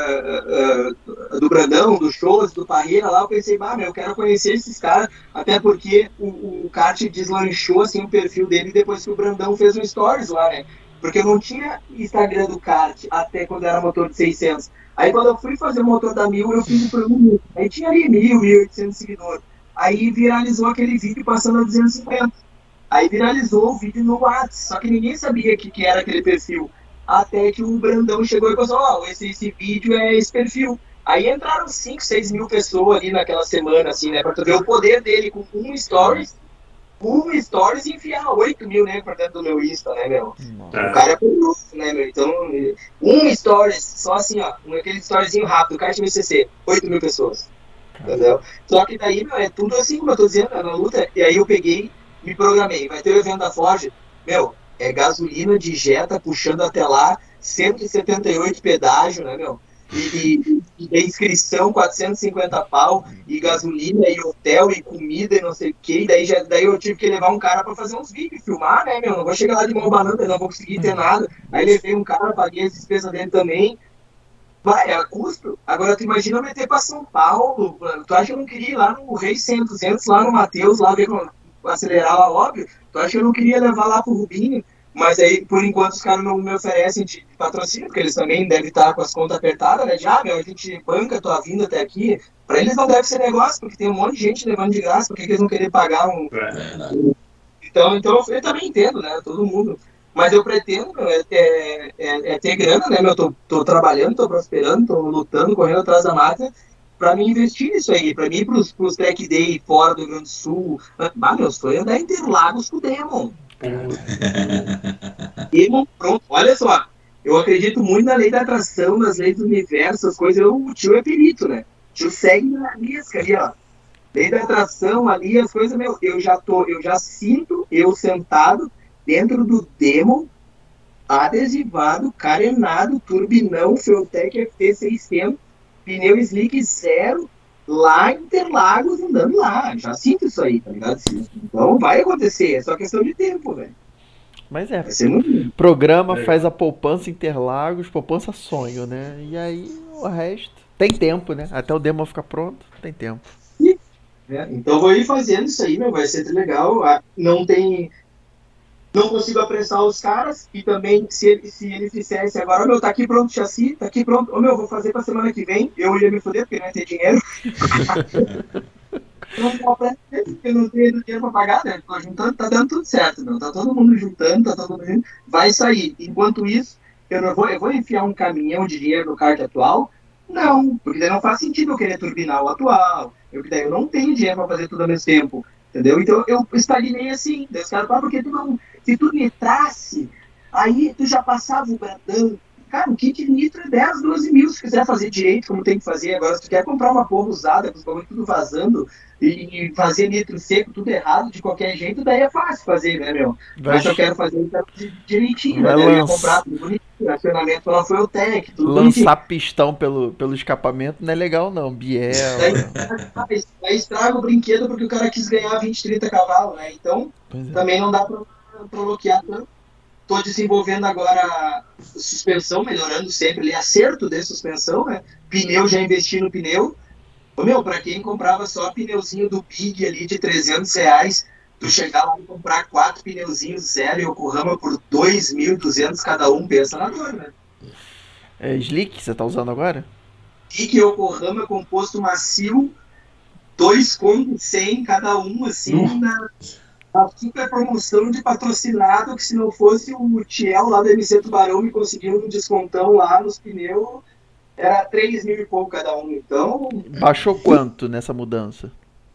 uh, uh, do Brandão, do Shows, do Parreira lá. Eu pensei, ah, meu, eu quero conhecer esses caras, até porque o, o kart deslanchou assim, o perfil dele depois que o Brandão fez um stories lá, né? Porque eu não tinha Instagram do kart até quando era motor de seiscentos. Aí quando eu fui fazer o motor da mil, eu fiz o programa mil. Aí tinha ali mil, mil e oitocentos seguidores. Aí viralizou aquele vídeo passando a duzentos e cinquenta. Aí viralizou o vídeo no WhatsApp, só que ninguém sabia que, que era aquele perfil. Até que o Brandão chegou e falou, ó, oh, esse, esse vídeo é esse perfil. Aí entraram cinco, seis mil pessoas ali naquela semana, assim, né? Pra tu ver o poder dele com um stories, um stories e enfiar oito mil, né, pra dentro do meu Insta, né, meu? É. O cara é poderoso, né, meu? Então, um stories, só assim, ó, um, aquele storyzinho rápido, o cara tinha C C, oito mil pessoas. Entendeu? Só que daí, meu, é tudo assim, como eu tô dizendo, na luta. E aí eu peguei, me programei, vai ter o evento da Ford, meu, é gasolina de Jetta puxando até lá, cento e setenta e oito pedágio, né, meu? E, e, e inscrição quatrocentos e cinquenta pau, e gasolina, e hotel, e comida, e não sei o que. E daí, já, daí eu tive que levar um cara pra fazer uns vídeos, filmar, né, meu? Não vou chegar lá de mão banana, não vou conseguir ter nada. Aí levei um cara, paguei as despesas dele também. Vai, é a custo. Agora tu imagina eu meter pra São Paulo. Tu acha que eu não queria ir lá no Rei cem, duzentos, lá no Matheus, lá ver como acelerar lá, óbvio. Tu acha que eu não queria levar lá pro Rubinho? Mas aí, por enquanto, os caras não me oferecem de patrocínio, porque eles também devem estar com as contas apertadas, né? De, ah, meu, a gente banca a tua vinda até aqui. Pra eles não deve ser negócio, porque tem um monte de gente levando de graça, por que eles vão querer pagar um... É. Então, então, eu também entendo, né? Todo mundo. Mas eu pretendo, meu, é, é, é, é ter grana, né, meu? Tô, tô trabalhando, tô prosperando, tô lutando, correndo atrás da máquina, pra me investir nisso aí, pra mim ir pros, pros track day fora do Rio Grande do Sul. Ah, meu sonho é andar em Interlagos com o Demon. Demon, pronto. Olha só, eu acredito muito na lei da atração, nas leis do universo, as coisas. Eu, o tio é perito, né? O tio segue na risca ali, ó. Lei da atração ali, as coisas, meu, eu já tô, eu já sinto eu sentado dentro do Demon, adesivado, carenado, turbinão, Feutec F T seiscentos, pneu slick zero, lá em Interlagos, andando lá. Já sinto isso aí, tá ligado? Então vai acontecer, é só questão de tempo, velho. Mas é, Vai ser muito lindo. programa É. faz a poupança Interlagos, poupança sonho, né? E aí o resto tem tempo, né? Até o demo ficar pronto, tem tempo. É, então vou ir fazendo isso aí, meu, vai ser legal. Ah, Não tem... Não consigo apressar os caras, e também, se ele, se ele fizesse agora, ô meu, tá aqui pronto o chassi, tá aqui pronto, ô meu, vou fazer pra semana que vem, eu ia me foder, porque não ia ter dinheiro. Não vou apressar, porque eu não tenho dinheiro pra pagar, né? Tô juntando, tá dando tudo certo, meu, tá todo mundo juntando, tá todo mundo juntando, vai sair. Enquanto isso, eu não vou, eu vou enfiar um caminhão de dinheiro no kart atual? Não, porque daí não faz sentido eu querer turbinar o atual, eu, daí eu não tenho dinheiro pra fazer tudo ao mesmo tempo. Entendeu? Então eu estagnei assim. Daí os caras falam, porque tu não. Se tu nitrasse, aí tu já passava o Brandão. Cara, o kit de nitro é dez, doze mil. Se quiser fazer direito, como tem que fazer. Agora, se tu quer comprar uma porra usada, com os bagulhos tudo vazando, e fazer nitro seco, tudo errado, de qualquer jeito, daí é fácil fazer, né, meu? Vai, Mas eu quero fazer direitinho, Vai né? Eu ia lança- comprar tudo bonitinho, acionamento pela Fueltec, tudo bonitinho. lançar pistão pelo, pelo escapamento não é legal não, Biel. Daí, daí estraga o brinquedo porque o cara quis ganhar vinte, trinta cavalos, né? Então, Pois é. também não dá pra, pra bloquear tanto. Tô desenvolvendo agora suspensão, melhorando sempre ali, acerto de suspensão, né? Pneu, já investi no pneu. Ô, meu, pra quem comprava só pneuzinho do Big ali de trezentos reais, Tu chegar lá e comprar quatro pneuzinhos zero e Yokohama por dois mil e duzentos cada um, pensa na dor, né? É Slick, você tá usando agora? Slick Yokohama composto macio, dois com cem cada um, assim, Uh. na, na super promoção de patrocinado, que se não fosse o Tiel lá do M C Tubarão me conseguiu um descontão lá nos pneus, era três mil e pouco cada um, então... Baixou quanto nessa mudança?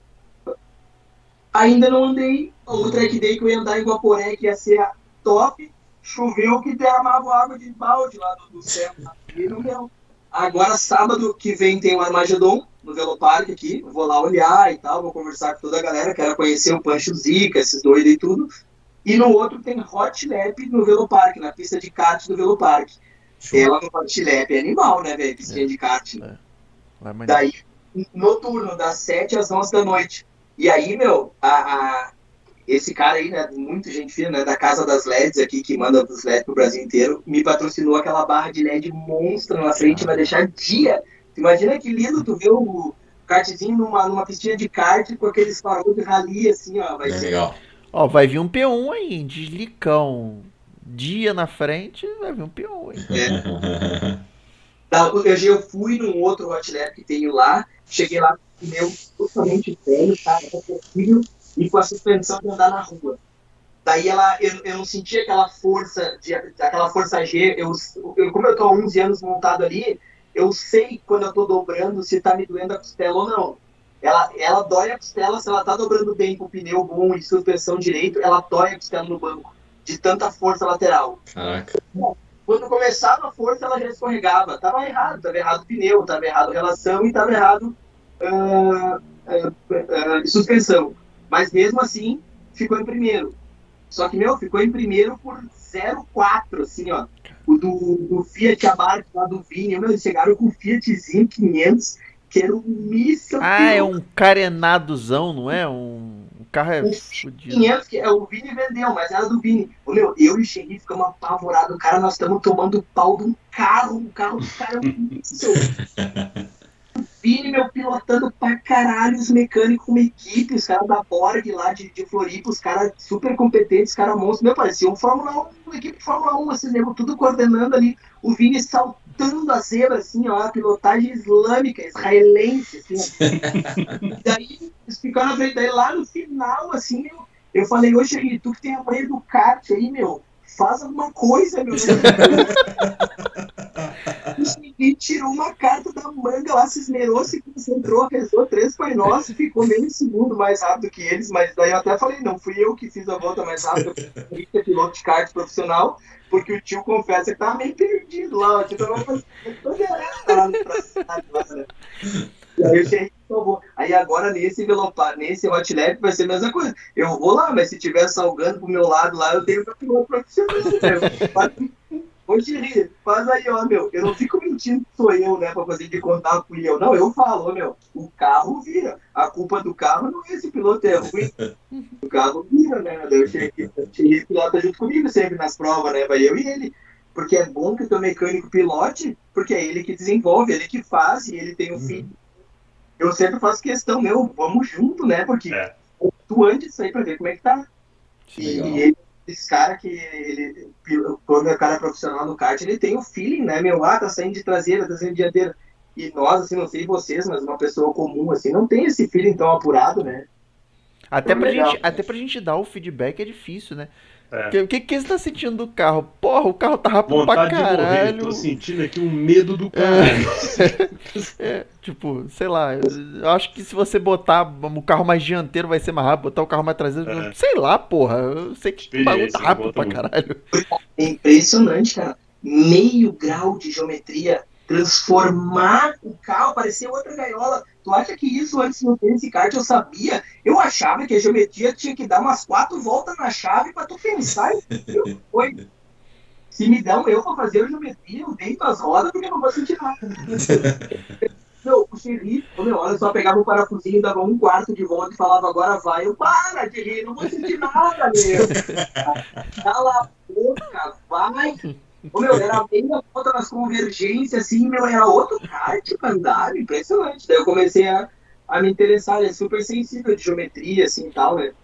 Ainda não andei, o track day que eu ia andar em Guaporé, que ia ser top, choveu que derramava água de balde lá do, do céu, e não deu. Agora, sábado que vem, tem o Armagedon no Velopark aqui, vou lá olhar e tal, vou conversar com toda a galera, quero conhecer o Pancho Zica, esses doidos e tudo. E no outro tem Hot Lap no Velopark, na pista de kart do Velopark. Ela no Hot Lap é animal, né, velho, pistinha é. de kart. É. Daí, noturno, das sete às onze da noite. E aí, meu, a, a, esse cara aí, né, muito gente fina, né, da Casa das L E Ds aqui, que manda os L E Ds pro Brasil inteiro, me patrocinou aquela barra de L E D monstra na frente, vai deixar dia. Imagina que lindo tu ver o kartzinho numa, numa pistinha de kart com aqueles farol de rally, assim, ó. Vai é ser... legal. Ó, vai vir um P um aí, deslicão. Dia na frente, vai vir um P um aí. É. Tá, eu fui num outro Hot Lap que tenho lá, cheguei lá com o pneu totalmente velho, tá? E com a suspensão de andar na rua. Daí ela, eu, eu não sentia aquela força, de, aquela força G, eu, eu, como eu tô há onze anos montado ali, eu sei quando eu tô dobrando se tá me doendo a costela ou não. Ela, ela dói a costela, se ela tá dobrando bem com o pneu bom e suspensão direito, ela dói a costela no banco, de tanta força lateral. Caraca. Quando começava a força, ela já escorregava. Tava errado, tava errado o pneu, tava errado a relação e tava errado uh, uh, uh, uh, suspensão. Mas mesmo assim, ficou em primeiro. Só que, meu, ficou em primeiro por zero vírgula quatro, assim, ó. O do, do Fiat Abarth lá do Vini, meu, eles chegaram com o Fiatzinho quinhentos, que era um míssil. Ah, é um carenadozão, não é? Um, um carro é fodido. quinhentos, que é, o Vini vendeu, mas era do Vini. Ô, meu, eu e o Xerife ficamos apavorados. Cara, nós estamos tomando pau de um carro. O carro do cara é um míssil. O Vini, meu, pilotando pra caralho, os mecânicos, uma equipe, os caras da Borg lá de, de Floripa, os caras super competentes, os caras monstros. Meu, parecia um Fórmula um, uma equipe de Fórmula um, assim, nego, tudo coordenando ali. O Vini saltando a zebra, assim, ó, a pilotagem islâmica, israelense, assim, ó. Daí, eles ficaram na frente, daí lá no final, assim, eu, eu falei, ô, Xerri, tu que tem a manha do kart aí, meu, faz alguma coisa, meu. E tirou uma carta da manga lá, se esmerou, se concentrou, rezou três Pai Nosso e ficou meio segundo mais rápido que eles. Mas daí eu até falei, não, fui eu que fiz a volta mais rápida, porque eu piloto de kart profissional, porque o tio confessa que tava meio perdido lá. Tipo, eu não E aí eu cheguei, aí agora nesse Velopar, nesse Hot Lap vai ser a mesma coisa. Eu vou lá, mas se tiver salgando pro meu lado lá, eu tenho que piloto profissional. Ô, Xerri, faz aí, ó, meu. Eu não fico mentindo que sou eu, né, pra fazer de contar fui eu. Não, eu falo, ó, meu. O carro vira. A culpa do carro não é esse piloto, é ruim. O carro vira, né? Daí o Xerri pilota junto comigo sempre nas provas, né? Vai eu e ele. Porque é bom que o teu mecânico pilote, porque é ele que desenvolve, ele que faz e ele tem o filho. Eu sempre faço questão, meu, vamos junto, né? Porque é. tu antes disso aí pra ver como é que tá. E, e ele. Esse cara que, ele, quando é cara profissional no kart, ele tem o feeling, né, meu, ah, tá saindo de traseira, tá saindo de dianteira. E nós, assim, não sei vocês, mas uma pessoa comum, assim, não tem esse feeling tão apurado, né? Até, então, pra, gente, até pra gente dar o feedback é difícil, né? É. O que, que você tá sentindo do carro? Porra, o carro tá rápido Vontade pra caralho. De morrer. Tô sentindo aqui um medo do carro. É, é, tipo, sei lá, eu acho que se você botar o carro mais dianteiro vai ser mais rápido, botar o carro mais traseiro, é. sei lá, porra, eu sei que o bagulho tá rápido pra caralho. É impressionante, cara. Meio grau de geometria, transformar o carro, parecer outra gaiola. Tu acha que isso antes no Tennis Kart eu sabia? Eu achava que a geometria tinha que dar umas quatro voltas na chave pra tu pensar. Eu, foi. Se me dão eu pra fazer a geometria, eu deito as rodas porque eu não vou sentir nada. Meu, o Xerri, eu só pegava um parafusinho, dava um quarto de volta e falava, agora vai. Eu, para de rir, não vou sentir nada, meu. Cala a boca, vai. Ô, meu, era meia volta nas convergências, assim, meu, era outro kart pra andar, impressionante. Daí eu comecei a, a me interessar, é super sensível de geometria, assim, e tal, né?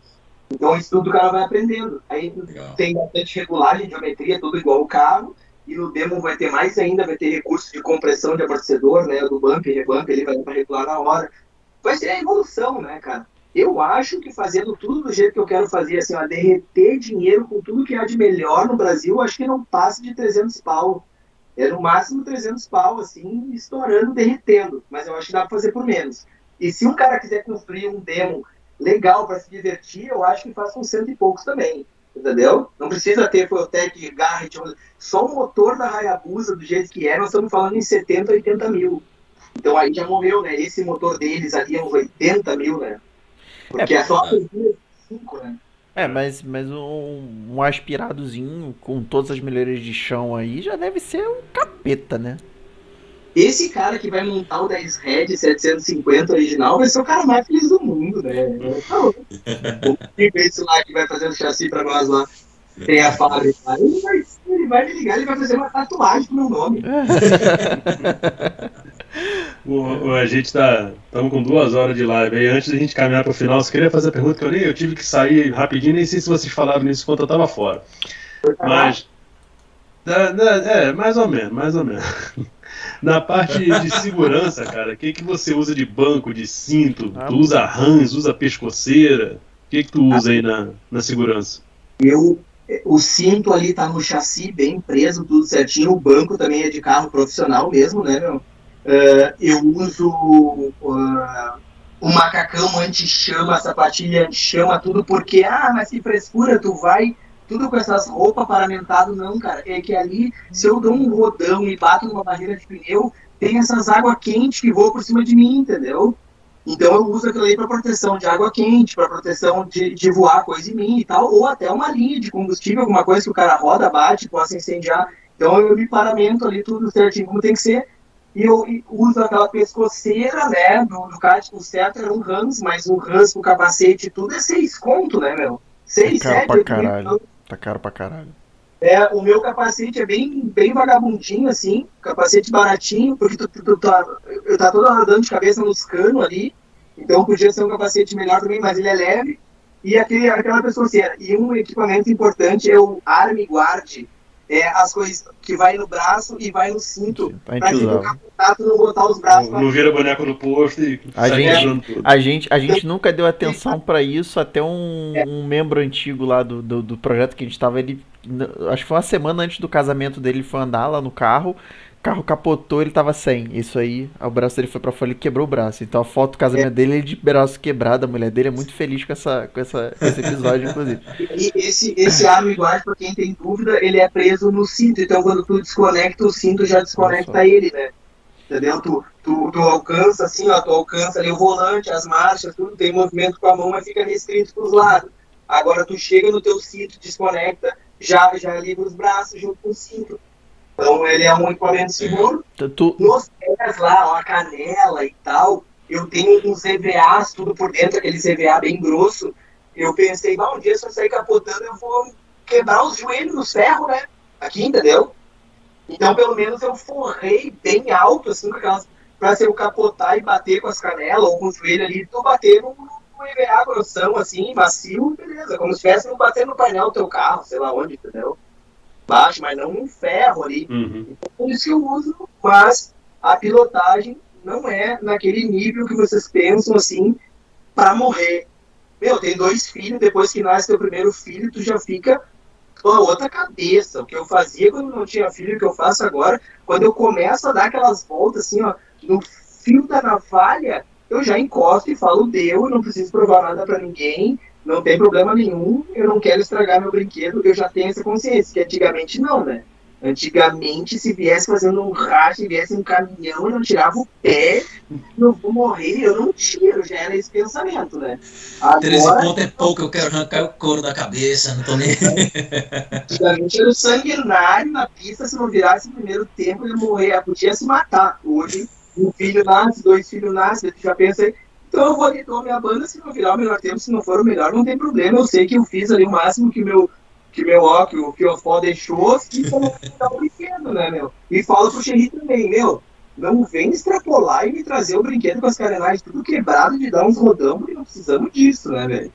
Então isso tudo o cara vai aprendendo. Aí Legal. tem bastante regulagem, geometria, tudo igual o carro. E no demo vai ter mais ainda, vai ter recurso de compressão de amortecedor, né? Do bumper, rebumper, ele vai para regular na hora. Vai ser a evolução, né, cara? Eu acho que fazendo tudo do jeito que eu quero fazer, assim, ó, derreter dinheiro com tudo que há de melhor no Brasil, acho que não passa de trezentos pau. É no máximo trezentos pau, assim, estourando, derretendo. Mas eu acho que dá para fazer por menos. E se um cara quiser construir um demo legal para se divertir, eu acho que faz com cento e poucos também. Entendeu? Não precisa ter Fueltec, Garrett, só o motor da Hayabusa, do jeito que é, nós estamos falando em setenta, oitenta mil. Então aí já morreu, né? Esse motor deles ali é uns oitenta mil, né? Porque é, é só a cinco, né? É, mas, mas um, um aspiradozinho com todas as melhorias de chão aí já deve ser um capeta, né? Esse cara que vai montar o dez Red setecentos e cinquenta original vai ser o cara mais feliz do mundo, né? O esse lá que vai fazer o chassi pra nós lá, tem a fábrica lá, ele vai, ele vai me ligar, ele vai fazer uma tatuagem com o meu nome. O, a gente tá estamos com duas horas de live aí. Antes da gente caminhar para o final, eu queria fazer a pergunta que eu nem eu tive que sair rapidinho, nem sei se vocês falaram nisso enquanto eu tava fora. Mas é, é mais ou menos, mais ou menos. Na parte de segurança, cara, o que, que você usa de banco, de cinto? Tu usa rãs, usa pescoceira? O que, que tu usa aí na, na segurança? Eu, o cinto ali tá no chassi, bem preso, tudo certinho. O banco também é de carro profissional mesmo, né, meu? Uh, eu uso uh, o macacão anti-chama, sapatilha anti-chama, tudo porque, ah, mas que frescura, tu vai... Tudo com essas roupas paramentado, não, cara. É que ali, se eu dou um rodão e bato numa barreira de pneu, tem essas águas quentes que voam por cima de mim, entendeu? Então eu uso aquilo aí para proteção de água quente, para proteção de, de voar coisa em mim e tal, ou até uma linha de combustível, alguma coisa que o cara roda, bate, possa incendiar. Então eu me paramento ali tudo certinho como tem que ser. E eu uso aquela pescoceira, né, do, do kart, o certo era um Hans, mas o Hans com capacete e tudo é seis conto, né, meu? Seis, tá caro sete, pra caralho. Tá caro pra caralho. É, o meu capacete é bem, bem vagabundinho, assim, capacete baratinho, porque tu, tu, tu tá, eu tá todo rodando de cabeça nos canos ali, então podia ser um capacete melhor também, mas ele é leve, e aquele, aquela pessoa, e um equipamento importante é o Army Guard, é as coisas que vai no braço e vai no cinto, a pra gente não capotar, tu não botar os braços... Não, não vira boneco no posto e a sai gente, quebrando tudo. A gente, a gente nunca deu atenção pra isso, até um, um membro antigo lá do, do, do projeto que a gente tava, ele, acho que foi uma semana antes do casamento dele, ele foi andar lá no carro, o carro capotou, ele tava sem, isso aí, o braço dele foi pra fora e quebrou o braço, então a foto do casamento é. dele é de braço quebrado, a mulher dele é muito feliz com, essa, com, essa, com esse episódio, inclusive. E esse, esse Army Guard, pra quem tem dúvida, ele é preso no cinto, então quando tu desconecta, o cinto já desconecta ele, né? Entendeu? Tu, tu, tu alcança assim, ó, tu alcança ali o volante, as marchas, tudo, tem movimento com a mão, mas fica restrito pros lados. Agora tu chega no teu cinto, desconecta, já, já livra os braços junto com o cinto. Então ele é um equipamento seguro. Tu... Nos pés lá, ó, a canela e tal, eu tenho uns E V As, tudo por dentro, aqueles E V A bem grosso. Eu pensei, bah, um dia se eu sair capotando, eu vou quebrar os joelhos nos ferros, né? Aqui, entendeu? Então, pelo menos eu forrei bem alto, assim, com aquelas, pra se eu capotar e bater com as canelas ou com o joelho ali, tu bater no, no E V A grossão, assim, macio, beleza. Como se estivesse não bater no painel do teu carro, sei lá onde, entendeu? Baixo, mas não um ferro ali. Uhum. Então, por isso que eu uso, mas a pilotagem não é naquele nível que vocês pensam, assim, pra morrer. Meu, tem dois filhos, depois que nasce teu primeiro filho, tu já fica... Pô, outra cabeça. O que eu fazia quando não tinha filho, o que eu faço agora, quando eu começo a dar aquelas voltas assim, ó, no fio da navalha, eu já encosto e falo, deu, eu não preciso provar nada pra ninguém, não tem problema nenhum, eu não quero estragar meu brinquedo, eu já tenho essa consciência, que antigamente não, né? Antigamente, se viesse fazendo um racha, viesse um caminhão, eu não tirava o pé, eu vou morrer, eu não tiro, já era esse pensamento, né? Agora, treze pontos é pouco, eu quero arrancar o couro da cabeça, não tô nem... Antigamente era o sanguinário na pista, se não virasse o primeiro tempo, ele morrer, podia se matar. Hoje, um filho nasce, dois filhos nascem, tu já pensa aí, então eu vou ali, dou minha banda, se não virar o melhor tempo, se não for o melhor, não tem problema, eu sei que eu fiz ali o máximo que o meu... que meu ó, que o Fiofó deixou, e como tá o brinquedo, né, meu? E falo pro Xerri também, meu, não vem extrapolar e me trazer o brinquedo com as carenagens tudo quebrado de dar uns rodão, porque não precisamos disso, né, velho?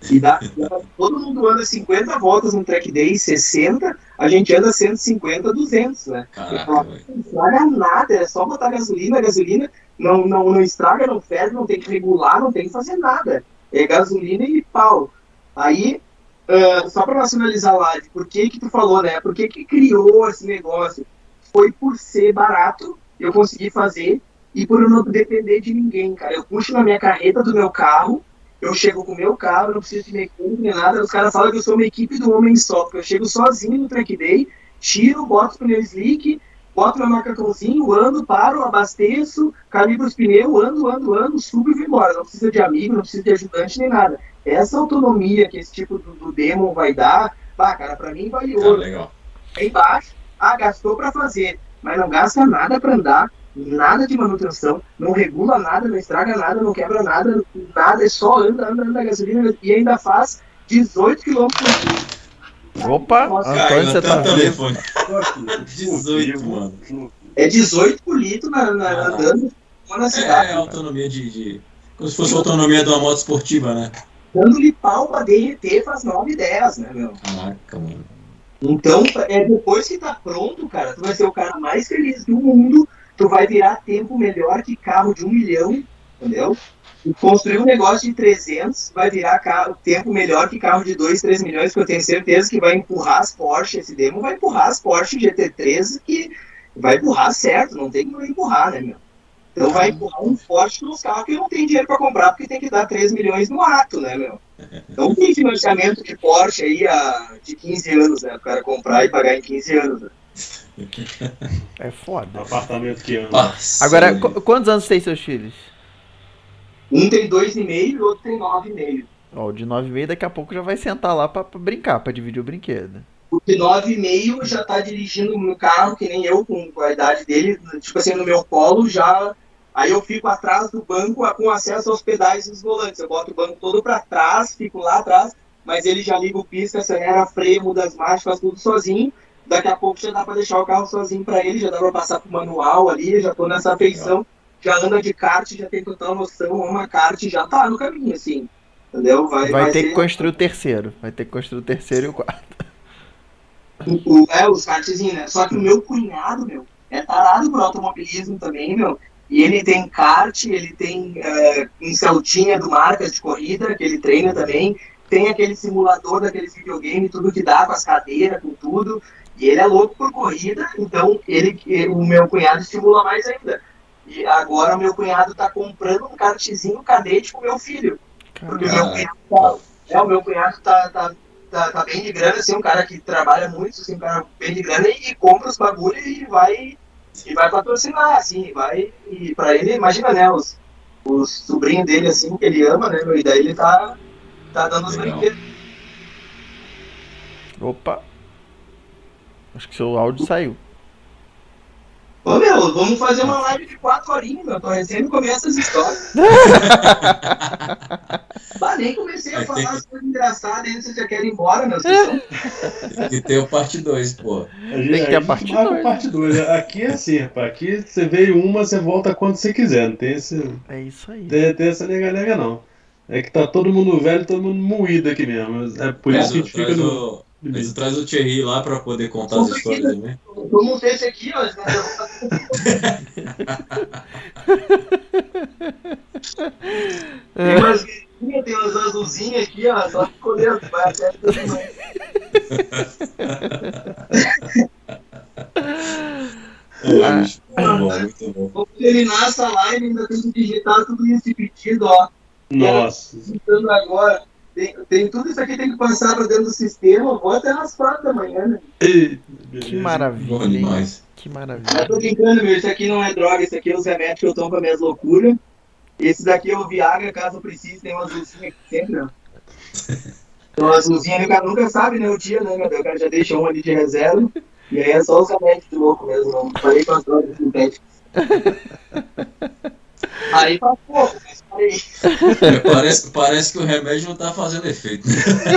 E dá, dá, todo mundo anda cinquenta voltas no track day, sessenta, a gente anda cento e cinquenta, duzentos, né? Caraca, então, não estraga nada, é só botar gasolina, gasolina não, não, não estraga, não fede, não tem que regular, não tem que fazer nada. É gasolina e pau. Aí, uh, só para nacionalizar a live, por que que tu falou, né? Por que que criou esse negócio? Foi por ser barato, eu consegui fazer, e por eu não depender de ninguém, cara. Eu puxo na minha carreta do meu carro, eu chego com o meu carro, não preciso de mecânico nem nada. Os caras falam que eu sou uma equipe do homem só, porque eu chego sozinho no track day, tiro, boto o pneu slick, boto meu macacãozinho, ando, paro, abasteço, calibro os pneus, ando, ando, ando, subo e vou embora. Não precisa de amigo, não precisa de ajudante nem nada. Essa autonomia que esse tipo do, do demo vai dar, bah, cara, pra mim vale ouro. Ah, legal. Aí embaixo, ah, gastou pra fazer, mas não gasta nada pra andar, nada de manutenção, não regula nada, não estraga nada, não quebra nada, nada, é só anda, anda, anda a gasolina e ainda faz dezoito quilômetros por dia. Opa, Nossa, Antônio, você tá vendo? telefone. dezoito, mano. É dezoito por litro na, na, Ah, andando na cidade. É, autonomia de, de... Como se fosse a autonomia de uma moto esportiva, né? Dando-lhe pau pra derreter faz nove, dez, né, meu? Caraca, mano. Então, é, depois que tá pronto, cara, tu vai ser o cara mais feliz do mundo, tu vai virar tempo melhor que carro de um milhão, entendeu? E construir um negócio de trezentos vai virar carro, tempo melhor que carro de dois, três milhões, que eu tenho certeza que vai empurrar as Porsche, esse demo vai empurrar as Porsche G T três, que vai empurrar certo, não tem como empurrar, né, meu? Então vai empurrar um forte nos carros que eu não tenho dinheiro para comprar, porque tem que dar três milhões no ato, né, meu? Então tem financiamento de Porsche aí há, de quinze anos, né? O cara comprar e pagar em quinze anos, né? É foda. Apartamento que ama. Parceiro. Agora, qu- quantos anos tem seus filhos? Um tem dois e meio e o outro tem nove e meio. Ó, o de nove e meio daqui a pouco já vai sentar lá pra, pra brincar, pra dividir o brinquedo. O de nove e meio já tá dirigindo no carro, que nem eu, com a idade dele, tipo assim, no meu colo, já... Aí eu fico atrás do banco com acesso aos pedais dos volantes. Eu boto o banco todo pra trás, fico lá atrás, mas ele já liga o pisca, acelera, freio, muda as marchas, faz tudo sozinho. Daqui a pouco já dá pra deixar o carro sozinho pra ele, já dá pra passar pro manual ali, já tô nessa afeição. Já anda de kart, já tem total noção, uma kart já tá no caminho, assim. Entendeu? Vai, vai ter ser... que construir o terceiro. Vai ter que construir o terceiro e o quarto. O, o, é, os kartzinhos, né? Só que o meu cunhado, meu, é tarado por automobilismo também, meu. E ele tem kart, ele tem uh, um Celtinha do Marcas de corrida, que ele treina também. Tem aquele simulador daqueles videogames, tudo que dá, com as cadeiras, com tudo. E ele é louco por corrida, então ele, o meu cunhado estimula mais ainda. E agora o meu cunhado tá comprando um kartzinho cadete pro meu filho. Porque o meu cunhado tá, é, o meu cunhado tá, tá, tá, tá bem de grana, assim, um cara que trabalha muito, assim, um cara bem de grana, e, e compra os bagulho e vai... E vai patrocinar, assim, vai. E pra ele, imagina, né? Os, os sobrinhos dele, assim, que ele ama, né? E daí ele tá, tá dando os Legal. brinquedos. Opa. Acho que seu áudio saiu. Ô, meu, vamos fazer uma live de quatro horinhas, meu. Tô recém no começo das histórias. Bah, nem comecei a Aí falar tem as coisas engraçadas, ainda vocês já querem ir embora, meu. Vocês são... Tem que ter o parte dois, pô. A gente, Tem que ter a gente parte marca dois, parte dois. Aqui é assim, rapaz. Aqui você veio uma, você volta quando você quiser. Não tem, esse, É isso aí. tem, tem essa nega-nega, não. É que tá todo mundo velho, todo mundo moído aqui mesmo. É por isso que a gente fica Traz no. o, mas traz o Thierry lá pra poder contar as histórias também. Vamos ter esse aqui, ó. Tem umas guerrinhas, tem umas azulzinhas aqui, ó. Só ficou dentro, vai até É, bicho, muito bom, muito bom. Vamos terminar essa live, ainda tem que digitar tudo isso de pedido, ó. Nossa. Digitando agora. Tem, tem tudo isso aqui, tem que passar pra dentro do sistema. Vou até nas quatro da manhã, né? Ei, Que beleza. maravilha. Bom hein? demais. Que Eu maravilha. tô brincando, meu. Isso aqui não é droga, isso aqui é os remédios que eu tomo pra minhas loucuras. Esse daqui é o Viagra, caso eu precise, tem uma azulzinha aqui sempre, ó. Então, a azulzinha, o cara nunca sabe, né, o dia, né, meu Deus? O cara já deixa um ali de reserva. E aí é só os remédios de louco mesmo, não falei com as drogas sintéticas. Aí faz pouco, mas parei. É, parece, parece que o remédio não tá fazendo efeito.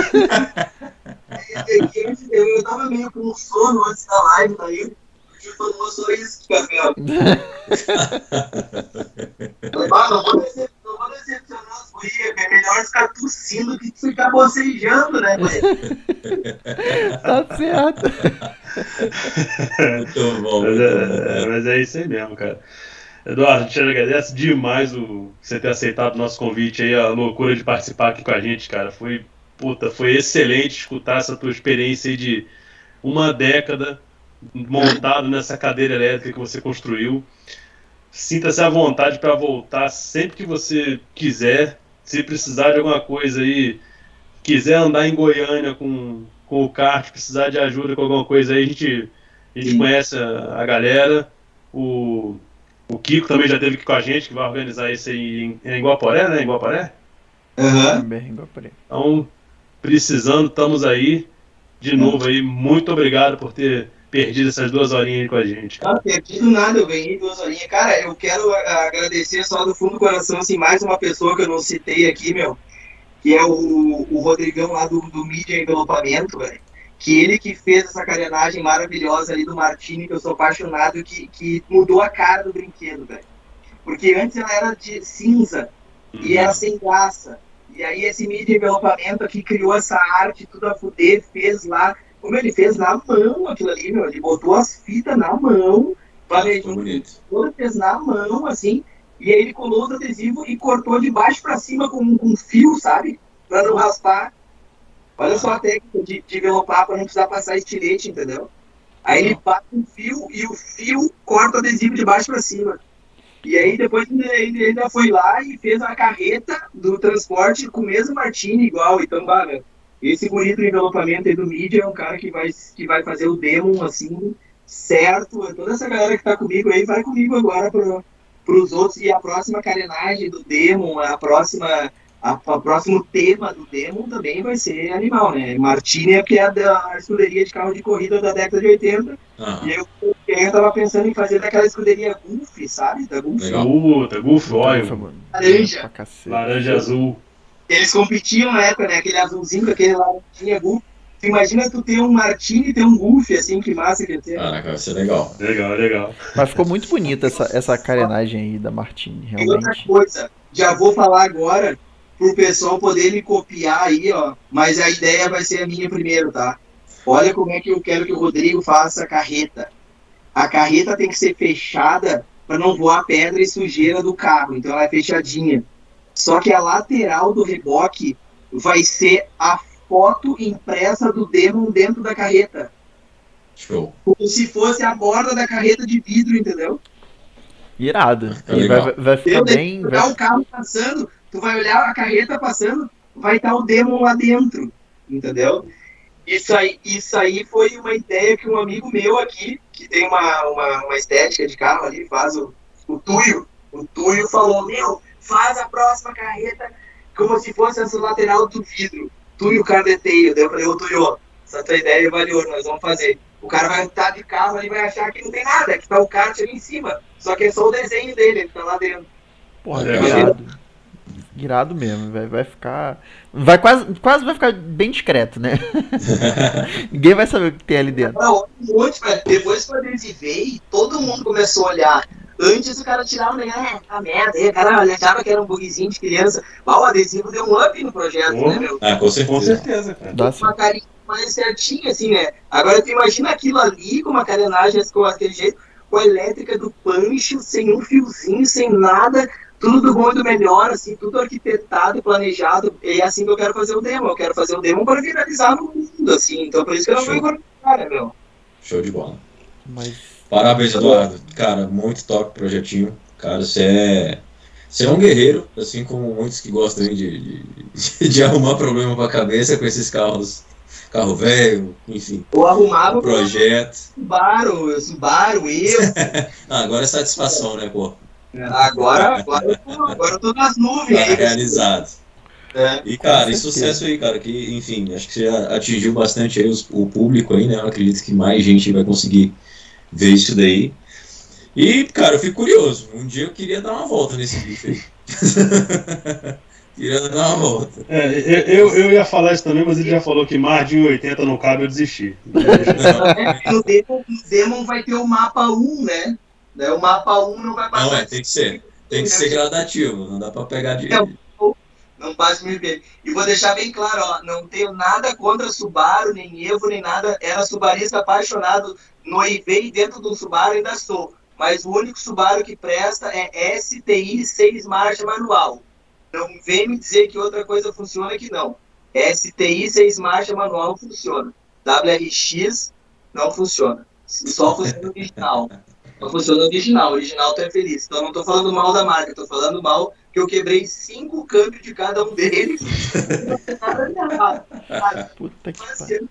Esse aqui, eu, eu tava meio com sono antes da live, daí eu tomou só isso, Gabriel. Falei, ah, não vou decep- não vou decepcionar os é melhor ficar tossindo que ficar bocejando, né, velho? Tá certo. Muito bom. Mas Muito é, bom. mas é isso aí mesmo, cara. Eduardo, a gente agradece demais o, você ter aceitado o nosso convite aí, a loucura de participar aqui com a gente, cara. Foi, puta, foi excelente escutar essa tua experiência aí de uma década montado nessa cadeira elétrica que você construiu. Sinta-se à vontade para voltar sempre que você quiser. Se precisar de alguma coisa aí, quiser andar em Goiânia com, com o kart, precisar de ajuda com alguma coisa aí, a gente, a gente conhece a, a galera. O, o Kiko também já esteve aqui com a gente, que vai organizar isso aí em, em Guaporé, né? Em Guaporé? Aham. Bem, Guaporé. Então, precisando, estamos aí. De novo aí, muito obrigado por ter perdido essas duas horinhas aí com a gente. Não, perdido nada, eu ganhei duas horinhas. Cara, eu quero a- agradecer só do fundo do coração, assim, mais uma pessoa que eu não citei aqui, meu, que é o, o Rodrigão lá do, do Mídia Envelopamento, velho. Que ele que fez essa carenagem maravilhosa ali do Martini, que eu sou apaixonado, que, que mudou a cara do brinquedo, velho. Porque antes ela era de cinza e era sem graça. E aí esse Mídia Envelopamento aqui criou essa arte, tudo a fuder, fez lá. Como ele fez na mão aquilo ali, meu, ele botou as fitas na mão, Ficou bonito. todo fez na mão, assim, e aí ele colou os adesivos e cortou de baixo pra cima com, com fio, sabe? Pra não raspar. Olha só a técnica de, de envelopar pra não precisar passar estilete, entendeu? Aí ele bate um fio e o fio corta o adesivo de baixo pra cima. E aí depois ele ainda foi lá e fez a carreta do transporte com o mesmo Martini igual, então, bah, esse guri do envelopamento aí do Mídia é um cara que vai, que vai fazer o demo, assim, certo. Toda essa galera que tá comigo aí vai comigo agora pro, pros outros. E a próxima carenagem do demo, a próxima, a, a próximo tema do demo também vai ser animal, né? Martini é que é da escuderia de carro de corrida da década de oitenta. Ah, E eu, eu tava pensando em fazer daquela escuderia Golf, sabe? Da Golf. Legal. Puta, Goof Oil, mano. Laranja. Pra cacete. laranja azul. Eles competiam na época, né? Aquele azulzinho com aquele laranjinha Golf. Tu imagina tu ter um Martini e ter um Golf, assim, que massa que ia ter. Caraca, vai ser legal. Legal, legal. Mas ficou muito bonita essa, essa carenagem aí da Martini, E outra realmente. coisa, já vou falar agora pro pessoal poder me copiar aí, ó. Mas a ideia vai ser a minha primeiro, tá? Olha como é que eu quero que o Rodrigo faça a carreta. A carreta tem que ser fechada para não voar pedra e sujeira do carro. Então ela é fechadinha. Só que a lateral do reboque vai ser a foto impressa do Demon dentro da carreta. Show. Como se fosse a borda da carreta de vidro, entendeu? Irado. Tá E legal. vai, vai ficar Eu bem. olhar Vai... o carro passando, tu vai olhar a carreta passando, vai estar o Demon lá dentro, entendeu? Isso aí, isso aí foi uma ideia que um amigo meu aqui, que tem uma, uma, uma estética de carro ali, faz o, o Tuyo. O Tuyo falou, meu, faz a próxima carreta como se fosse essa lateral do vidro. Tuyo carreteio. Daí eu falei, ô Tuyo, essa tua ideia é valiosa, nós vamos fazer. O cara vai estar de carro ali, vai achar que não tem nada, que tá o kart ali em cima. Só que é só o desenho dele, ele tá lá dentro. Porra, Legal. irado. Irado mesmo. Vai, vai ficar. Vai quase, quase vai ficar bem discreto, né? Ninguém vai saber o que tem ali dentro. Não, um monte, velho. Depois que eu adesivei, todo mundo começou a olhar. Antes o cara tirava, né? Ah, a merda, aí o cara achava que era um bugzinho de criança. Mas o adesivo deu um up no projeto, Oh. né, meu? Ah, com Com certeza. certeza, cara. Dá sim. Uma carinha mais certinha, assim, né? Agora tu imagina aquilo ali, com uma carenagem com aquele jeito, com a elétrica do Pancho, sem um fiozinho, sem nada, tudo do bom e do melhor, assim, tudo arquitetado, planejado. E é assim que eu quero fazer o demo. Eu quero fazer o demo para viralizar no mundo, assim. Então por isso que eu não vou Show. economizar, né, meu? Show de bola. Mas. Parabéns, Eduardo. Cara, muito top o projetinho. Cara, você é. Você é um guerreiro, assim como muitos que gostam de, de, de arrumar problema pra cabeça com esses carros. Carro velho, enfim. Eu arrumava O projeto. Subaru, eu Subaru, eu. Ah, agora é satisfação, né, pô? Agora, agora, eu tô, agora eu tô nas nuvens Tá aí. realizado. É. E, cara, Com e certeza. sucesso aí, cara, que, enfim, acho que você atingiu bastante aí os- o público aí, né? Eu acredito que mais gente vai conseguir ver isso daí. E, cara, eu fico curioso. Um dia eu queria dar uma volta nesse bicho aí. Queria dar uma volta. É, eu, eu ia falar isso também, mas ele já falou que mais de oitenta não cabe, eu desisti. É, no Demon, no Demon vai ter o mapa um, né? Né, O mapa um não vai passar. Não, é, tem que ser. Tem que ser gradativo, não dá pra pegar de. É, Não passo de mil R P M. E vou deixar bem claro, ó, não tenho nada contra Subaru, nem Evo, nem nada. Era subarista apaixonado, noivei dentro do Subaru, ainda sou. Mas o único Subaru que presta é S T I seis marcha manual. Não vem me dizer que outra coisa funciona que não. S T I seis marcha manual funciona. W R X não funciona. Só funciona o original. Não funciona o original. O original tá feliz. Então não tô falando mal da marca, tô falando mal que eu quebrei cinco câmbios de cada um deles. Não tem nada de errado. Puta que pariu.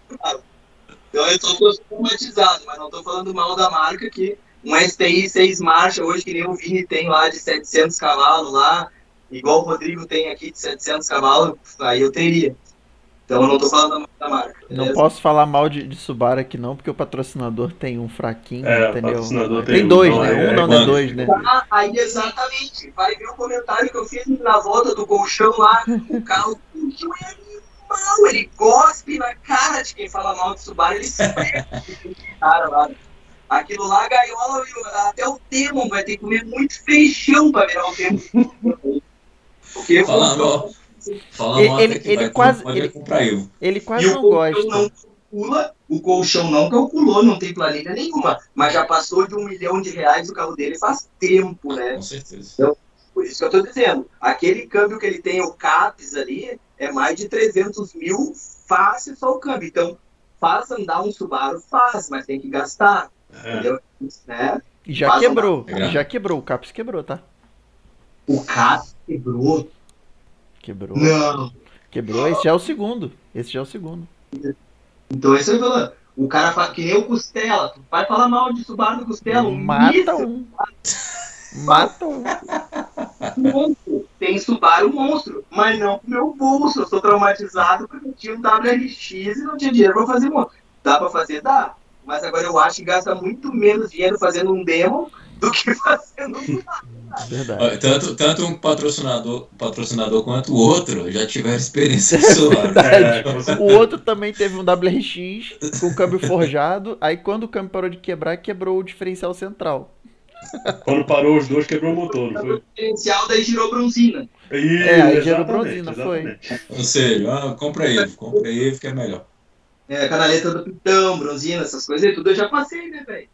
Então eu tô traumatizado, mas não tô falando mal da marca, que um S T I seis marcha, hoje que nem o Vini tem lá de setecentos cavalos lá, igual o Rodrigo tem aqui de setecentos cavalos, aí eu teria. Então eu não tô falando da marca. Beleza? Não posso falar mal de, de Subaru aqui não, porque o patrocinador tem um fraquinho, É, entendeu? o patrocinador Tem tem um, dois, não, né? é, Um não, é, né? Dois, né? Ah, aí exatamente, vai ver o comentário que eu fiz na volta do colchão lá, o carro, o colchão é animal, ele gospe na cara de quem fala mal de Subaru, ele se presta cara lá. Aquilo lá, gaiola, até o Demon vai ter que comer muito feijão pra virar o Demon. Porque Fala mal. Fala Ele- mal ele- até que ele vai, quase- pode ele- comprar eu. Ele quase E o não colchão gosta. não calcula, o colchão não calculou, não tem planilha nenhuma, mas já passou de um milhão de reais o carro dele faz tempo, né? Com certeza. Por isso que eu tô dizendo, aquele câmbio que ele tem, o CAPES ali, é mais de trezentos mil fácil só o câmbio. Então, faz andar um Subaru, faz, mas tem que gastar, É. entendeu? Né? E já Faz quebrou. andar. E já quebrou. O Caps quebrou, tá? O CAPES quebrou? Quebrou. Não. Quebrou. Esse já é o segundo. Esse já é o segundo. Então, esse eu tô falando. O cara fala que nem o Costela, tu vai falar mal de Subaru do Costela, um Mata míssil, um. Mata um. monstro. Tem Subaru monstro, mas não pro meu bolso. Eu sou traumatizado porque eu tinha um W R X e não tinha dinheiro pra fazer monstro. Dá pra fazer? Dá. Mas agora eu acho que gasta muito menos dinheiro fazendo um demo do que fazendo um Subaru. Verdade. Olha, Tanto, tanto um patrocinador, patrocinador quanto o outro já tiveram experiência solar. É, com certeza. O outro também teve um W R X com câmbio forjado. Aí quando o câmbio parou de quebrar, quebrou o diferencial central. Quando parou os dois, quebrou o motor, não O foi? diferencial daí girou bronzina. Ih, É, aí gerou exatamente, bronzina, foi. exatamente. Ou seja, ah, compra Evo, compra Evo que é melhor. É, canaleta do pitão, bronzina, essas coisas aí, tudo eu já passei, né, velho?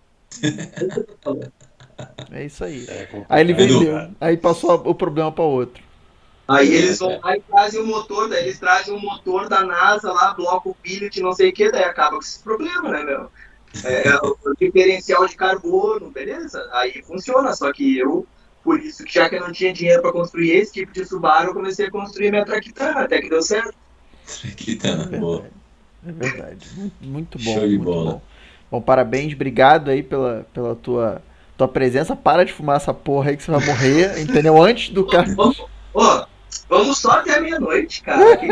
É isso aí. É complicado. Aí ele Edu. vendeu. Aí passou o problema para outro. Aí eles vão lá e trazem o motor, daí eles trazem o motor da NASA lá, bloco Pilot, não sei o que, daí acaba com esse problema, né, meu? É, o diferencial de carbono, beleza? Aí funciona, só que eu, por isso que já que eu não tinha dinheiro pra construir esse tipo de Subaru, eu comecei a construir minha Traquitana, até que deu certo. Aqui tá na boa. É verdade. Muito, muito bom. Show de muito bola. bom. Bom, parabéns, obrigado aí pela, pela tua, tua presença. Para de fumar essa porra aí que você vai morrer, entendeu? Antes do carro. Vamos, ó, vamos só até a meia-noite, cara. Que-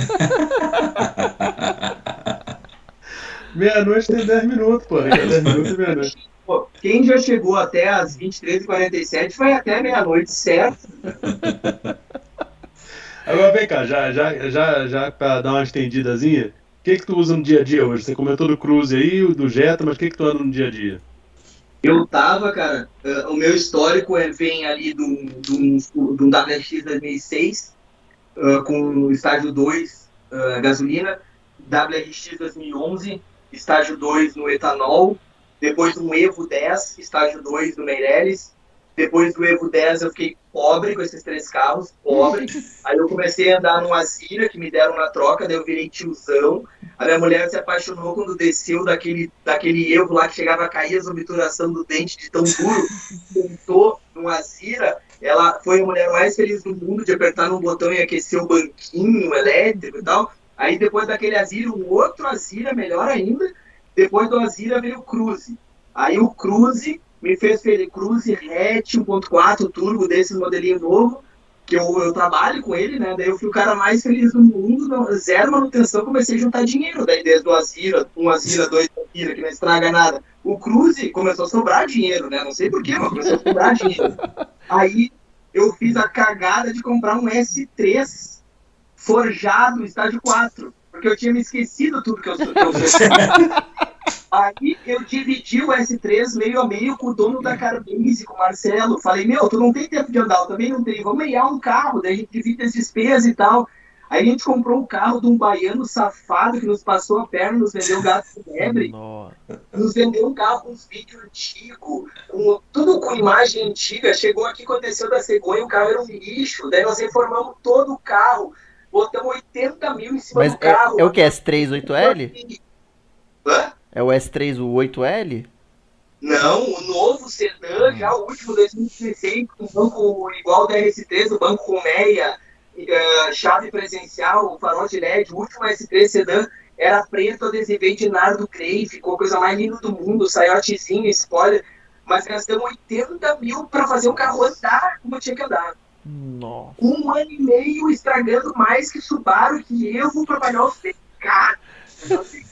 Meia-noite tem dez minutos, pô. dez minutos e meia-noite. Pô, quem já chegou até as vinte e três e quarenta e sete vai até meia-noite, certo? Agora vem cá, já, já, já, já pra dar uma estendidazinha, o que que tu usa no dia a dia hoje? Você comentou do Cruze aí, do Jetta, mas o que que tu anda no dia a dia? Eu tava, cara, uh, o meu histórico é, vem ali do, do, do W R X dois mil e seis, uh, com estágio dois, uh, gasolina, W R X dois mil e onze, estágio dois no etanol, depois um Evo dez, estágio dois do Meirelles, depois do Evo dez eu fiquei pobre com esses três carros, pobre, aí eu comecei a andar num Azira que me deram na troca, daí eu virei tiozão, a minha mulher se apaixonou quando desceu daquele, daquele Evo lá que chegava a cair as obturação do dente de tão duro, sentou num Azira, ela foi a mulher mais feliz do mundo de apertar num botão e aquecer o banquinho elétrico e tal. Aí depois daquele Azira, um outro Azira, melhor ainda, depois do Azira veio o Cruze. Aí o Cruze me fez feliz, Cruze hatch um ponto quatro turbo desse modelinho novo, que eu, eu trabalho com ele, né? Daí eu fui o cara mais feliz do mundo, não, zero manutenção, comecei a juntar dinheiro, daí desde o Azira, um Azira, dois Azira, que não estraga nada. O Cruze começou a sobrar dinheiro, né? Não sei porquê, mas começou a sobrar dinheiro. Aí eu fiz a cagada de comprar um S três forjado, estágio quatro, porque eu tinha me esquecido tudo que eu sou. Que eu sou. Aí eu dividi o S três meio a meio com o dono da Carbase, com o Marcelo. Falei, meu, tu não tem tempo de andar, eu também não tenho. Vamos meiar um carro, daí a gente divide as despesas e tal. Aí a gente comprou um carro de um baiano safado que nos passou a perna, nos vendeu gato de lebre. Nos vendeu um carro com uns vídeos antigos, com, tudo com imagem antiga. Chegou aqui, aconteceu da cegonha, o carro era um lixo. Daí nós reformamos todo o carro, botamos oitenta mil em cima Mas do carro. É, é o que? S três oito L? Hã? É o S três, o oito L? Não, o novo sedã, hum. já o último dois mil e dezesseis, com um banco igual do R S três, o banco com meia, uh, chave presencial, farol de L E D, o último S três sedã era preto, adesivei de Nardo Clay, ficou a coisa mais linda do mundo, saiotezinho, spoiler, mas gastamos oitenta mil para fazer o carro andar como tinha que andar. Nossa. Um ano e meio estragando mais que Subaru, que eu vou trabalhar os cara. Não sei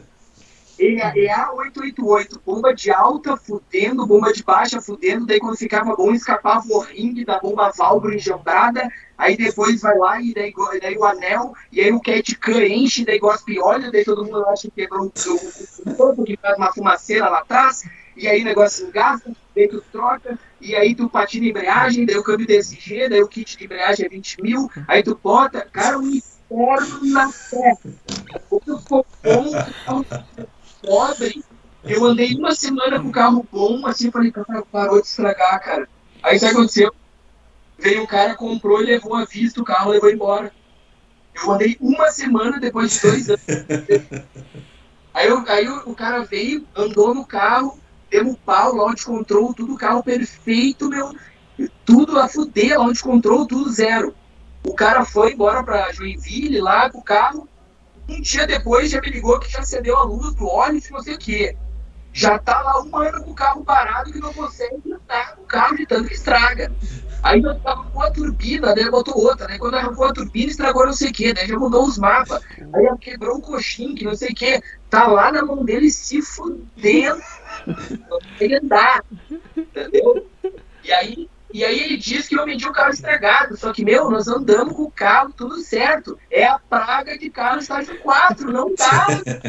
E A oito oito oito, bomba de alta fudendo, bomba de baixa fudendo, daí quando ficava bom escapava o ringue da bomba Valbro enjambrada, aí depois vai lá e daí, daí o anel, e aí o Cat Can enche, daí gospe óleo, daí todo mundo acha que quebrou o corpo, que faz uma fumaceira lá atrás, e aí o negócio engasta, daí tu troca, e aí tu patina a embreagem, daí o câmbio D S G, daí o kit de embreagem é vinte mil, aí tu bota, cara, um inferno na terra. O que ficou bom, pobre, eu andei uma semana com o carro bom, assim, falei, cara, parou de estragar, cara. Aí sabe o que aconteceu? Veio um cara, comprou e levou à vista o carro, levou embora. Eu andei uma semana depois de dois anos. Aí, eu, aí o cara veio, andou no carro, deu um pau, launch control, tudo carro perfeito, meu, tudo a fuder, launch control, tudo zero. O cara foi embora pra Joinville, lá com o carro. Um dia depois já me ligou que já acendeu a luz do óleo, não sei o que. Já tá lá um ano com o carro parado que não consegue andar com o carro de tanto que estraga. Aí já tava com a turbina, daí botou outra, né? Quando arrancou a turbina, estragou não sei o que, daí já mudou os mapas. Aí quebrou o coxinho, que não sei o que. Tá lá na mão dele se fudendo. Não consegue andar. Entendeu? E aí. E aí ele disse que eu vendi o carro estragado, só que, meu, nós andamos com o carro tudo certo. É a praga de carro estágio quatro, não dá.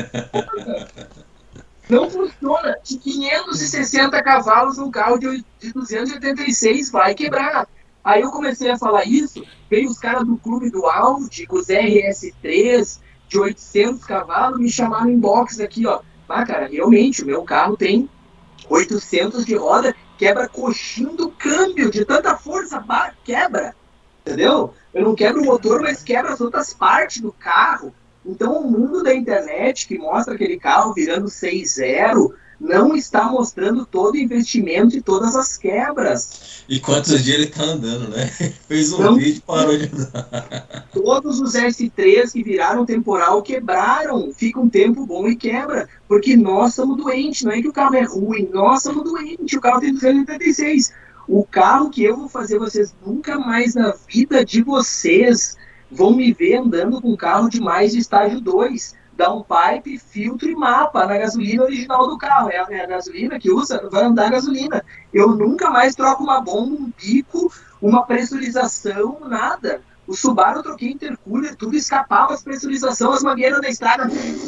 Não funciona. De quinhentos e sessenta cavalos um carro de duzentos e oitenta e seis vai quebrar. Aí eu comecei a falar isso, veio os caras do clube do Audi, com os R S três de oitocentos cavalos, me chamaram em box aqui, ó. Ah, cara, realmente, o meu carro tem oitocentos de roda, quebra coxinho do câmbio, de tanta força, bah, quebra, entendeu? Eu não quebro o motor, mas quebra as outras partes do carro. Então o mundo da internet, que mostra aquele carro virando seis zero, não está mostrando todo o investimento e todas as quebras. E quantos dias ele está andando, né? Fez um não, vídeo e parou de andar. Todos os S três que viraram temporal quebraram, fica um tempo bom e quebra, porque nós somos doentes, não é que o carro é ruim, nós somos doentes, o carro tem duzentos e oitenta e seis. O carro que eu vou fazer vocês nunca mais na vida de vocês vão me ver andando com um carro de mais de estágio dois. Downpipe, filtro e mapa na gasolina original do carro. É a, é a gasolina que usa, vai andar a gasolina. Eu nunca mais troco uma bomba, um bico, uma pressurização, nada. O Subaru eu troquei intercooler, tudo escapava, as pressurização, as mangueiras da estrada.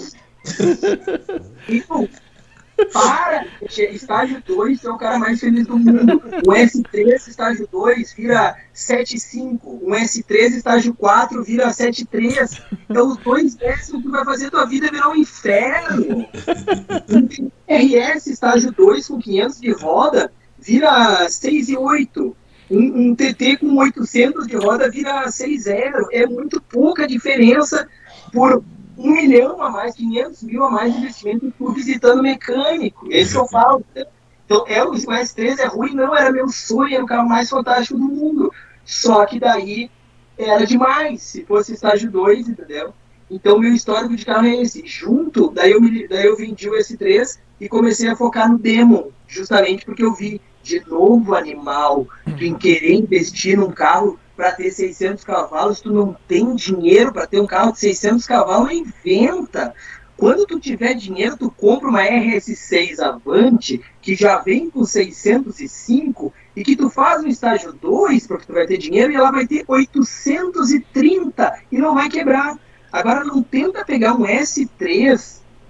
Então, para! Estágio dois é o cara mais feliz do mundo. O S três estágio dois vira sete cinco. Um S três estágio quatro vira sete três. Então os dois décimos que vai fazer a tua vida virar um inferno. Um R S estágio dois com quinhentos de roda vira seis e oito. Um, um T T com oitocentos de roda vira seis zero. É muito pouca diferença por um milhão a mais, quinhentos mil a mais de investimento por visitando mecânico. Esse que eu falo. Então, é, o S três é ruim, não, era meu sonho, era o carro mais fantástico do mundo. Só que daí era demais, se fosse estágio dois, entendeu? Então, meu histórico de carro é esse. Junto, daí eu, me, daí eu vendi o S três e comecei a focar no Demon, justamente porque eu vi, de novo, animal, tu em querer investir num carro para ter seiscentos cavalos, tu não tem dinheiro para ter um carro de seiscentos cavalos, inventa. Quando tu tiver dinheiro, tu compra uma R S seis Avante, que já vem com seiscentos e cinco, e que tu faz no estágio dois, porque tu vai ter dinheiro, e ela vai ter oitocentos e trinta, e não vai quebrar. Agora não tenta pegar um S três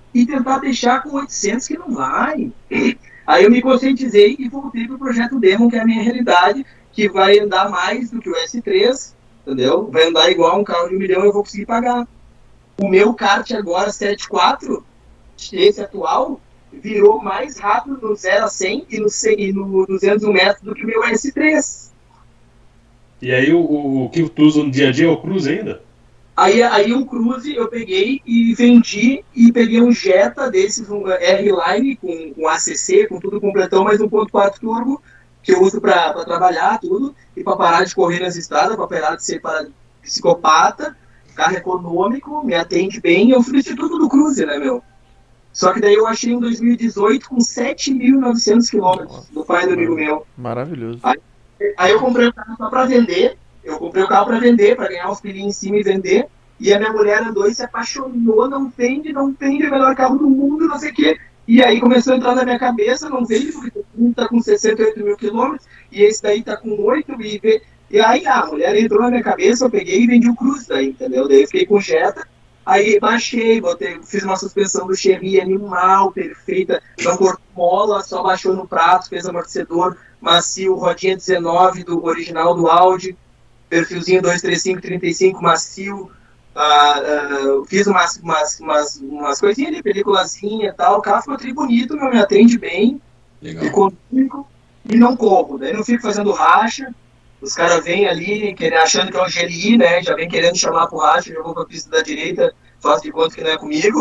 e tentar deixar com oitocentos que não vai. Aí eu me conscientizei e voltei pro projeto Demon, que é a minha realidade, que vai andar mais do que o S três, entendeu? Vai andar igual um carro de um milhão, eu vou conseguir pagar. O meu kart agora, sete quatro, esse atual, virou mais rápido no zero a cem e no, cem, e no duzentos metros do que o meu S três. E aí o, o, o que tu usa no dia a dia é o Cruze ainda? Aí, aí um Cruze eu peguei e vendi e peguei um Jetta desses, um R-Line com, com A C C, com tudo completão, mais um ponto quatro turbo, que eu uso para trabalhar tudo, e para parar de correr nas estradas, para parar de ser para psicopata, carro econômico, me atende bem, eu fiz de tudo do Cruze, né, meu? Só que daí eu achei em dois mil e dezoito com sete mil e novecentos quilômetros do pai do amigo meu. Maravilhoso. Aí, aí eu comprei o carro só para vender, eu comprei o carro para vender, para ganhar uns pilinhos em cima e vender, e a minha mulher andou e se apaixonou, não vende, não vende, é o melhor carro do mundo, não sei o quê. E aí começou a entrar na minha cabeça, não vende, porque um tá com sessenta e oito mil quilômetros, e esse daí tá com oito, e, e aí a mulher entrou na minha cabeça, eu peguei e vendi o Cruze daí, entendeu? Daí eu fiquei com o Jetta, aí baixei, botei, fiz uma suspensão do Chery animal, perfeita, não cortou mola, só baixou no prato, fez amortecedor macio, rodinha dezenove do original do Audi, perfilzinho dois três cinco trinta e cinco macio, uh, uh, fiz umas, umas, umas, umas coisinhas de peliculazinha e tal, o carro ficou tri bonito, meu, me atende bem, econômico, e não corro, daí não fico fazendo racha, os caras vêm ali querendo, achando que é um G L I, né, já vem querendo chamar pro racha, eu vou pra pista da direita, faço de conta que não é comigo.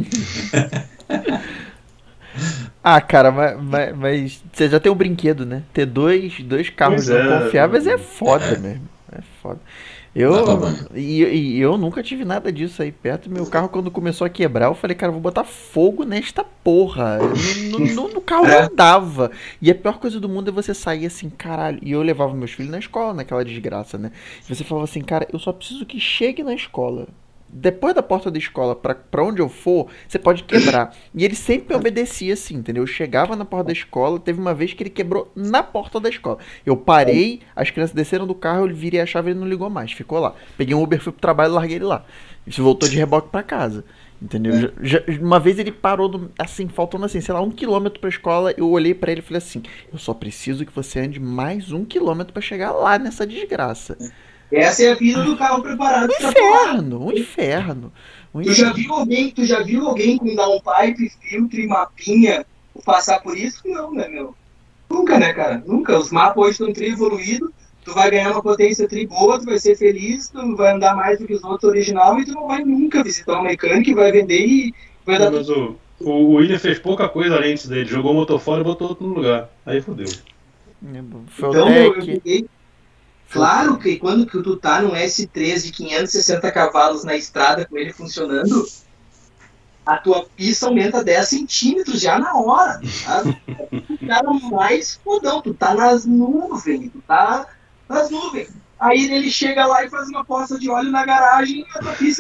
Ah, cara, mas, mas, mas você já tem um brinquedo, né? Ter dois, dois carros é, confiáveis é foda é. mesmo. É foda. Eu, e, e eu nunca tive nada disso aí perto. Meu carro, quando começou a quebrar, eu falei, cara, eu vou botar fogo nesta porra. No, no, no carro não dava. E a pior coisa do mundo é você sair assim, caralho. E eu levava meus filhos na escola, naquela desgraça, né? E você falava assim, cara, eu só preciso que chegue na escola. Depois da porta da escola, pra, pra onde eu for, você pode quebrar. E ele sempre obedecia assim, entendeu? Eu chegava na porta da escola, teve uma vez que ele quebrou na porta da escola. Eu parei, as crianças desceram do carro, eu virei a chave e ele não ligou mais, ficou lá. Peguei um Uber, fui pro trabalho e larguei ele lá. Ele voltou de reboque pra casa, entendeu? É. Já, já, uma vez ele parou, do, assim, faltando assim, sei lá, um quilômetro pra escola, eu olhei pra ele e falei assim, eu só preciso que você ande mais um quilômetro pra chegar lá nessa desgraça. Essa é a vida do carro preparado. Um inferno, um inferno. Um tu, já viu alguém, tu já viu alguém com downpipe, filtro e mapinha passar por isso? Não, né, meu? Nunca, né, cara? Nunca. Os mapas hoje estão tri evoluídos, tu vai ganhar uma potência tri boa, tu vai ser feliz, tu vai andar mais do que os outros original e tu não vai nunca visitar um mecânico e vai vender e vai dar... Mas o, o William fez pouca coisa além disso dele. Jogou o motor fora e botou outro no lugar. Aí fodeu. Então, eu, eu peguei... Claro que quando que tu tá num S três de quinhentos e sessenta cavalos na estrada com ele funcionando, a tua pista aumenta dez centímetros já na hora, tá? Tu tá mais fodão, tu tá nas nuvens, tu tá nas nuvens. Aí ele chega lá e faz uma poça de óleo na garagem e a tua pista...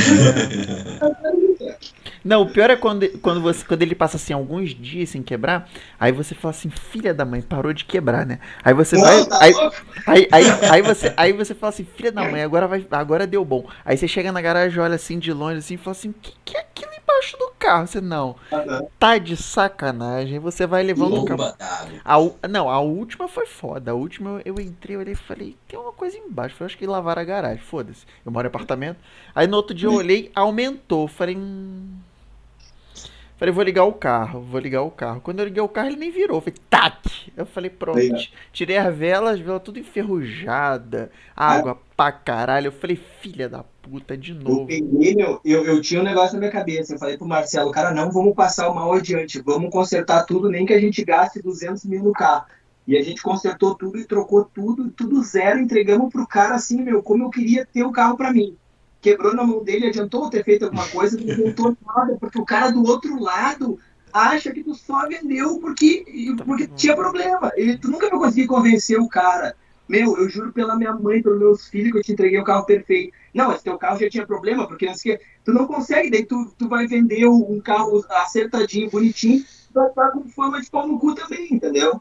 Não, o pior é quando, quando, você, quando ele passa assim alguns dias sem quebrar, aí você fala assim, filha da mãe, parou de quebrar, né? Aí você vai. Não, tá aí, aí, aí, aí, você, aí você fala assim, filha da mãe, agora, vai, agora deu bom. Aí você chega na garagem, olha assim de longe assim e fala assim, o que, que é aquilo embaixo do carro? Você não. Uhum. Tá de sacanagem, você vai levando o carro. A, não, a última foi foda. A última eu, eu entrei, eu olhei e falei, tem uma coisa embaixo. Eu acho que lavaram a garagem, foda-se. Eu moro em apartamento. Aí no outro dia eu olhei, aumentou. Falei, hum. Falei, vou ligar o carro, vou ligar o carro. Quando eu liguei o carro, ele nem virou. Falei, tac! Eu falei, pronto. Tirei as velas, as velas tudo enferrujada, água ah. pra caralho. Eu falei, filha da puta, de novo. Eu peguei, meu, eu, eu tinha um negócio na minha cabeça. Eu falei pro Marcelo, cara, não vamos passar o mal adiante. Vamos consertar tudo, nem que a gente gaste duzentos mil no carro. E a gente consertou tudo e trocou tudo, tudo zero. Entregamos pro cara assim, meu, como eu queria ter o carro pra mim. Quebrou na mão dele, adiantou ter feito alguma coisa, não adiantou nada, porque o cara do outro lado acha que tu só vendeu porque, porque tinha problema. Ele, tu nunca vai conseguir convencer o cara. Meu, eu juro pela minha mãe, pelos meus filhos, que eu te entreguei o carro perfeito. Não, esse teu carro já tinha problema, porque não sei o que. Tu não consegue, daí tu, tu vai vender um carro acertadinho, bonitinho, tu vai estar com fama de pau no cu também, entendeu?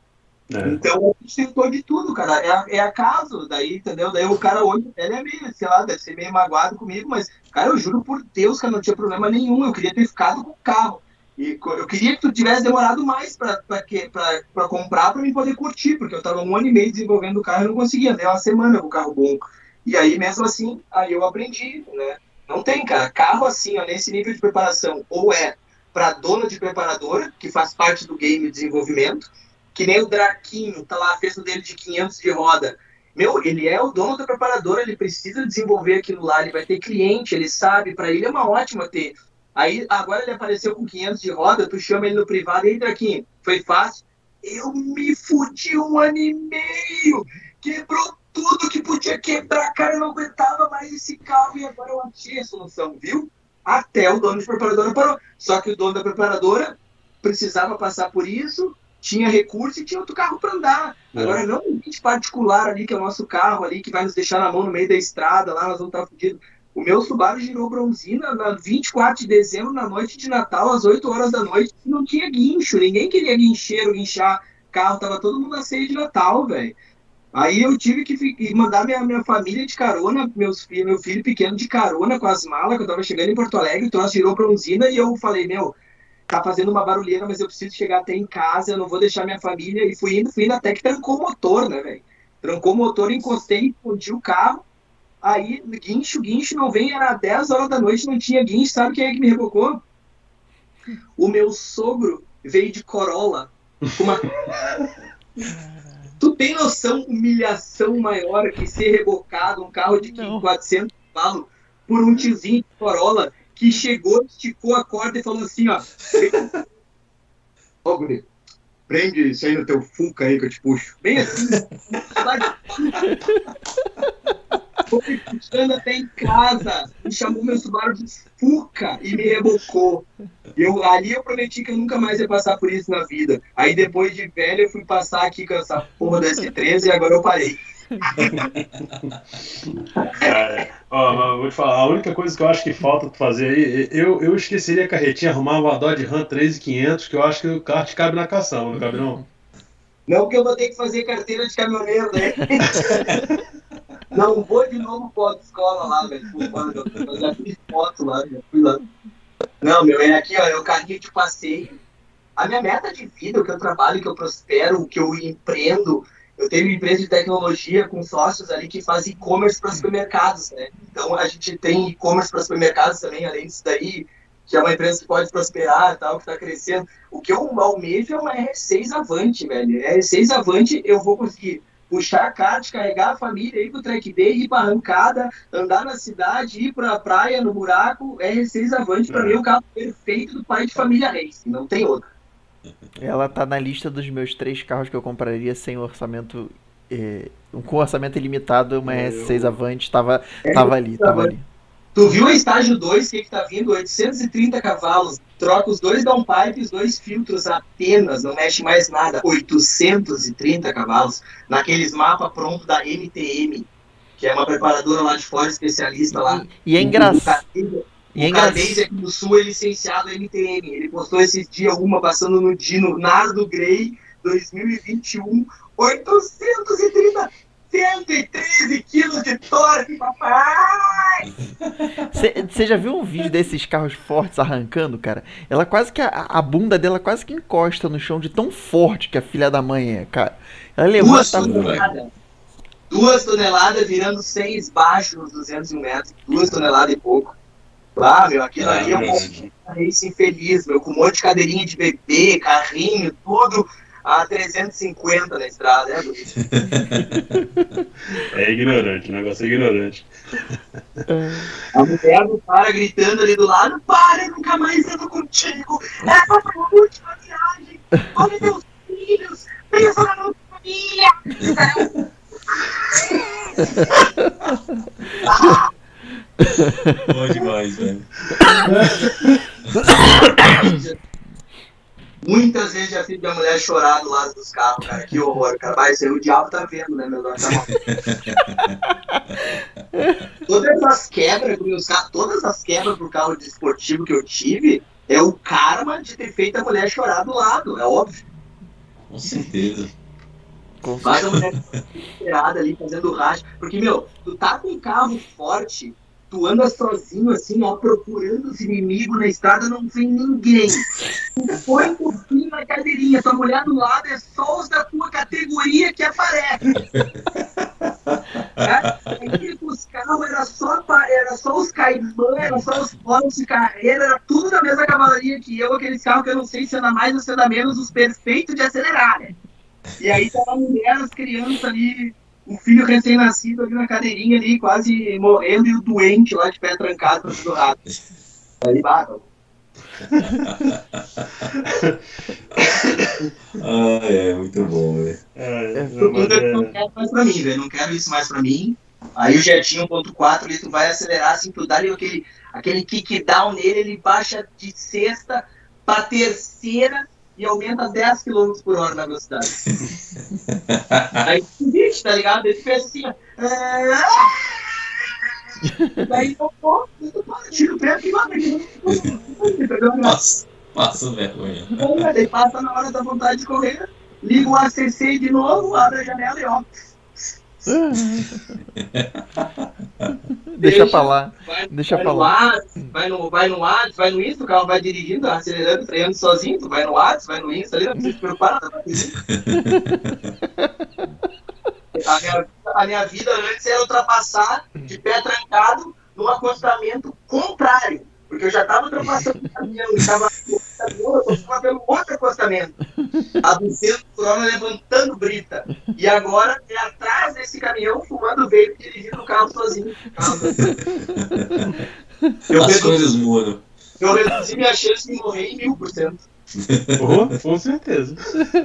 É. Então a gente tentou de tudo, cara. É, é acaso, daí, entendeu? Daí o cara hoje, ele é meio, sei lá, deve ser meio magoado comigo, mas, cara, eu juro por Deus que não tinha problema nenhum. Eu queria ter ficado com o carro. E eu queria que tu tivesse demorado mais pra, pra, pra, pra comprar pra mim poder curtir, porque eu tava um ano e meio desenvolvendo o carro e não conseguia, deu uma semana com o carro bom. E aí, mesmo assim, aí eu aprendi, né? Não tem, cara. Carro assim, ó, nesse nível de preparação, ou é pra dona de preparadora, que faz parte do game de desenvolvimento, que nem o Draquinho, tá lá, fez o dele de quinhentos de roda. Meu, ele é o dono da preparadora, ele precisa desenvolver aquilo lá, ele vai ter cliente, ele sabe, pra ele é uma ótima ter. Aí, agora ele apareceu com quinhentos de roda, tu chama ele no privado, e aí, Draquinho, foi fácil? Eu me fudi um ano e meio, quebrou tudo que podia quebrar, cara, eu não aguentava mais esse carro, e agora eu achei a solução, viu? Até o dono de preparadora parou. Só que o dono da preparadora precisava passar por isso, tinha recurso e tinha outro carro para andar. É. Agora não um kit particular ali, que é o nosso carro ali, que vai nos deixar na mão no meio da estrada, lá nós vamos estar fodidos. O meu Subaru girou bronzina na vinte e quatro de dezembro, na noite de Natal, às oito horas da noite, não tinha guincho, ninguém queria guincheiro, guinchar carro, tava todo mundo na ceia de Natal, velho. Aí eu tive que mandar minha, minha família de carona, meus filhos, meu filho pequeno de carona com as malas, que eu tava chegando em Porto Alegre, o troço girou bronzina, e eu falei, meu, tá fazendo uma barulheira, mas eu preciso chegar até em casa, eu não vou deixar minha família, e fui indo, fui indo até que trancou o motor, né, velho? Trancou o motor, encostei, escondi o carro, aí, guincho, guincho não vem, era dez horas da noite, não tinha guincho, sabe quem é que me rebocou? O meu sogro veio de Corolla, com uma... Tu tem noção, humilhação maior que ser rebocado, um carro de quatrocentos cavalos, por um tiozinho de Corolla, que chegou, esticou a corda e falou assim, ó, ó, guri, prende isso aí no teu Fuca aí que eu te puxo. Bem assim, foi puxando até em casa, me chamou meu Subaru de Fuca e me rebocou. Eu, ali eu prometi que eu nunca mais ia passar por isso na vida. Aí depois de velho eu fui passar aqui com essa porra da S treze e agora eu parei. Cara, ó, vou te falar, a única coisa que eu acho que falta tu fazer aí, eu, eu esqueceria a carretinha, arrumar uma Dodge Ram três mil e quinhentos, que eu acho que o carro te cabe na caçamba, não cabe não? Não, porque eu vou ter que fazer carteira de caminhoneiro, né? Não vou de novo para a escola lá, velho. Eu já fiz foto lá, já fui lá. Não, meu, é aqui, ó, é o carrinho de passeio. A minha meta de vida, o que eu trabalho, o que eu prospero, o que eu empreendo, eu tenho uma empresa de tecnologia com sócios ali que faz e-commerce para supermercados, né? Então a gente tem e-commerce para supermercados também, além disso daí, que é uma empresa que pode prosperar e tal, que está crescendo. O que eu almejo é uma R seis Avante, velho. R seis Avante eu vou conseguir puxar a kart, carregar a família, ir pro track day, ir pra arrancada, andar na cidade, ir pra praia, no buraco. R seis Avante, pra mim, é o carro perfeito do pai de família Race. Não tem outro. Ela tá na lista dos meus três carros que eu compraria sem orçamento, eh, com orçamento ilimitado. Uma R seis Avante tava, tava ali, tava ali. Tu viu a estágio dois, que que tá vindo? oitocentos e trinta cavalos, troca os dois downpipe e os dois filtros apenas, não mexe mais nada. oitocentos e trinta cavalos, naqueles mapas prontos da M T M, que é uma preparadora lá de fora, especialista lá. E, e é engraçado. O Cardês aqui do Sul é licenciado M T M. Ele postou esses dias uma passando no Dino Nardo Grey dois mil e vinte e um, oitocentos e trinta, cento e treze quilos de torque, papai! Você já viu um vídeo desses carros fortes arrancando, cara? Ela quase que, a, a bunda dela quase que encosta no chão de tão forte que a filha da mãe é, cara. Ela levanta... Duas toneladas. Duas toneladas virando seis baixos nos duzentos e um metros. Duas toneladas e pouco. Ah, meu, aquilo ah, ali é um race infeliz, meu, com um monte de cadeirinha de bebê, carrinho, tudo a trezentos e cinquenta na estrada, é, bonito. É ignorante, o negócio é ignorante. A mulher do cara gritando ali do lado, para, eu nunca mais ando contigo, é a tua última viagem, olha meus filhos, pensa na nossa família. Bom demais, velho. Muitas vezes já fiz minha mulher chorar do lado dos carros, cara. Que horror, cara. Mas aí o diabo tá vendo, né, meu Deus? Tá todas as quebras com meus carros, todas as quebras pro carro desportivo que eu tive, é o karma de ter feito a mulher chorar do lado, é óbvio. Com certeza. Faz a mulher desesperada ali, fazendo racha. Porque, meu, tu tá com um carro forte, tu anda sozinho, assim, ó, procurando os inimigos na estrada, não vem ninguém. Tu põe um pouquinho na cadeirinha, tua mulher do lado é só os da tua categoria que aparecem. Aí os carros era só, era só os caimã, era só os polos de carreira, era tudo da mesma cavalaria que eu, aqueles carros que eu não sei se anda mais ou se anda menos, os perfeitos de acelerar, né? E aí tava a mulher, as crianças ali, o filho recém-nascido ali na cadeirinha ali, quase morrendo, e o doente lá de pé trancado do rato. Aí bata. Ah, é, muito bom, velho. É, Eu não quero mais pra mim, velho. Não quero isso mais pra mim. Aí o jetinho um ponto quatro ali, tu vai acelerar assim, tu dá ali aquele, aquele kickdown nele, ele baixa de sexta pra terceira e aumenta dez quilômetros por hora na velocidade. Aí tu vixe, tá ligado? Ele fez assim, ó. Daí eu pô, tu tira o pé aqui lá, Passa, passa vergonha. Daí passa na hora da vontade de correr, liga o A C C de novo, abre a janela e ó. Deixa pra lá. Vai, Deixa vai pra no lá. Whats, vai no vai no Whats, vai no Insta, o carro vai dirigindo, acelerando, freando sozinho, tu vai no Whats, vai no Insta ali, não precisa te preocupar nada. A minha, a minha vida antes era ultrapassar de pé trancado num acostamento contrário. Porque eu já estava ultrapassando o caminhão, estava eu estava pelo outro acostamento. A duzentos por hora levantando brita. E agora é atrás desse caminhão, fumando veio dirigindo o carro sozinho. Eu As reduzi, coisas mudam. eu reduzi minha chance de morrer em mil por cento. Oh, com certeza.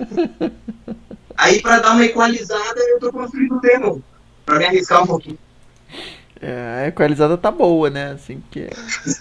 Aí, para dar uma equalizada, eu tô construindo o Demon. Para me arriscar um pouquinho. É, a equalizada tá boa, né? Assim que.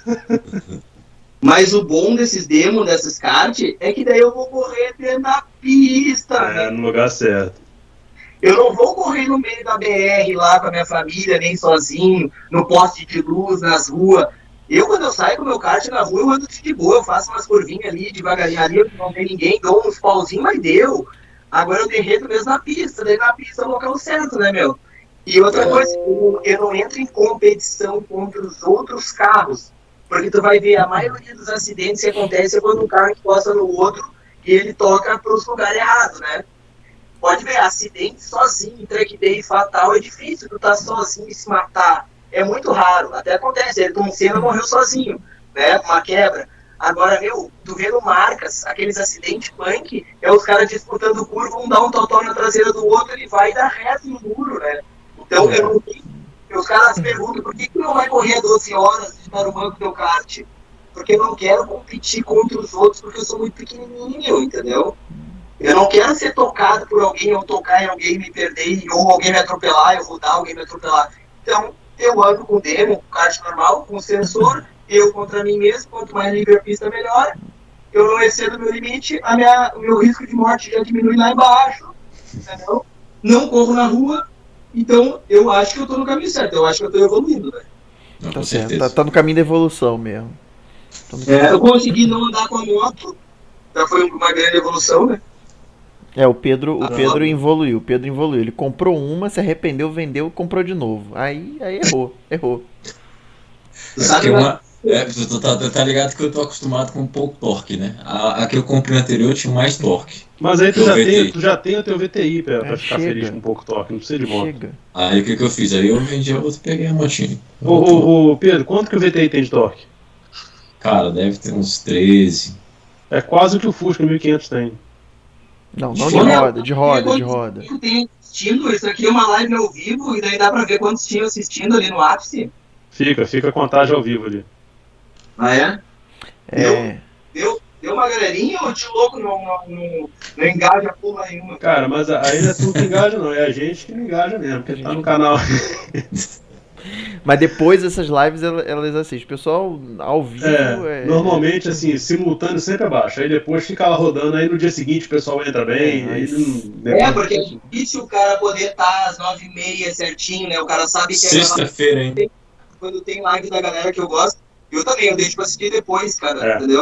Mas o bom desses demos, dessas kart, é que daí eu vou correr dentro da pista. É, né? no lugar certo. Eu não vou correr no meio da B R lá com a minha família, nem sozinho, no poste de luz, nas ruas. Eu, quando eu saio com o meu kart na rua, eu ando de boa, eu faço umas curvinhas ali, devagarinho ali, não tem ninguém, dou uns pauzinhos, mas deu. Agora eu derreto mesmo na pista, daí na pista é o local certo, né, meu? E outra coisa, eu, eu não entro em competição contra os outros carros, porque tu vai ver, a maioria dos acidentes que acontecem é quando um carro encosta no outro e ele toca para os lugares errados, né? Pode ver, acidente sozinho, track day fatal, é difícil tu tá sozinho e se matar. É muito raro, até acontece, Ayrton Senna morreu sozinho, né, uma quebra. Agora, meu, tu vendo marcas, aqueles acidentes punk, é os caras disputando curva, um dá um totó na traseira do outro, ele vai dar reto no muro, né? Então, eu não tenho... Os caras perguntam, por que que não vai correr doze horas de para o banco do teu kart? Porque eu não quero competir contra os outros, porque eu sou muito pequenininho, entendeu? Eu não quero ser tocado por alguém, ou tocar em alguém e me perder, ou alguém me atropelar, eu rodar, alguém me atropelar. Então, eu ando com demo, com kart normal, com sensor, eu contra mim mesmo, quanto mais livre a pista, melhor. Eu não excedo o meu limite, a minha, o meu risco de morte já diminui lá embaixo, entendeu? Não corro na rua, então eu acho que eu tô no caminho certo, eu acho que eu tô evoluindo, velho. Não, Tá com certo, certeza. tá, tá no caminho da evolução mesmo. Tá no É, eu consegui não andar com a moto, já foi uma grande evolução, né? É, o Pedro, o Ah, Pedro não. evoluiu, o Pedro evoluiu. Ele comprou uma, se arrependeu, vendeu, comprou de novo. Aí, aí errou, errou. Tu É sabe, porque né? uma, é, tu, tu tá, tu tá ligado que eu tô acostumado com pouco torque, né? A, a que eu comprei anterior tinha mais torque. Mas aí tu Eu já, V T I. tem, tu já tem o teu V T I pra, pra É, ficar chega. feliz com um pouco toque, não precisa de moto. Chega. Aí o que que eu fiz? Aí eu vendi a outra e peguei a motinha. Ô, ô, ô, Pedro, quanto que o V T I tem de torque? Cara, deve ter uns treze. É quase o que o Fusca mil e quinhentos tem. Não, não de Ô, meu, roda, de roda, de roda. Eu tenho assistindo, isso aqui é uma live ao vivo, e daí dá pra ver quantos tinham assistindo ali no ápice. Fica, fica a contagem ao vivo ali. Ah, é? É. Deu, deu uma galerinha ou de louco não, não, não, não engaja porra nenhuma? Cara, mas aí não é tu que engaja não, é a gente que não engaja mesmo, porque tá no canal. Mas depois dessas lives ela- elas assistem. O pessoal ao vivo É, é. normalmente assim, simultâneo sempre abaixo, aí depois fica lá rodando, aí no dia seguinte o pessoal entra bem, É, aí mas- não... É, porque é difícil o cara poder estar às nove e meia certinho, né? O cara sabe que é Sexta-feira, hein? quando tem live da galera que eu gosto. Eu também, eu deixo pra assistir depois, cara, É. entendeu?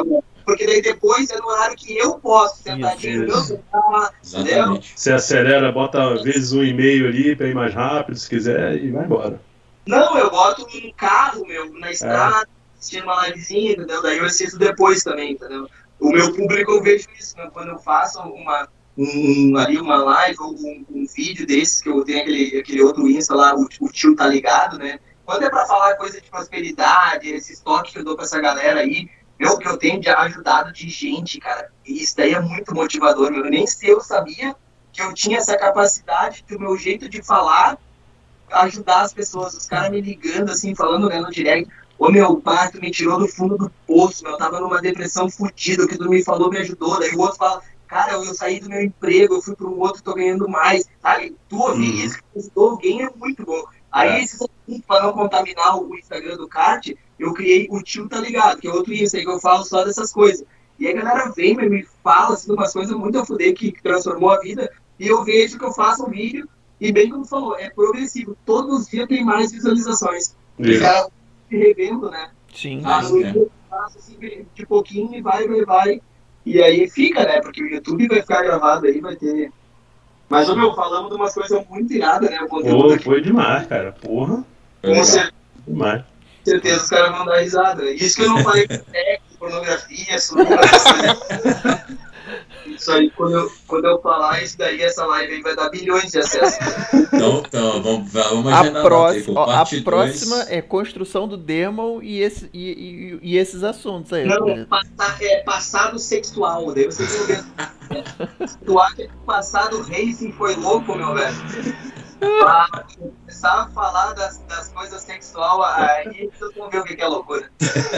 porque daí depois é no horário que eu posso, sentadinho, Isso. eu tá, Exatamente. Você acelera, bota vezes um e meio ali pra ir mais rápido, se quiser, e vai embora. Não, eu boto um carro, meu, na estrada, assistindo uma livezinha, entendeu? Daí eu assisto depois também, entendeu? O meu público eu vejo isso, né? Quando eu faço uma, um, ali uma live ou um, um vídeo desses, que eu tenho aquele, aquele outro Insta lá, o, o tio tá ligado, né? Quando é pra falar coisa de prosperidade, esses toques que eu dou pra essa galera aí, meu, que eu tenho de ajudado de gente, cara, isso daí é muito motivador, meu. Eu nem sei, eu sabia que eu tinha essa capacidade do meu jeito de falar, ajudar as pessoas, os caras me ligando, assim, falando, né, no direct, ô meu pai, tu me tirou do fundo do poço, meu, eu tava numa depressão fodida, o que tu me falou me ajudou, daí o outro fala, cara, eu, eu saí do meu emprego, eu fui para um outro, tô ganhando mais, sabe, tu ouvir Uhum. isso que ajudou alguém é muito bom. Aí, É. esses assuntos, pra não contaminar o Instagram do kart, eu criei o Tio Tá Ligado, que é outro Insta aí que eu falo só dessas coisas. E aí a galera vem, me fala, assim, umas coisas muito a fuder que transformou a vida, e eu vejo que eu faço um vídeo, e bem como falou, é progressivo. Todos os dias tem mais visualizações. Os Isso. caras se revendo, né? Sim. Ah, no é. dia eu faço assim, de pouquinho, e vai, vai, vai. E aí fica, né? Porque o YouTube vai ficar gravado aí, vai ter... Mas, ô, meu, falamos de umas coisas muito iradas, né? O conteúdo Pô, aqui, foi demais, cara. Porra, Foi com legal. cer- demais. certeza os caras vão dar risada. Isso que eu não falei com sexo, pornografia, suruba, essas coisas. Isso aí, quando eu, quando eu falar isso daí, essa live aí vai dar bilhões de acessos. Então, então vamos, vamos A, agendar próxima, pô, ó, a parte próxima dois. é construção do demon e, esse, e, e, e esses assuntos aí. Não, né? passa- é passado sexual. Daí vocês vão ver. Tu acha que o passado racing foi louco, meu velho? Pra começar a falar das, das coisas sexuais, aí vocês vão ver o que que é loucura.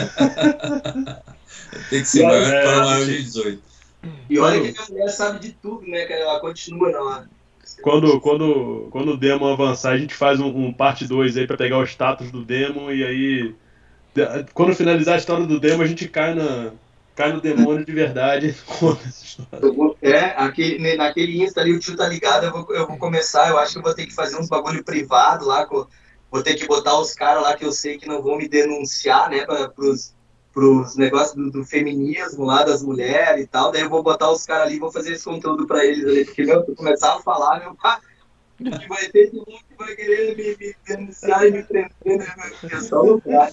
Tem que ser É, maior, é, para maior sim. de dezoito. E olha que a minha mulher sabe de tudo, né, cara? Ela continua na hora. Quando, quando, quando o Demon avançar, a gente faz um, um parte dois aí pra pegar o status do Demon e aí. de- Quando finalizar a história do Demon, a gente cai, na, cai no demônio de verdade. Conta essa história. Eu vou- É, aquele, naquele Insta ali, o tio tá ligado, eu vou, eu vou começar, eu acho que eu vou ter que fazer uns bagulho privado lá, com- vou ter que botar os caras lá que eu sei que não vão me denunciar, né, pra, pros, pros negócios do, do feminismo lá, das mulheres e tal, daí eu vou botar os caras ali e vou fazer esse conteúdo pra eles ali, porque, meu, se eu começar a falar, meu, pá, que vai ter gente que vai querer me, me denunciar e me prender, né, meu, é só loucura.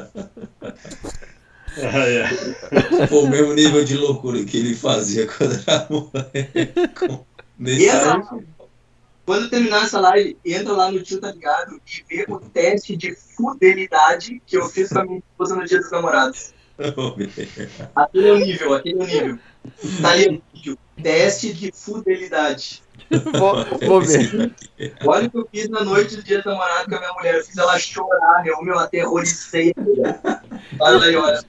Ah, é. Pô, o mesmo nível de loucura que ele fazia quando era moleque. Nesse Entra, aí, quando terminar essa live, entra lá no Tio Tá Ligado e vê o teste de fidelidade que eu fiz com a minha esposa no Dia dos Namorados. Aquele é o nível, aquele é o nível. Tá ali o vídeo. Teste de fidelidade. Vou, vou ver. Olha o que eu fiz na noite do Dia dos Namorados com a minha mulher. Eu fiz ela chorar, meu, meu, aterrorizei. Olha aí, olha.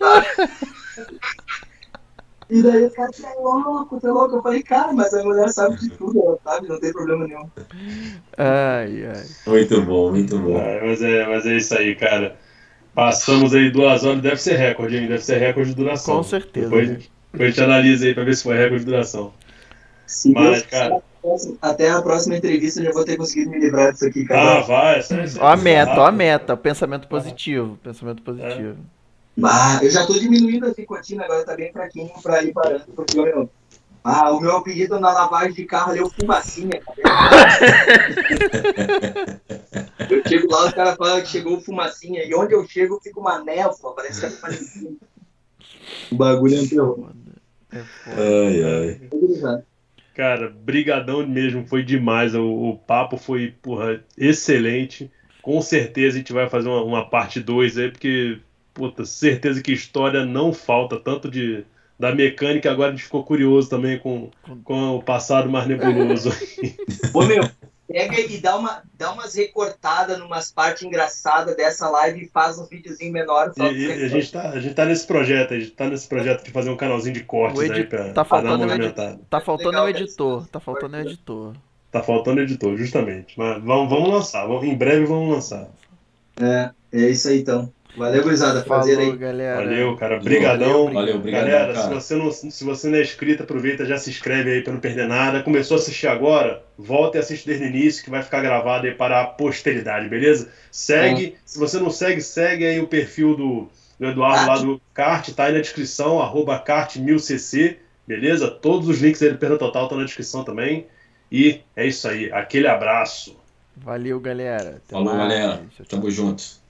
E daí o cara, você é louco, você é louco. Eu falei, cara, mas a mulher sabe de tudo, ela sabe, não tem problema nenhum. Ai, ai. Muito bom, muito bom. Ah, mas, é, mas é isso aí, cara. Passamos aí duas horas, deve ser recorde, hein? Deve ser recorde de duração. Com certeza. Depois, depois a gente analisa aí pra ver se foi recorde de duração. Se Mas, Deus cara- quiser, até a próxima entrevista eu já vou ter conseguido me livrar disso aqui, Ah, cara. vai. Essa, essa Ó a meta, ó a rápido. meta. Pensamento positivo. Pensamento positivo. Ah, eu já tô diminuindo a nicotina, agora tá bem fraquinho pra ir parando, porque meu, ah, o meu apelido na lavagem de carro ali é o Fumacinha, cara. Eu chego lá, os caras falam que chegou o Fumacinha, e onde eu chego fica uma névoa, parece que é parecido. O bagulho é um terror. É foda. Ai, ai. Cara, brigadão mesmo, foi demais. O, o papo foi, porra, excelente. Com certeza a gente vai fazer uma, uma parte dois aí, porque, puta, certeza que história não falta, tanto de da mecânica, agora a gente ficou curioso também com, com o passado mais nebuloso. Ô meu, pega e dá, uma, dá umas recortadas numas partes engraçadas dessa live e faz um videozinho menor. E, Só e a, gente tá, a gente tá nesse projeto, a gente tá nesse projeto de fazer um canalzinho de cortes O aí edi- pra, tá pra dar uma faltando o edi- movimentada. Tá faltando Legal, o cara. editor. Tá faltando o editor. Tá faltando editor, justamente. Mas vamos, vamos lançar, vamos- em breve vamos lançar. É, é isso aí então. Valeu, gurizada. Prazer Falou, aí. galera. Valeu, cara. Brigadão. Valeu, obrigadão, Galera, cara. se você, não, se você não é inscrito, aproveita, já se inscreve aí pra não perder nada. Começou a assistir agora? Volta e assiste desde o início, que vai ficar gravado aí para a posteridade, beleza? Segue. Se você não segue, segue aí o perfil do, do Eduardo lá do kart, tá aí na descrição, arroba kart mil c c, beleza? Todos os links aí do Perda Total estão na descrição também. E é isso aí, aquele abraço. Valeu, galera. Até Falou, mais. galera. Tchau, tchau. Tamo junto.